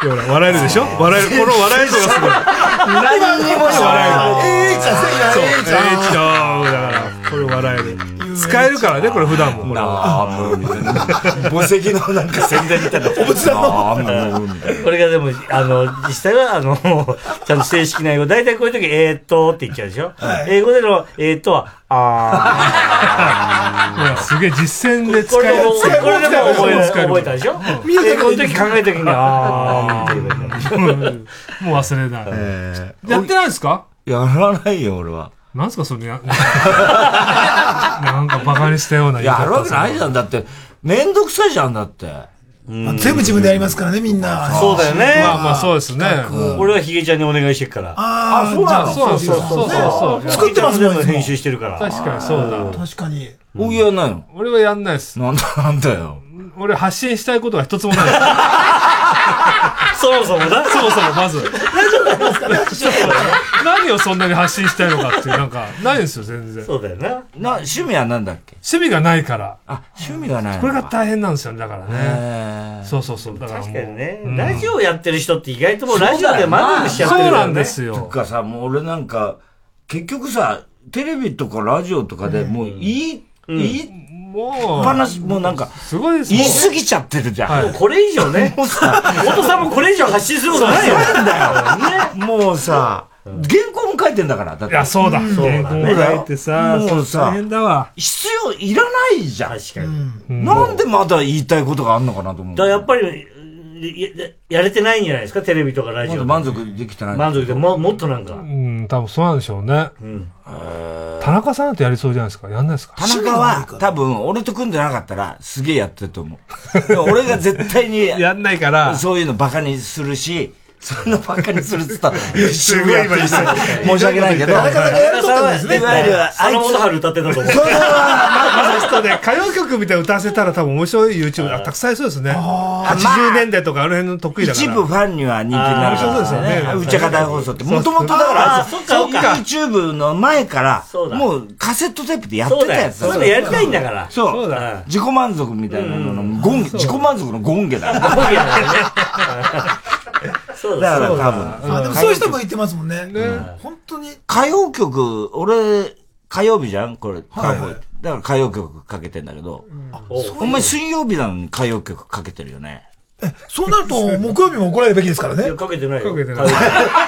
ほら、笑えるでしょ笑える。この笑えるのがすごい。 何にも笑ええー、ちゃん、 そう、えええー、ちゃん。 えー、ちゃん。だから、これ笑える。使えるからね、これ普段も。これああ、もう、みたいな。墓石のなんか宣伝みたいな。お仏壇の。ああ、もう、みたいな。 これがでも、あの、実際は、あの、ちゃんと正式な英語、大体こういう時、えーっとって言っちゃうでしょ、はい、英語での、えーっとは、 あー。すげえ実践で使える。 これでも覚え、覚えたでしょ英語の時考えた時に、あーって言う。 もう忘れない。えー、やってないですか？ やらないよ、俺は。 なんすか、それ。なんかバカにしたような言い方。やるわけないじゃん。だって、めんどくさいじゃん、だって。 まあ、全部自分でやりますからね、みんな。 そうだよね。 まあまあ、そうですね。 俺はヒゲちゃんにお願いしてるから。 ああ、そうなの？ そうそうそうそう。 作ってますもんね。 編集してるから。 確かにそうだ。 確かに。 僕やんないの？ 俺はやんないです。 なんだ、なんだよ。 俺発信したいことは一つもない。 そもそもな。 そもそもまず。何をそんなに発信したいのかっていう、なんか、ないんですよ、全然。 そうだよな。 な、趣味は何だっけ？ 趣味がないから。 あ、趣味がない。 これが大変なんですよね、だからね。そうそうそう。だから確かにね、うん。ラジオやってる人って意外ともうラジオで満足しちゃってるそうなんですよ。 とかさ、もう俺なんか、結局さ、テレビとかラジオとかでもういい、うん、いい、もう、話、もうなんか、 すごいです言い過ぎちゃってるじゃん。 はい、もうこれ以上ね。もうさ、太田さんもこれ以上発信することないよ。 そうなんだよ。ね。もうさ、原稿も書いてんだから。だって。 いや、そうだ。原稿も書いてさ、 もうさ、 大変だわ。 必要いらないじゃん。 確かに。 うん、なんでまだ言いたいことがあんのかなと思う。 だからやっぱり、や, やれてないんじゃないですか、テレビとかラジオ。 満足できてない。 満足でも、もっとなんか。 うん、多分そうなんでしょうね。うん。田中さんってやりそうじゃないですか？やんないですか？ 田中は、多分、俺と組んでなかったら、すげえやってると思う。でも俺が絶対に、 やんないから、 そういうのバカにするし、それのばっかりするって言ったら、すごい今申し訳ないけど、なかなかやるとったんですね。いわゆる、 あの元春歌ってたと思う。 それは、 まあ、ね、歌謡曲みたいに歌わせたら多分面白い YouTube たくさんいそうですね。はちじゅうねんだいとかあの辺の得意だから。 一部ファンには人気になる。 そうですよね。 内赤大放送って、もともとだから、YouTube の前から、もうカセットテープでやってたやつだ。そうだ、やりたいんだから。 そう。自己満足みたいなのの、ゴンゲ、自己満足のゴンゲだ。ゴンゲだよね。 そうだから多分。 でもそういう人も言ってますもんね。本当に。 歌謡曲、俺、火曜日じゃんこれ、カウボーイ。だから歌謡曲かけてんだけど。お前水曜日なのに歌謡曲かけてるよね。 え、そうなると、木曜日も怒られるべきですからね。いや、 かけてないよ。 かけてない。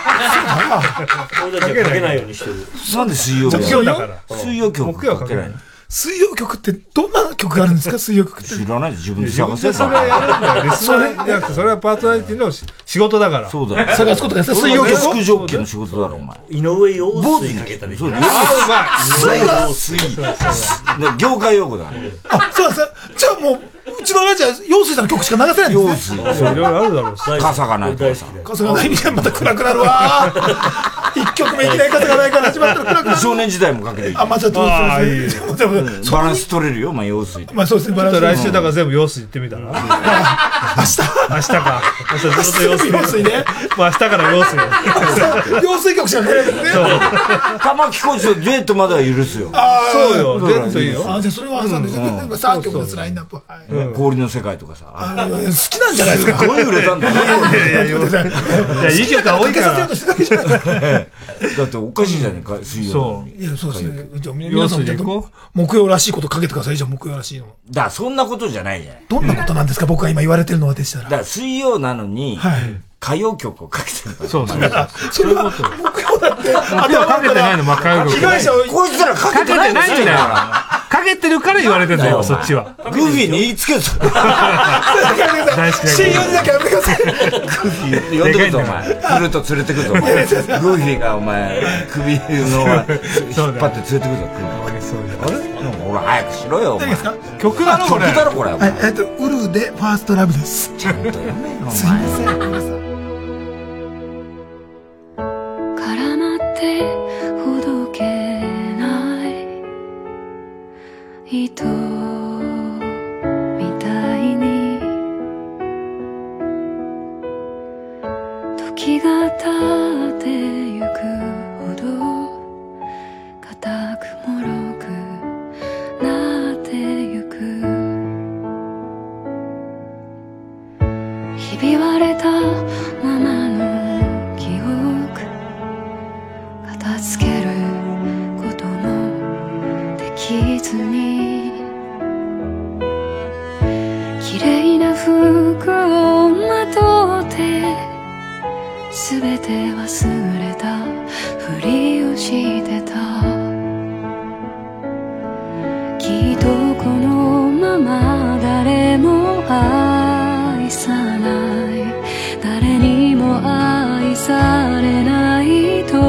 俺たちはかけないようにしてる。 なんで水曜日木曜だから。 水曜曲かけないの？ 水曜曲ってどんな曲があるんですか？水曜曲って。 知らないで自分で探せそれはやるんだよ。それ、いや、それはパーソナリティの仕事だから。 そうだよ。 探すことが水曜曲。 デスクジョッキーの仕事だろ、お前。 井上陽水かけたね。 そう、陽水。業界用語だ。 あ、そうなんですか。じゃあもう、うちのラジオは陽水さんの曲しか流せないんですね。 陽水。 いろいろあるだろうし。 傘がないとかさ。 傘がないみたいなまた暗くなるわ。一曲目いきなり傘がないから始まったら暗くなる。 少年時代もかけていい。 あ、またどうするんですね。バランス取れるよ、まあ陽水。 まあそうですね、 バランス。来週だから全部陽水行ってみたら。明日明日か。明日ずっと陽水。 陽水ね。 まあ明日から陽水。 陽水曲しかかけないですね。 玉置浩二とデュエットまでは許すよ。 そうよ、デュエットいいよ。 あ、じゃあそれは挟んで、さんきょくです、ラインナップ。 氷の世界とかさ。 好きなんじゃないですか。 すごい売れたんだね。 いやいや、いい曲が多いから。 だっておかしいじゃねえか、水曜日。いや、そうですね。じゃあ皆さん木曜らしいことかけてください。じゃあ木曜らしいの。 だからそんなことじゃないじゃない。 どんなことなんですか僕が今言われてるのはでしたら。 だから水曜なのに、歌謡曲をかけてるから。 そうそう。 それは木曜だって。 あ、でもかけてないの、まあ歌謡曲。 被害者を。 こいつらかけてないんだよ。 かけてるから言われてんだよ、そっちは。 グーフィーに言いつけるぞ。 大好き。信用にだけやめてください。 グーフィー呼んでくぞ、お前。フルート連れてくぞ、お前。グーフィーが、お前、首の引っ張って連れてくぞ。あれほら、早くしろよ、お前。 曲だろ、これ。 曲だろ、これ。 えっと、ウルーでファーストラブです。 ちゃんと読めよ、お前。 すいません、皆さん。 絡まってほどけない糸みたいに時が経ってゆくほど固くもろくなってゆくひび割れたきずに綺麗な服をまとってすべて忘れたふりをしてた。きっとこのまま誰も愛さない、誰にも愛されないと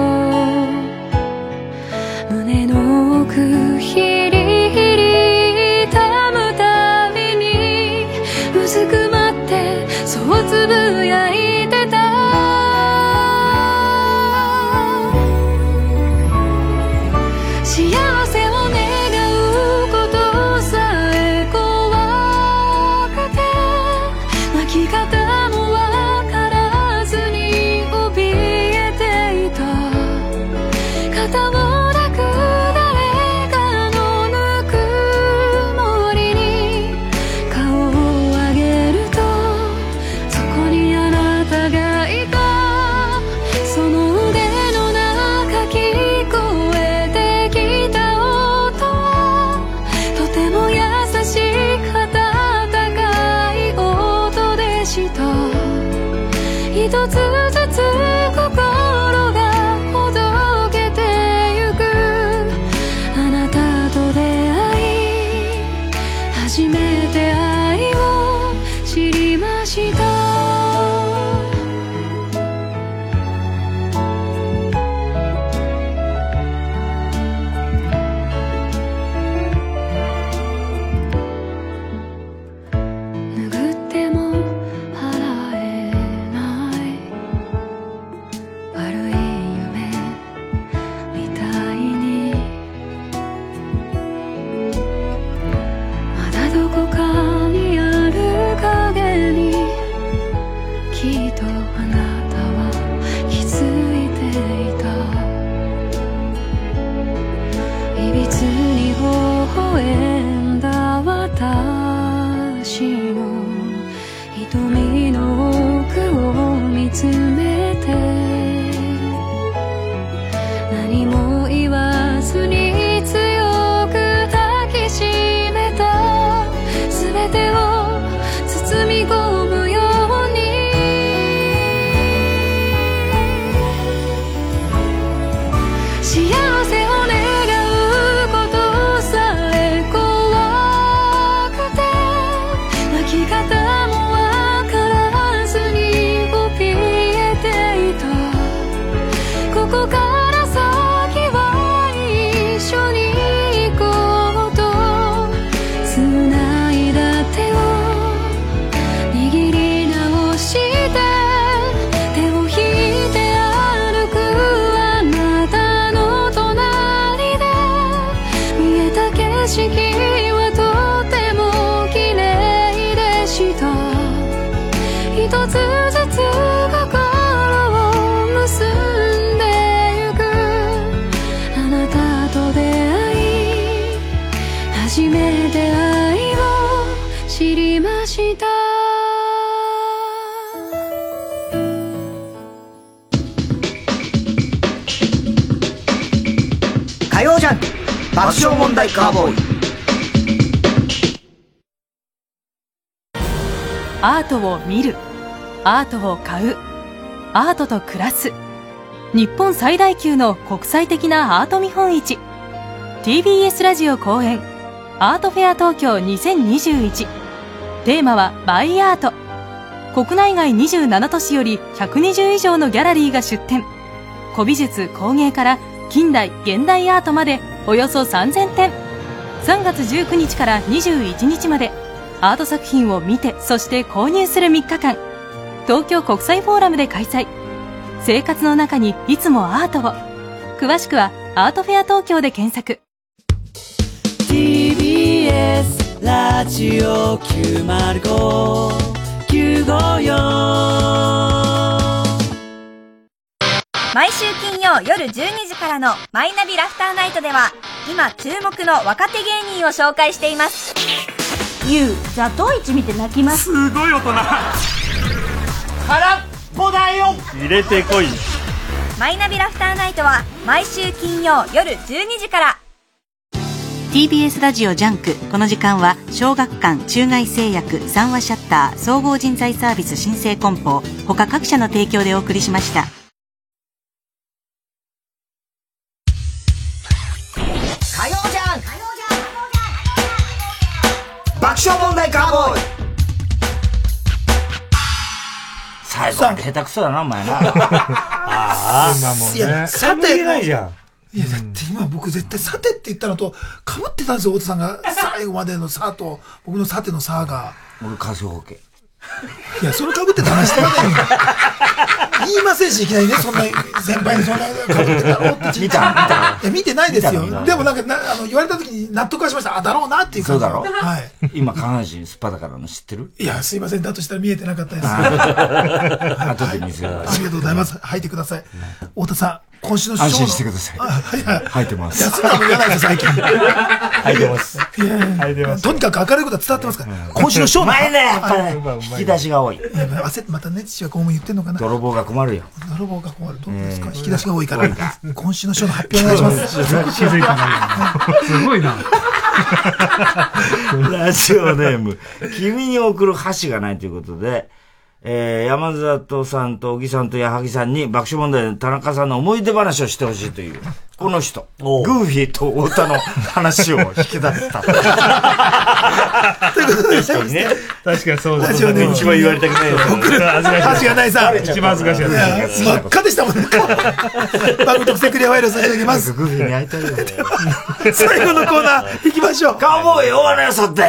胸の奥ヒリヒリ痛むたびにうずくまってそうつぶやいてた。幸せを願うことさえ怖くて泣き方もわからずに怯えていた。肩を抱く誰かのぬくもりに顔を上げるとそこにあなたがいた。その腕の中聞こえてきた音はとても優しく温かい音でした。一つずつ心がほどけてゆく。あなたと出会い初めて愛を知りました。拭っても払えない悪い夢みたいにまだどこかにある影にきっとあなたは気づいていた。いびつに微笑んだ私の瞳の奥を見つめて何も言わずに強く抱きしめた。全てを包み込むように幸せを願うことさえ怖くて泣き方もわからずに怯えていた。ここから先は一緒に行こうと繋いだ手を握り直して手を引いて歩くあなたの隣で見えた景色はとても綺麗でした。一つずつ心を結んでゆく。あなたと出会い初めて愛を知りました。 火曜ジャンク爆笑問題カーボーイ。 アートを見る、アートを買う、アートと暮らす。日本最大級の国際的なアート見本市 ティービーエス ラジオ公演アートフェア東京にせんにじゅういち。テーマはバイアート。国内外にじゅうなな都市よりひゃくにじゅう以上のギャラリーが出展。古美術工芸から近代現代アートまでおよそさんぜんてん。さんがつじゅうくにちからにじゅういちにちまでアート作品を見てそして購入するみっかかん、東京国際フォーラムで開催。生活の中にいつもアートを。詳しくはアートフェア東京で検索。 ティービーエス ラジオきゅうまるご きゅうごよん。 毎週金曜夜じゅうにじからのマイナビラフターナイトでは今注目の若手芸人を紹介しています。 ユウ、ザトウイチ見て泣きます。 すごい大人。 空っぽだよ。 入れてこい。 マイナビラフターナイトは毎週金曜夜じゅうにじから。 ティービーエス ラジオジャンク。この時間は小学館、中外製薬、三話シャッター、総合人材サービス新生梱包他各社の提供でお送りしました。 火曜じゃん爆笑問題カーボーイ。 最後まで下手くそだなお前な。 ああ、いや、さてないじゃん。 いや、だって今僕絶対さてって言ったのと被ってたんですよ、太田さんが。最後までのさと、僕のさてのさが。 俺、仮想保険。 いや、それ被ってた話してませんよ。言いませんし、いきなりね、そんな、先輩にそんな被ってたろうって聞いた。見た見た。いや、見てないですよ。でもなんか、なあの、言われた時に納得はしました。あ、だろうなっていう感じ。 そうだろはい。 今、下半身スパだからの知ってる？ いや、すいません。だとしたら見えてなかったです。 後で見せる。 ありがとうございます。吐いてください。太田さん、今週の安心してください。吐いてます。 休んだの言わないですよ、最近。 吐いてます。 吐いてます。とにかく明るいことは伝わってますから。今週のショーの。 前ね、やっぱね、引き出しが多い。 焦ってまたね、父はこうも言ってんのかな。 泥棒が困るよ。 泥棒が困る。どうですか？引き出しが多いから。今週のショーの発表お願いします。 気づいたな。すごいな。 ラジオネーム、君に送る箸がないということで、えー、山里さんと小木さんと矢作さんに爆笑問題の田中さんの思い出話をしてほしいという、この人、グーフィーと太田の話を引き出した。 ということで、 確かにね。確かにそうだ。 ラジオネーム一番言われたくないよ。 送る箸がないさん。 一番恥ずかしいやつ。 真っ赤でしたもんね。番組特製クリアファイルを差し上げます。 グーフィーに会いたいよ。 最後のコーナー、行きましょう。 カウボーイ大穴よそって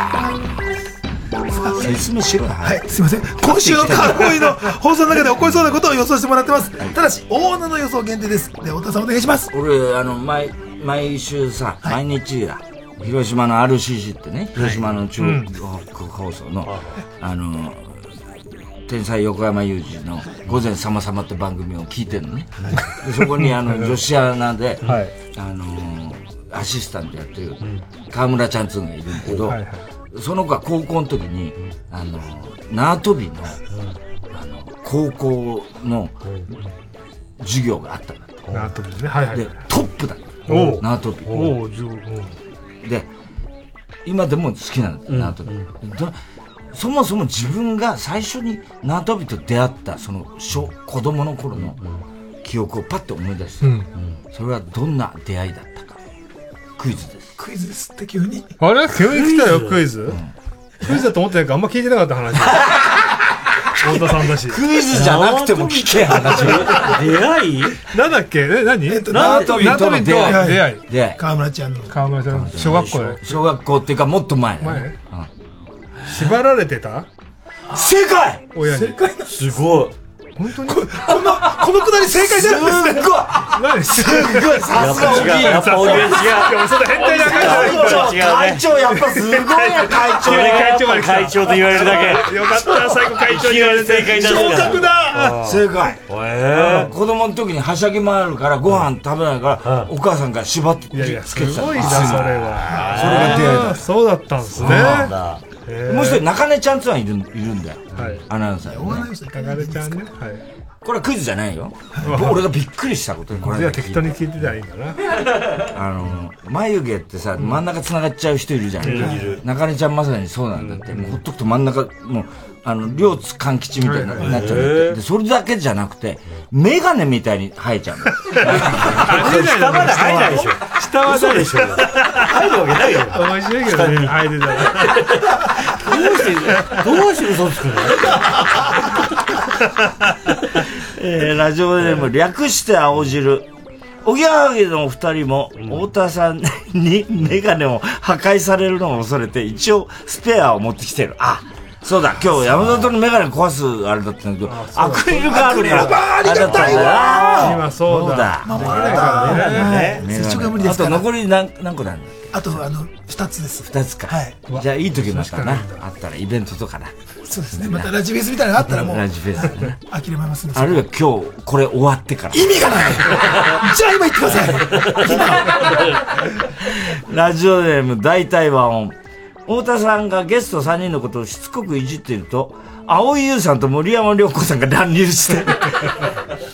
説明しろよ。 はい、すいません。今週のカウボーイの放送の中で起こりそうなことを予想してもらってます。ただし、大穴の予想限定です。で、太田さんお願いします。 俺、あの、毎、毎週さ、毎日だ。広島の アールシーシー ってね、広島の中国放送の、あの、天才横山裕二の午前さまさまって番組を聞いてるのね。でそこにあの、女子アナで、あの、アシスタントやってる河村ちゃんつうのがいるんだけど、その子が高校の時に、あの、縄跳びの、あの、高校の授業があったんだって。 縄跳びね。はいはい。 で、トップだった。縄跳び。 おで、今でも好きなんだ、縄跳び。そもそも自分が最初に縄跳びと出会った、その、小、子供の頃の記憶をパッと思い出して、それはどんな出会いだったか。クイズです。 クイズですって急に。 あれ急に来たよ、クイズ。クイズだと思ってないからあんま聞いてなかった話。太田さんだし。 クイズじゃなくても聞け話。 出会いなんだっけえ、何縄跳びとの出会い。 出会い。 出会い。 河村ちゃんの。 河村ちゃんの小学校で。 小学校っていうかもっと前。 前縛られてた正解親に。 正解すごい。 本当にこの、このくだり正解じゃないですか。 何すっごいさすが違う。やっぱ俺違う。 でもその変態な会長、会長やっぱすごいや、会長。 会長会長と言われるだけ。 よかった、最後会長に言われて正解だ。 昇格だ正解。子供の時にはしゃぎ回るからご飯食べないからお母さんが縛ってつけてた。 すごいな、それは。 それが出会いだ。 そうだったんですね。 もう一人、中根ちゃんってのはいるんだよ。アナウンサー。 中根ちゃんね。 これはクイズじゃないよ。俺がびっくりしたことにこれ。 じゃあ適当に聞いてたらいいんだな。 あの、眉毛ってさ、真ん中繋がっちゃう人いるじゃん。中根ちゃんまさにそうなんだって。もうほっとくと真ん中、もう、あの、両津勘吉みたいになっちゃうんだって。で、それだけじゃなくて、メガネみたいに生えちゃうんだよ。 下まで生えないでしょ。下はそうでしょ。生えるわけないよ。 面白いけどね、生えてたら。 どうして、どうして嘘つくのえー、ラジオネーム略して青汁。おぎやはぎのお二人も、太田さんにメガネを破壊されるのを恐れて、一応スペアを持ってきてる。あ、そうだ、今日山里のメガネ壊すあれだったんだけど、アクリルがあるから。 ありがたいわ今そうだ。 守られたからね。接触が無理ですから。 あと残り何、何個なんだっけ？ あと、あの、二つです。 二つか。はい。じゃあいい時またな。あったらイベントとかな。 そうですね。またラジフェスみたいなのがあったらもう。 ラジフェスね。 諦めますね。 あるいは今日、これ終わってから。 意味がないじゃあ今言ってください。ラジオネーム大体和音。太田さんがゲストさんにんのことをしつこくいじっていると、蒼井優さんと森山良子さんが乱入して、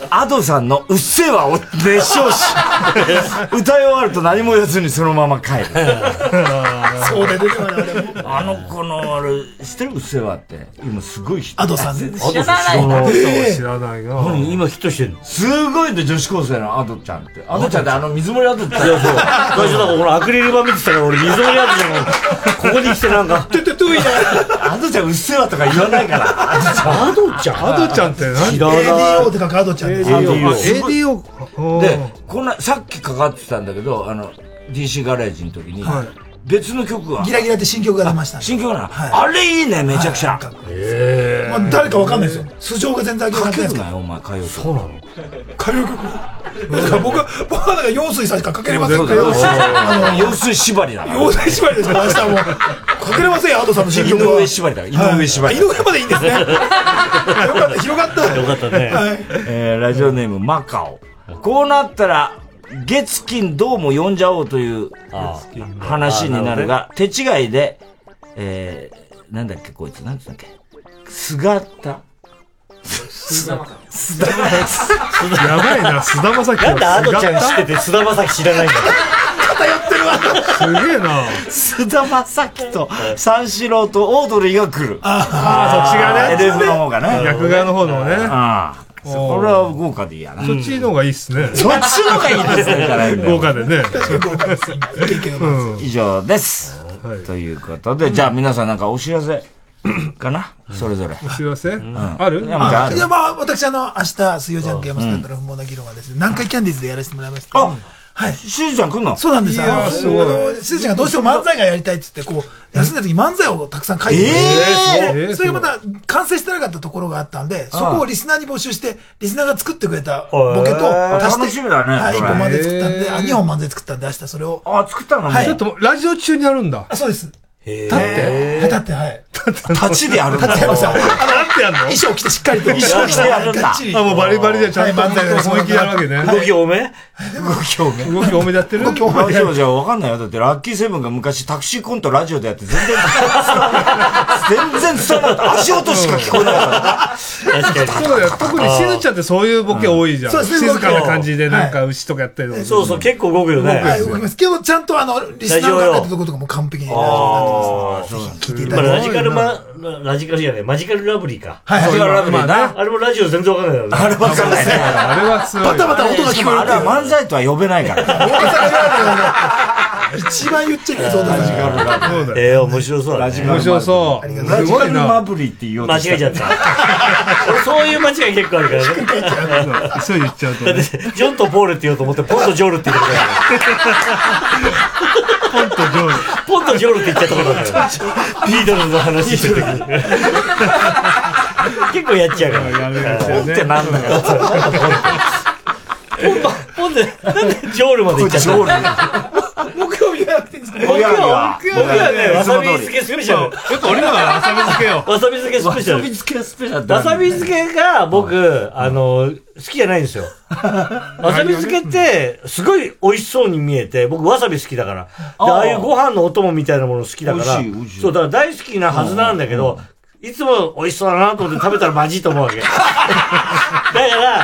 アドさんのうっせぇわを熱唱し、歌い終わると何も言わずにそのまま帰る。 そうで出てまいた。あの子の、あれ、知ってるうっせぇわって。今すごいヒット。 アドさんね。 知らない。 知らないな。 今ヒットしてるの。 すごいんで、女子高生のアドちゃんって。アドちゃんってあの水森アドちゃん。 いや、そう。最初だからこのアクリル板見てたから俺水森アドちゃんが、ここに来てなんか、 トゥトゥトゥイアドちゃんうっせぇわとか言わないから。 アドちゃんアドちゃんって何？ 知らない。エーディーオー って書くアドちゃんです。 エーディーオー。 エーディーオー。 で、こんな、さっきかかってたんだけど、あの、ディーシー ガレージの時に、別の曲が。 ギラギラって新曲が出ました。 新曲なの。あれいいね、めちゃくちゃ。 ええ。誰かわかんないですよ。素性が全然明らかになってない。お前、歌謡曲。そうなの？ 歌謡曲。だから僕は、僕はなんか、陽水さんしかかけれませんから。 あの、陽水縛りだ。 陽水縛りですから、明日も。かけれませんよ、アドさんの新曲は。 井上縛りだ。井上縛り。 井上までいいんですね。よかった、広がった。 よかったね。 えー、ラジオネーム、マカオ。こうなったら、月金どうも呼んじゃおうという話になるが、手違いで、えー、なんだっけ、こいつ、なんつうんだっけ。姿菅田将暉。やばいな、菅田将暉。 なんでアドちゃん知ってて菅田将暉知らないんだよ。 偏ってるわ。 すげえな。 菅田将暉と三四郎とオードリーが来る。 ああ、そっちがね。 エルエフ の方がね。 逆側の方のね。 ああ。これは豪華でいいやな。 そっちの方がいいっすね。 そっちの方がいいですね。 豪華でね。 以上です。ということで、じゃあ皆さんなんかお知らせかなそれぞれ。 お知らせある？ いや、まあ、私あの、明日、水曜ジャンク山下ったら不毛な議論はですね、南海キャンディーズでやらせてもらいました。 あはい。しずちゃん来んの？ そうなんですよ。すごい。しずちゃんがどうしても漫才がやりたいって言って、こう、休んだ時漫才をたくさん書いてえー、それがまた完成してなかったところがあったんで、そこをリスナーに募集して、リスナーが作ってくれたボケと足して、 楽しみだね。 はい、いっぽん漫才作ったんで、あ、にほん漫才作ったんで、明日それを。 あ、作ったのはい。 ちょっと、ラジオ中にやるんだ。 あ、そうです。 立ってはい、立って、はい。 立ちでやるんだ。 立ってやるんですよ。 立ってやるの？ 衣装着てしっかりと。 衣装着てやるんだ。 あ、もうバリバリでちゃんと漫才で思いっきりやるわけね。 動き多め動き多め動き多めでやってる動き多めラジオじゃわかんないよ。だってラッキーセブンが昔タクシーコントラジオでやって全然、全然伝わらなかった。足音しか聞こえなかった。 確かに。 そうだよ。特にしずちゃんってそういうボケ多いじゃん。静かな感じでなんか牛とかやったりとか。 そうそう、結構動くよね。 はい、動きます。けど、ちゃんとあの、リスナーが書いたところとかも完璧になってます。聞いていただいて。 ラジカルマ、ラジカルじゃない、マジカルラブリーか。 はい、マジカルラブリーな。 あれもラジオ全然わかんないよね。 あれわかんないね。 あれはすごい。 バタバタ音が聞こえる。 あれは漫才とは呼べないから。 一番言っちゃいけないそうだね。 ええ、面白そうだね。 面白そう。 ラジカルマブリーって言おうと間違えちゃった。俺そういう間違い結構あるからね。 そう言っちゃうと。 だって、ジョンとポールって言おうと思って、ポンとジョールって言ってたポンとジョール。 ポンとジョールって言っちゃったことあるから。ビートルズの話してる時に。結構やっちゃうから。 ポンってなんだよ。 ポンって、なんでジョールまで行っちゃったの？ 木曜日がやってんですか？ 木曜日は。 木曜日はね、わさび漬けスペシャル。 やっぱ俺らはわさび漬けよ。 わさび漬けスペシャル。 わさび漬けスペシャル。 わさび漬けが僕、あの、好きじゃないんですよ。わさび漬けって、すごい美味しそうに見えて、僕わさび好きだから。で、ああいうご飯のお供みたいなもの好きだから。そう、だから大好きなはずなんだけど、いつも美味しそうだなと思って食べたらまじいと思うわけ。だから、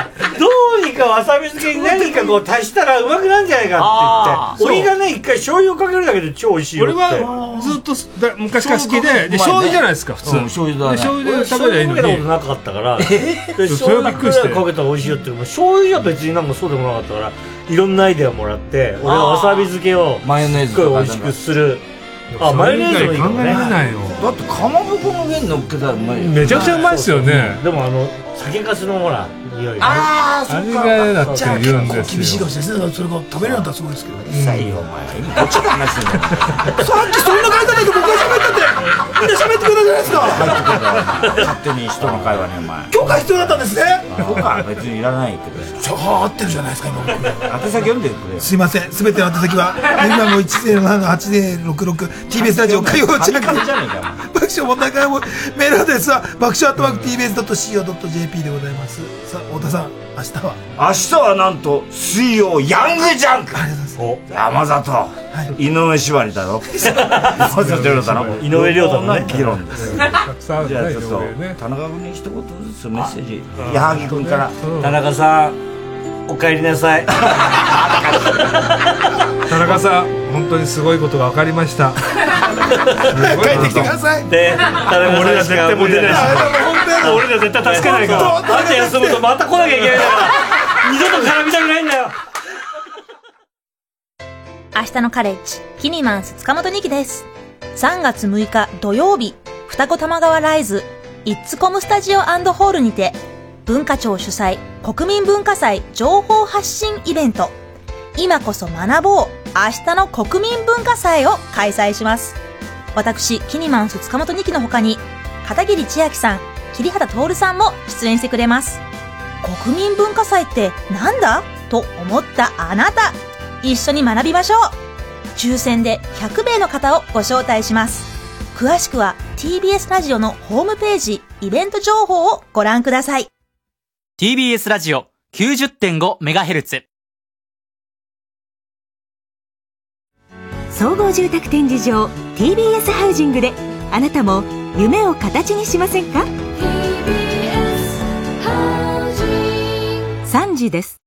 どうにかわさび漬けに何かこう足したらうまくなるんじゃないかって言って、俺がね、一回醤油をかけるだけで超美味しいよって。 俺はずっと昔から好きで、で醤油じゃないですか、普通。 醤油だね。 醤油で食べりゃいいのに。 醤油かけたことなかったから、醤油かけたら美味しいよって、醤油じゃ別になんかそうでもなかったから、いろんなアイデアもらって、俺はわさび漬けをマヨネーズすごい美味しくする。あ、マヨネーズもいいかもね。 考えられないよ。 だってかまぼこの上に乗っけたらうまいよ。 めちゃくちゃうまいっすよね。 でもあの、酒粕のほら、匂い。 ああ、そっか。 あれが嫌だって言うんですよ。 厳しいかもしれないですね。それが食べれるんだったらすごいですけど。 うるさいよ、お前。今こっちの話してんだよ。 さっきそんな書いたんだけど僕が喋ったって、みんな喋ってくれたじゃないですか。 勝手に人の会話ね、お前。 許可必要だったんですね。 許可別にいらないけど。 じゃあ、合ってるじゃないですか、今僕。 宛先読んでくれよ。 すいません。すべての宛先は、今もいちゼロななはちゼロろくろく ティービーエス ラジオ火曜ジャンク。爆笑問題会もメールアドレスは爆笑アットマーク ティービーエスドットシーオードットジェーピー でございます。さあ、 太田さん明日は明日はなんと水曜ヤングジャンク。山里、はい、井上縛りだろ。山里亮太の井上亮太のね議論です。じゃあちょっと田中君に一言ずつメッセージ。矢作君から。 田中さんお帰りなさい。 田中さん本当にすごいことが分かりました。 帰ってきてください。 で、田中さんしかもう出ないし、俺ら絶対助けないから。あんた休むとまた来なきゃいけないから、二度と絡みたくないんだよ。 明日のカレッジ、キニマンス塚本二希です。さんがつむいか土曜日、二子玉川ライズ、イッツコムスタジオ&ホールにて、文化庁主催、国民文化祭情報発信イベント、今こそ学ぼう、明日の国民文化祭を開催します。私、キニマンス塚本二希の他に、片桐千秋さん、桐畑徹さんも出演してくれます。国民文化祭ってなんだと思ったあなた、一緒に学びましょう。抽選でひゃくめいの方をご招待します。詳しくは ティービーエス ラジオのホームページ、イベント情報をご覧ください。 ティービーエス ラジオ きゅうじゅってんごメガヘルツ。 総合住宅展示場 ティービーエス ハウジングであなたも夢を形にしませんか？さんじです。